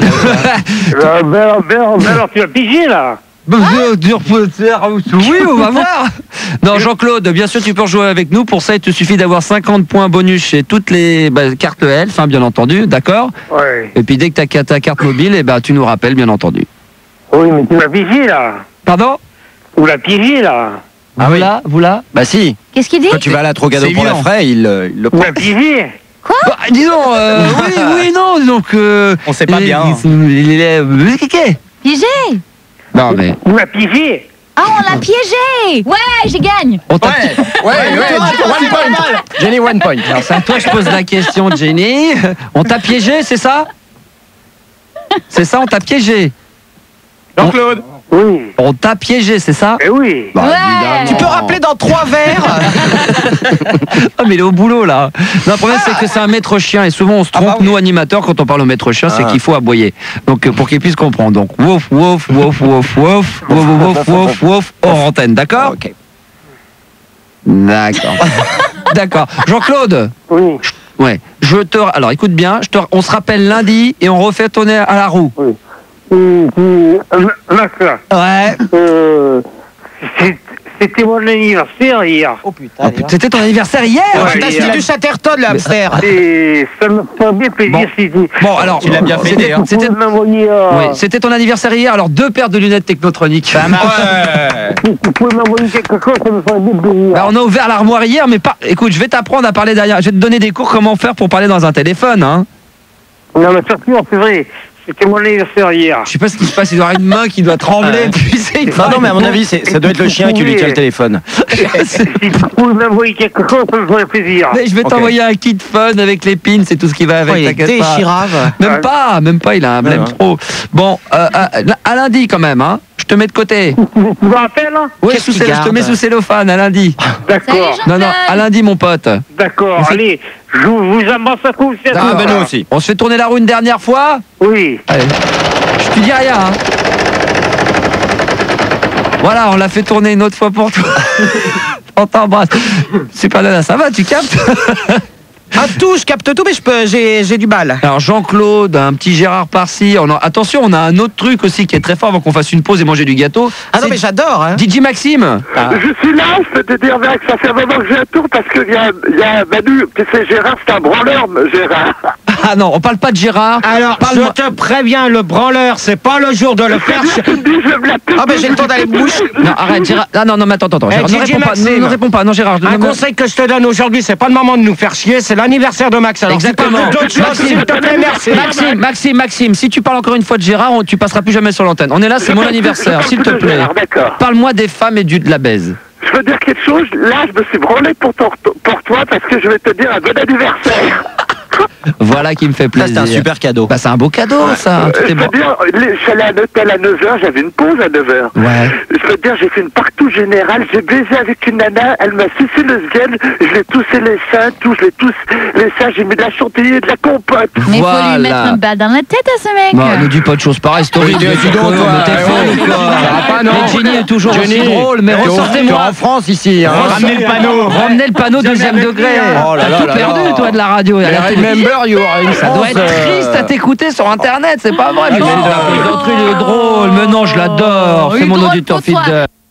Alors tu vas piger là. Oui, on va voir. Non, Jean-Claude, bien sûr, tu peux jouer avec nous. Pour ça, il te suffit d'avoir 50 points bonus chez toutes les cartes Elf, bien entendu, d'accord? Ouais. Et puis dès que tu as ta carte mobile, tu nous rappelles, bien entendu. Oui, mais tu vas piger là. Pardon? Ou la piger là. Ah oui. Vous là? Bah si. Qu'est-ce qu'il dit? Quand tu vas à la Trocado pour la frais, il le prend. Ou la piger. Quoi? Dis donc, oui, non, donc... on sait pas bien. Il est... Piégé? Non, mais... Ou la piger. Ah, on l'a piégé! Ouais, j'ai gagne! On t'a Ouais, 1 point. Jenny, 1 point. Alors, c'est à toi que je pose la question, Jenny. On t'a piégé, c'est ça? C'est ça, on t'a piégé. Jean-Claude! Oui. On t'a piégé, c'est ça? Eh oui. Ouais. Tu peux rappeler dans 3 verres. Ah mais il est au boulot là. Non, le problème c'est que c'est un maître chien et souvent on se trompe, nous animateurs, quand on parle au maître chien, c'est qu'il faut aboyer. Donc pour qu'il puisse comprendre. Donc wouf wouf wouf wouf wouf wouf wouf wouf wouf hors antenne, d'accord? Ok. D'accord. D'accord. Jean-Claude. Oui. Ouais. Alors écoute bien, on se rappelle lundi et on refait tourner à la roue. Oui. Max, Ouais. C'était mon anniversaire hier. Oh putain. C'était ton anniversaire hier? Tu t'as acheté du Chatterton, le hamster. Et ça me fait bien plaisir si tu... Bon, alors, tu l'as bien fait d'ailleurs. C'était ton anniversaire hier, alors 2 paires de lunettes technotroniques. Tu pouvais m'envoyer quelque chose, ça me ferait bien plaisir. On a ouvert l'armoire hier, mais pas. Écoute, je vais t'apprendre à parler derrière. Je vais te donner des cours comment faire pour parler dans un téléphone, hein. Non, mais c'est vrai. C'était mon anniversaire hier. Je sais pas ce qui se passe, il doit y avoir une main qui doit trembler. Non, mais à mon avis, ça doit être le chien qui lui tient le téléphone. Si tu pouvais m'envoyer quelque chose, ça me ferait plaisir. Mais je vais t'envoyer un kit fun avec les pins et tout ce qui va avec. Il est déchirave. Même pas, il a un blême trop. Bon, à lundi quand même, hein. Je te mets de côté. Tu me rappelles? Oui, je te mets sous cellophane, à lundi. D'accord. Non, à lundi, mon pote. D'accord, allez, je vous embrasse à tous. Ah, ben nous aussi. On se fait tourner la roue une dernière fois? Oui. Allez. Je te dis rien, hein. Voilà, on l'a fait tourner une autre fois pour toi. On t'embrasse. Super Nana, ça va, tu captes? Je capte tout, mais j'ai du mal. Alors Jean-Claude, un petit Gérard par-ci. Attention, on a un autre truc aussi qui est très fort avant qu'on fasse une pause et manger du gâteau. Ah non, mais j'adore. Hein. DJ Maxime. Je suis là, je peux te dire, Max, ça fait un moment que j'ai un tour parce qu'il y a Manu, tu sais, Gérard, c'est un branleur, Gérard. Ah non, on parle pas de Gérard. Alors, je te préviens, le branleur, c'est pas le jour de le faire. Ah ben j'ai le temps d'aller me moucher. Non, arrête, Gérard. Ah non, mais attends. Gérard, ne réponds pas. Non, Gérard. Un conseil que je te donne aujourd'hui, c'est pas le moment de nous faire chier, c'est l'anniversaire de Max. Alors, exactement. Maxime, si tu parles encore une fois de Gérard, tu passeras plus jamais sur l'antenne. On est là, c'est mon anniversaire, s'il te plaît. Parle-moi des femmes et de la baise. Je veux dire quelque chose, là je me suis branlé pour toi parce que je vais te dire un bon anniversaire. Voilà qui me fait plaisir. C'est un super cadeau. Bah, c'est un beau cadeau, ça. Je veux dire, je suis allé à l'hôtel à 9h, j'avais une pause à 9h. Ouais. Je veux dire, j'ai fait une partout générale, j'ai baisé avec une nana, elle m'a sucé le sgel, je l'ai toussé les seins, j'ai mis de la chantilly et de la compote. Mais faut lui mettre une balle dans la tête à ce mec. Bah, ne dis pas de choses pareilles, Story. Dis donc, t'es folle ou quoi? Mais Jenny est toujours aussi drôle, mais ressortez-moi. En France ici. Ramenez le panneau deuxième degré. T'as tout perdu, toi, de la radio. Ça doit être triste à t'écouter sur internet, c'est pas vrai. Mais il est drôle, mais non, je l'adore, c'est mon auditeur fidèle.